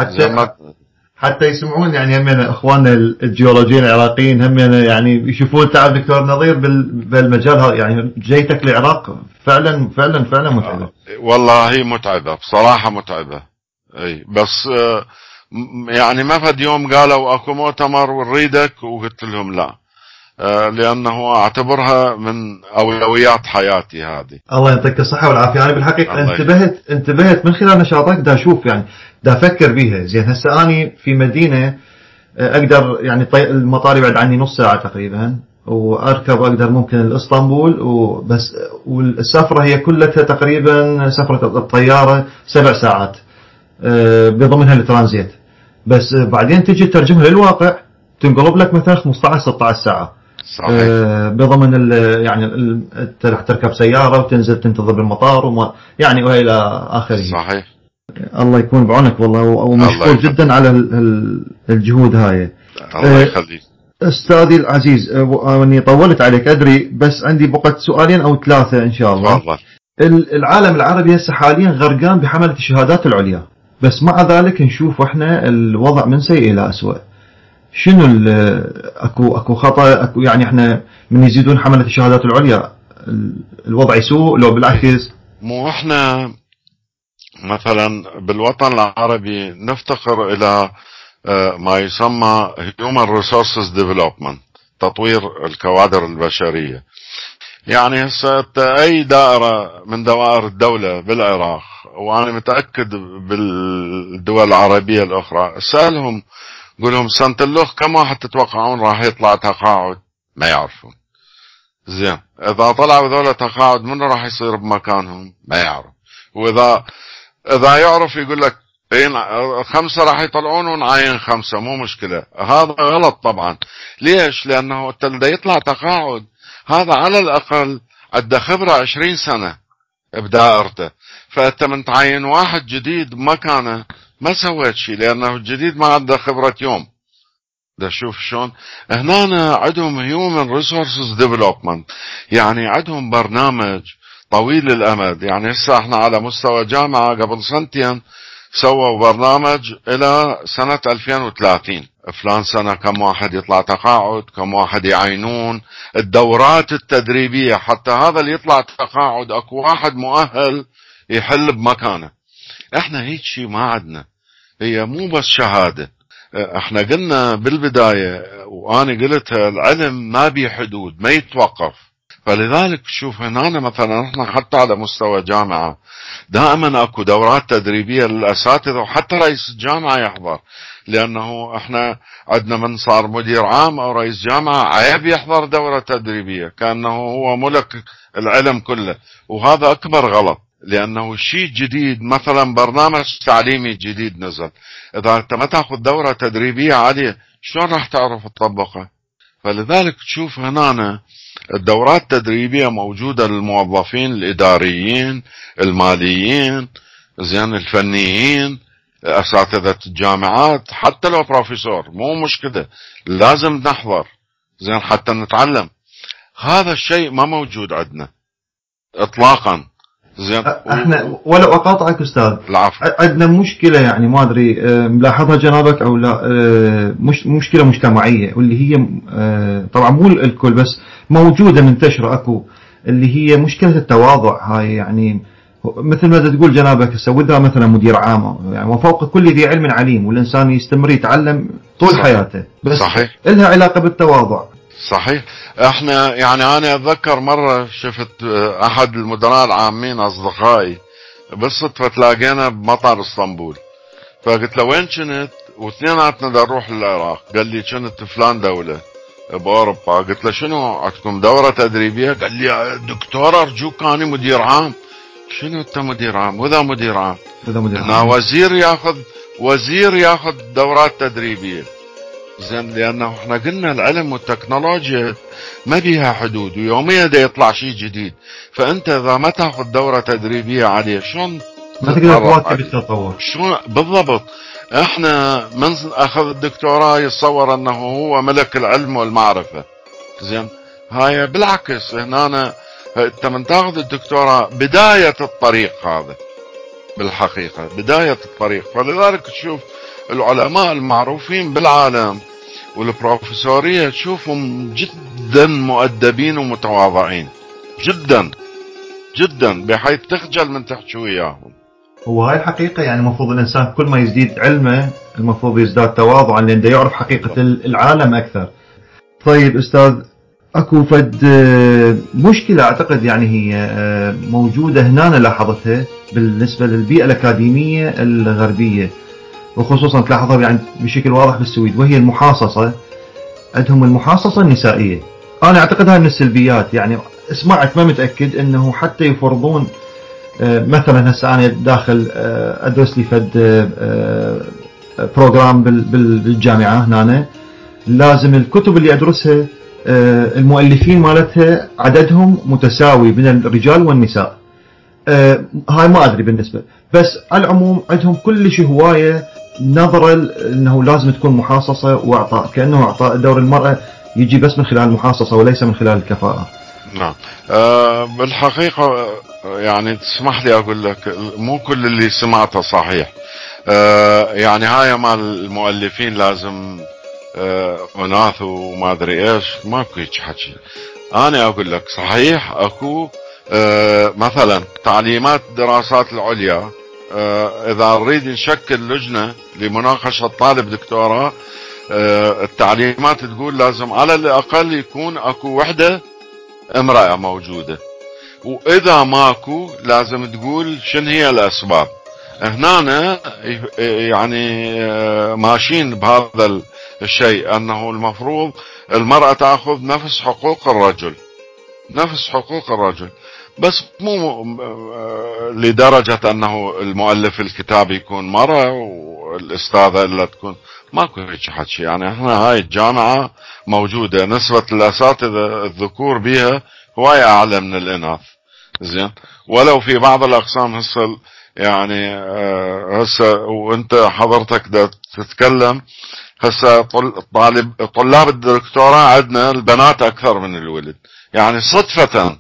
حتى يسمعون يعني هم اخواننا الجيولوجيين العراقيين هم يعني يشوفون تعب دكتور نظير بالمجال هذا. يعني جيتك العراق فعلا فعلا فعلا متعبة. والله هي متعبة بصراحة، متعبة. اي بس يعني ما فد يوم قالوا اكو مؤتمر ونريدك وقلت لهم لا، لانه اعتبرها من اولويات حياتي هذه. الله يعطيك الصحة والعافية. انا بالحقيقة انتبهت من خلال نشاطك دا اشوف يعني دا افكر بيها. زين هسه اني في مدينة اقدر يعني المطار يبعد عني نص ساعة تقريبا، واركب اقدر ممكن لاسطنبول وبس، والسفرة هي كلها تقريبا سفرة الطيارة 7 ساعات بضمنها الترانزيت. بس بعدين تجي تترجمها للواقع تنقلب لك مثلا 15-16 ساعة. صحيح. بضمن يعني تركب سيارة وتنزل تنتظر بالمطار يعني والى اخره. صحيح. الله يكون بعونك والله، ومشكور جدا على الجهود هاي. الله يخليك. استاذي العزيز، اني طولت عليك ادري، بس عندي بقت 2 أو 3 ان شاء الله. تفضل. العالم العربي هسه حاليا غرقان بحملة الشهادات العليا، بس مع ذلك نشوف احنا الوضع من سيء الى اسوء. شنو اكو خطأ؟ اكو يعني احنا من يزيدون حملة الشهادات العليا الوضع يسوء لو بالعكس؟ مو احنا مثلا بالوطن العربي نفتقر الى ما يسمى Human Resources Development، تطوير الكوادر البشرية. يعني هسه اي دائرة من دوائر الدولة بالعراق، وانا متأكد بالدول العربية الاخرى، اسألهم قول لهم سنة اللوخ كم واحد تتوقعون راح يطلع تقاعد؟ ما يعرفون. زين اذا طلعوا ذولا تقاعد منو راح يصير بمكانهم؟ ما يعرف. اذا يعرف يقول لك 5 راح يطلعون ونعين 5 مو مشكلة. هذا غلط طبعا. ليش؟ لانه اللي يطلع تقاعد هذا على الاقل عنده خبرة 20 سنة بدائرته، فانت من تعين واحد جديد بمكانه ما سويت شيء، لانه الجديد ما عنده خبرة يوم. ده شوف شلون هنا عندهم Human Resources Development، يعني عندهم برنامج طويل الامد. يعني هسه احنا على مستوى جامعة قبل 2 سنين سووا برنامج الى سنة 2030، فلان سنة كم واحد يطلع تقاعد، كم واحد يعينون، الدورات التدريبية، حتى هذا اللي يطلع تقاعد اكو واحد مؤهل يحل بمكانه. احنا هيك شيء ما عندنا، هي مو بس شهادة. احنا قلنا بالبداية وانا قلتها، العلم ما بيه حدود ما يتوقف. فلذلك شوف هنا مثلا احنا حتى على مستوى جامعة دائما اكو دورات تدريبية للاساتذة، وحتى رئيس الجامعة يحضر، لانه احنا عندنا من صار مدير عام او رئيس جامعة عيب يحضر دورة تدريبية كأنه هو ملك العلم كله، وهذا اكبر غلط. لانه شيء جديد مثلا برنامج تعليمي جديد نزل، اذا انت ما تاخذ دورة تدريبية عليه شلون راح تعرف تطبقه؟ فلذلك تشوف هنا الدورات التدريبية موجودة للموظفين الاداريين الماليين زين الفنيين اساتذة الجامعات، حتى لو بروفيسور مو مشكلة لازم نحضر زين حتى نتعلم. هذا الشيء ما موجود عندنا اطلاقا. زين احنا ولو اقاطعك استاذ، العفو. عندنا مشكله يعني ما ادري ملاحظها جنابك او لا، مش مشكله مجتمعيه، واللي هي طبعا مو الكل بس موجوده منتشره اكو، اللي هي مشكله التواضع هاي. يعني مثل ما تقول جنابك هسه ودها مثلا مدير عام يعني وفوق كل ذي علم عليم، والانسان يستمر يتعلم طول صحيح. حياته، بس صحيح. لها علاقه بالتواضع. صحيح. احنا يعني انا اتذكر مرة شفت احد المدراء العامين اصدقائي بالصدفة تلاقينا بمطار اسطنبول، فقلت له وين كنت؟ واثنيناتنا دا نروح للعراق. قال لي كنت فلان دولة باوروبا. قلت له شنو عندكم دورة تدريبية؟ قال لي يا دكتور ارجوك انا مدير عام. شنو انت مدير عام؟ وذا مدير عام؟ انا وزير ياخذ دورات تدريبية. زين، لانه احنا قلنا العلم والتكنولوجيا ما بيها حدود، ويوميا دا يطلع شيء جديد. فانت اذا ما تاخذ دورة تدريبية عليه شلون ما تقدر تتعرف تواكب عليه؟ التطور. شلون بالضبط؟ احنا من اخذ الدكتوراه يتصور انه هو ملك العلم والمعرفة. زين، هاي بالعكس. هنا انت من تاخذ الدكتوراه بداية الطريق، هذا بالحقيقة بداية الطريق. فلذلك تشوف العلماء المعروفين بالعالم والبروفيسورية تشوفهم جدا مؤدبين ومتواضعين جدا جدا، بحيث تخجل من تحكي وياهم. هو هاي الحقيقة، يعني المفروض الإنسان كل ما يزيد علمه المفروض يزداد تواضعا، لأن دا يعرف حقيقة العالم أكثر. طيب أستاذ، أكو فد مشكلة أعتقد يعني هي موجودة هنا لاحظتها بالنسبة للبيئة الأكاديمية الغربية، وخصوصا تلاحظها يعني بشكل واضح بالسويد، وهي المحاصصة. عندهم المحاصصة النسائية. أنا أعتقد هاي من السلبيات. يعني سمعت، ما متأكد، أنه حتى يفرضون مثلا هسه أنا داخل أدرس لي فد بروجرام بالجامعة هنا، لازم الكتب اللي أدرسها المؤلفين مالتها عددهم متساوي بين الرجال والنساء. هاي ما أدري بالنسبة، بس على العموم عندهم كلش هواية نظرة أنه لازم تكون محاصصة، وإعطاء كأنه إعطاء دور المرأة يجي بس من خلال المحاصصة وليس من خلال الكفاءة. نعم. بالحقيقة يعني تسمح لي أقول لك مو كل اللي سمعته صحيح. يعني هاي مال المؤلفين لازم أناث وما أدري إيش، ماكو هيك حكي. أنا أقول لك صحيح أكو مثلا تعليمات الدراسات العليا. إذا نريد نشكل لجنة لمناقشة طالب دكتوراه، التعليمات تقول لازم على الأقل يكون أكو وحدة امرأة موجودة، وإذا ماكو لازم تقول شن هي الأسباب. هنا يعني ماشيين بهذا الشيء، أنه المفروض المرأة تأخذ نفس حقوق الرجل، نفس حقوق الرجل، بس مو لدرجة أنه المؤلف الكتاب يكون مرأة والأستاذة إلا تكون. ماكو هيك حكي. يعني احنا هاي الجامعة موجودة نسبة الأساتذة الذكور بها هواية أعلى من الإناث. زين، ولو في بعض الأقسام هسه يعني هسه وانت حضرتك دا تتكلم هسه طلاب الدكتوراه عندنا البنات أكثر من الولد، يعني صدفة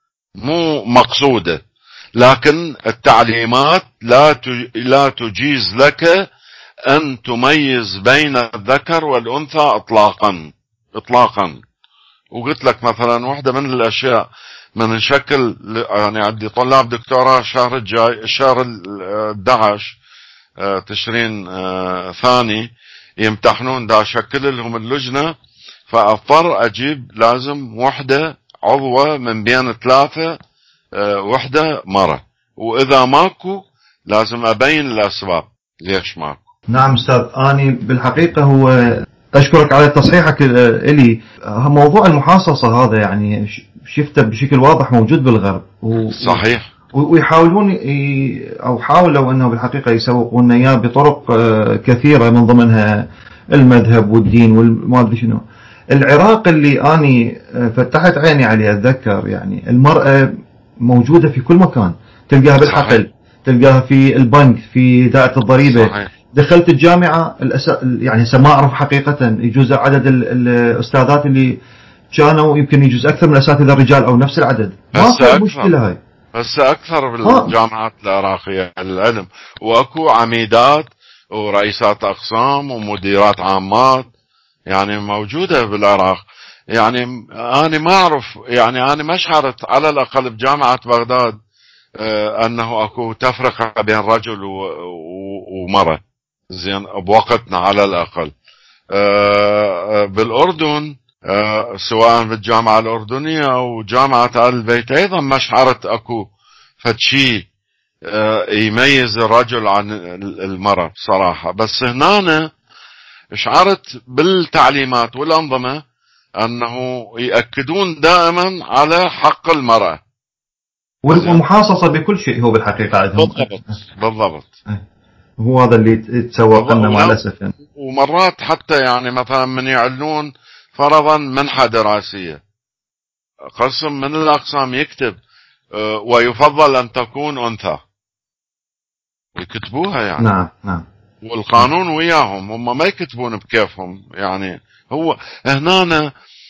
مو مقصودة، لكن التعليمات لا تجيز لك أن تميز بين الذكر والأنثى إطلاقا إطلاقا. وقلت لك مثلا واحدة من الأشياء من نشكل، يعني عندي طلاب دكتوراه الشهر الجاي، الشهر 11 تشرين ثاني يمتحنون، دا شكل لهم اللجنة، فأضطر أجيب لازم وحدة عضوة من بين 3 وحدة مرة، وإذا ماكو لازم أبين الأسباب ليش ماكو. نعم أستاذ، أنا بالحقيقة هو أشكرك على تصحيحك إلي. موضوع المحاصصة هذا يعني شفته بشكل واضح موجود بالغرب، صحيح. ويحاولون أو حاولوا أنه بالحقيقة يسوقون إياه بطرق كثيرة، من ضمنها المذهب والدين والما أدري شنو. العراق اللي أني فتحت عيني عليه، أتذكر يعني المرأة موجودة في كل مكان، تلقاها بالحقل، تلقاها في البنك، في دائرة الضريبة. صحيح. دخلت الجامعة يعني ما أعرف حقيقة يجوز عدد الأستاذات اللي كانوا، يمكن يجوز أكثر من الأساتذة الرجال أو نفس العدد. ما في مشكلة هاي. هسه أكثر بالجامعات العراقية العلم، وأكو عميدات ورئيسات أقسام ومديرات عامات يعني موجودة بالعراق. يعني أنا ما أعرف، يعني أنا ما شعرت على الأقل بجامعة بغداد أنه أكو تفرقة بين رجل ومرأة. زين، بوقتنا على الأقل. بالأردن سواء بالجامعة الأردنية أو جامعة آل البيت أيضا ما شعرت أكو فشي يميز الرجل عن المرأة صراحة. بس هنا شعرت بالتعليمات والأنظمة أنه يأكدون دائما على حق المرأة والمحاصصة بكل شيء هو بالحقيقة عندهم. بالضبط بالضبط. هو هذا اللي تسوق لنا مع الأسف يعني. ومرات حتى يعني مثلا من يعلنون فرضا منحة دراسية، قسم من الأقسام يكتب ويفضل أن تكون أنثى، ويكتبوها يعني. نعم نعم. والقانون وياهم، هم ما يكتبون بكيفهم يعني. هو هنا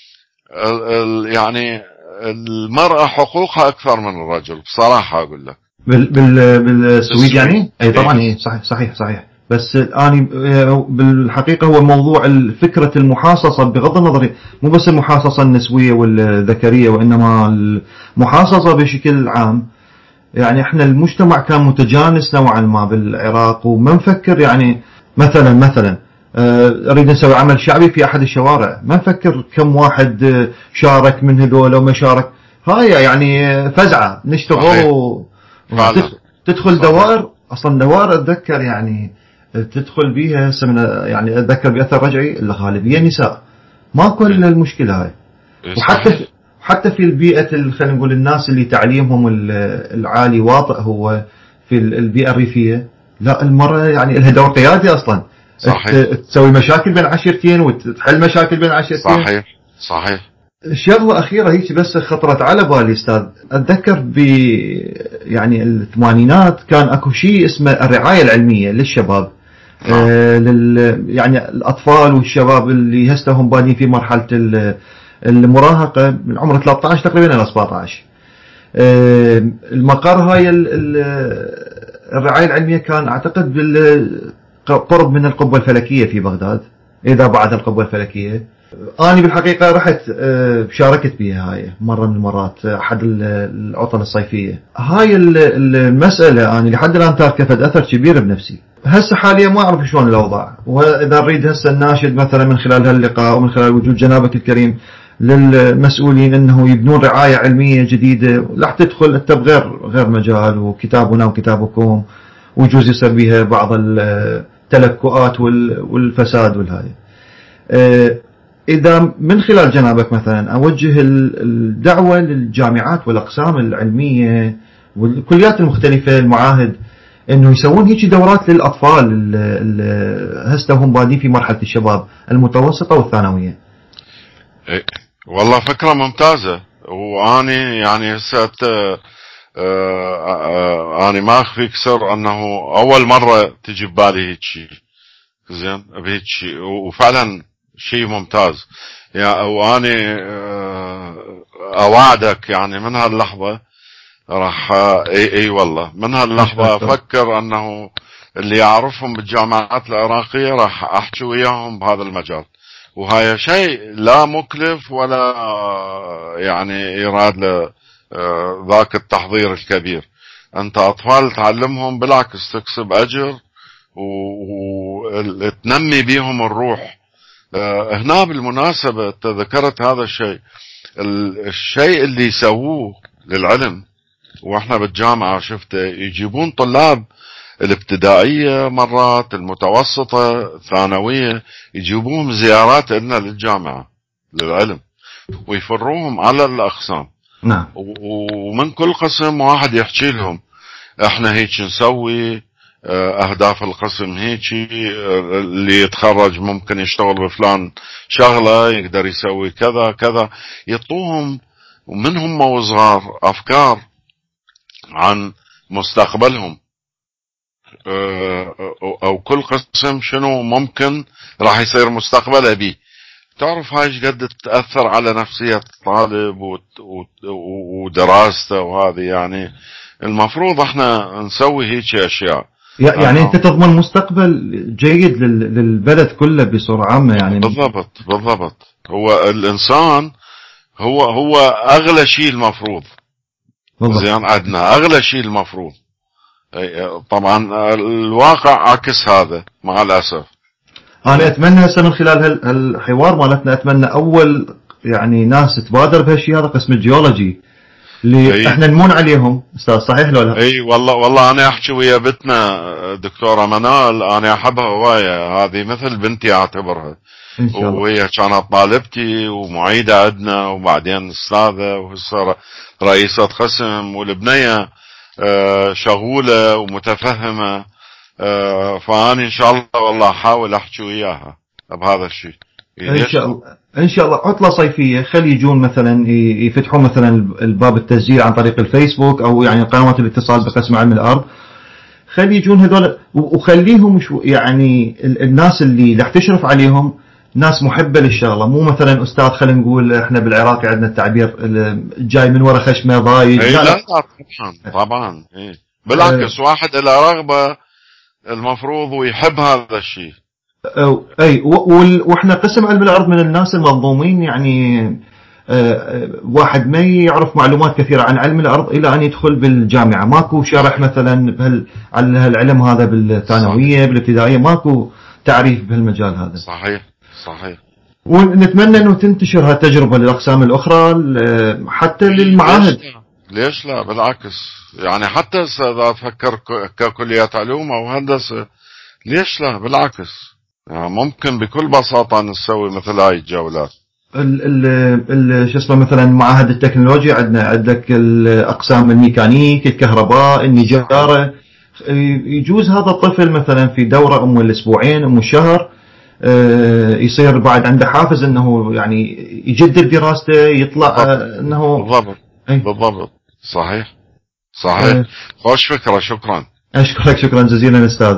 يعني المرأة حقوقها أكثر من الرجل بصراحة أقول لك. بالسويد يعني. أي طبعا. إيه صحيح. بس أنا بالحقيقة هو موضوع فكرة المحاصصة بغض النظر، مو بس المحاصصة النسوية والذكرية، وإنما المحاصصة بشكل عام. يعني احنا المجتمع كان متجانس نوعا ما بالعراق، وما نفكر يعني مثلا اريد نسوي عمل شعبي في احد الشوارع، ما نفكر كم واحد شارك من هذول وما شارك. هاي يعني فزعة نشتغل فعلا. تدخل دوائر، اصلا دوائر اتذكر يعني تدخل بيها يعني اتذكر باثر رجعي الغالبية نساء، ما كل المشكلة هاي. حتى في البيئة خلينا نقول الناس اللي تعليمهم العالي واطئ هو في البيئة الريفية، لا المرأة يعني لها دور قيادي أصلا. صحيح. تسوي مشاكل بين عشيرتين وتحل مشاكل بين عشيرتين. صحيح. شغلة أخيرة هيك بس خطرت على بالي أستاذ، أتذكر يعني الثمانينات كان أكو شيء اسمه الرعاية العلمية للشباب. يعني الأطفال والشباب اللي هسه هم بادين في مرحلة المراهقة من عمر 13 تقريبا إلى 17. المقر هاي الرعاية العلمية كان أعتقد قرب من القبة الفلكية في بغداد، إذا بعد القبة الفلكية. أنا بالحقيقة رحت شاركت بها هاي مرة من المرات، أحد العطل الصيفية. هاي المسألة أنا لحد الآن تاركت أثر كبير بنفسي. هسه حاليا ما أعرف شلون الأوضاع، وإذا نريد هسه الناشد مثلا من خلال هاللقاء ومن خلال وجود جنابك الكريم للمسؤولين أنه يبنون رعاية علمية جديدة، راح تدخل أنت بغير مجال، وكتابنا وكتابكم، ويجوز يصير بها بعض التلكؤات والفساد والهاي. إذا من خلال جنابك مثلا أوجه الدعوة للجامعات والأقسام العلمية والكليات المختلفة المعاهد أنه يسوون هيك دورات للأطفال هسه هم بادين في مرحلة الشباب المتوسطة والثانوية. والله فكرة ممتازة. وأني يعني هسه أنا ما أخفيك سر أنه أول مرة تجي ببالي هيك شيء زين بهيك شيء، وفعلا شيء ممتاز يعني. وأني أوعدك يعني من هاللحظة راح اي والله من هاللحظة افكر انه اللي يعرفهم بالجامعات العراقية راح احكي وياهم بهذا المجال. وهاي شيء لا مكلف ولا يعني يراد له ذاك التحضير الكبير. انت اطفال تعلمهم بالعكس تكسب اجر وتنمي بيهم الروح. هنا بالمناسبة ذكرت هذا الشيء اللي يسووه للعلم. واحنا بالجامعة شفته يجيبون طلاب الابتدائية مرات المتوسطة الثانوية، يجيبوهم زيارات لنا للجامعة للعلم ويفروهم على الأقسام. نعم. ومن كل قسم واحد يحكي لهم احنا هيك نسوي، اهداف القسم هيك، اللي يتخرج ممكن يشتغل بفلان شغلة، يقدر يسوي كذا كذا. يعطوهم ومن هم وصغار افكار عن مستقبلهم، او كل قسم شنو ممكن راح يصير مستقبله بيه. تعرف هاي ايش قد تأثر على نفسية الطالب ودراسته. وهذه يعني المفروض احنا نسوي هيك اشياء. يعني انت تضمن مستقبل جيد للبلد كله بصورة عامة يعني. بالضبط. هو الانسان هو اغلى شيء المفروض. زين عندنا اغلى شيء المفروض. طبعا الواقع عكس هذا مع الاسف. انا اتمنى هسه من خلال هالحوار مالتنا، اتمنى اول يعني ناس تبادر بهالشيء هذا قسم الجيولوجي اللي احنا نمون عليهم استاذ، صحيح لو لا؟ اي والله انا احكي ويا بنتنا دكتوره منال، انا احبها هوايه، هذه مثل بنتي اعتبرها. ان شاء الله. وهي كانت طالبتي ومعيده عندنا وبعدين استاذه وهسه رئيسه قسم، والبنيه شغوله ومتفهمه. فأنا إن شاء الله والله أحاول أحكي وياها بهذا الشيء. ان شاء الله ان شاء الله عطلة صيفية خلي يجون مثلا يفتحون مثلا الباب التسجيل عن طريق الفيسبوك او يعني قنوات الاتصال بقسم علم الارض. خلي يجون هذول وخليهم يعني الناس اللي راح تشرف عليهم ناس محبة للشغلة، مو مثلا استاذ خلينا نقول احنا بالعراق عندنا التعبير جاي من ورا خشمه ضايج. لا طبعا بالعكس واحد له رغبة المفروض ويحب هذا الشيء. اي واحنا قسم علم الارض من الناس المظلومين، يعني واحد ما يعرف معلومات كثيرة عن علم الارض الى ان يدخل بالجامعة، ماكو شرح مثلا عن هالعلم هذا بالثانوية بالابتدائية، ماكو تعريف بهالمجال هذا. صحيح ونتمنى انه تنتشر هالتجربة للاقسام الاخرى حتى للمعاهد. ليش لا بالعكس، يعني حتى اذا تفكر ككليات علوم او هندسة ليش لا بالعكس، يعني ممكن بكل بساطة نسوي مثل هاي الجولات. شو اسمه مثلا معاهد التكنولوجيا عندك الاقسام الميكانيك الكهرباء النجارة، يجوز هذا الطفل مثلا في دورة الاسبوعين الشهر يصير بعد عنده حافز انه يعني يجدد دراسته يطلع انه بالضبط صحيح خوش فكرة. شكرا شكرا جزيلا استاذ.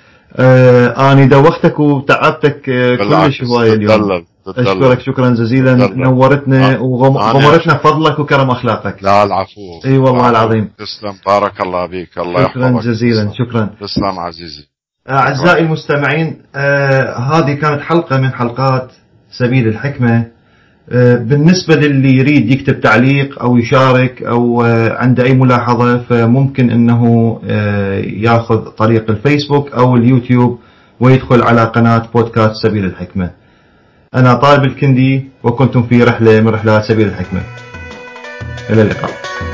اني دوختك وتعبتك كلش هواية اليوم. اشكرك شكرا جزيلا، نورتنا وغمرتنا فضلك وكرم اخلاقك. لا العفو. اي والله العظيم. تسلم بارك الله بيك، الله يحفظك. شكرا جزيلا شكرا. تسلم عزيزي. اعزائي المستمعين، هذه كانت حلقة من حلقات سبيل الحكمة. بالنسبة للي يريد يكتب تعليق أو يشارك أو عنده أي ملاحظة فممكن أنه يأخذ طريق الفيسبوك أو اليوتيوب ويدخل على قناة بودكاست سبيل الحكمة. أنا طالب الكندي وكنتم في رحلة من رحلات سبيل الحكمة. إلى اللقاء.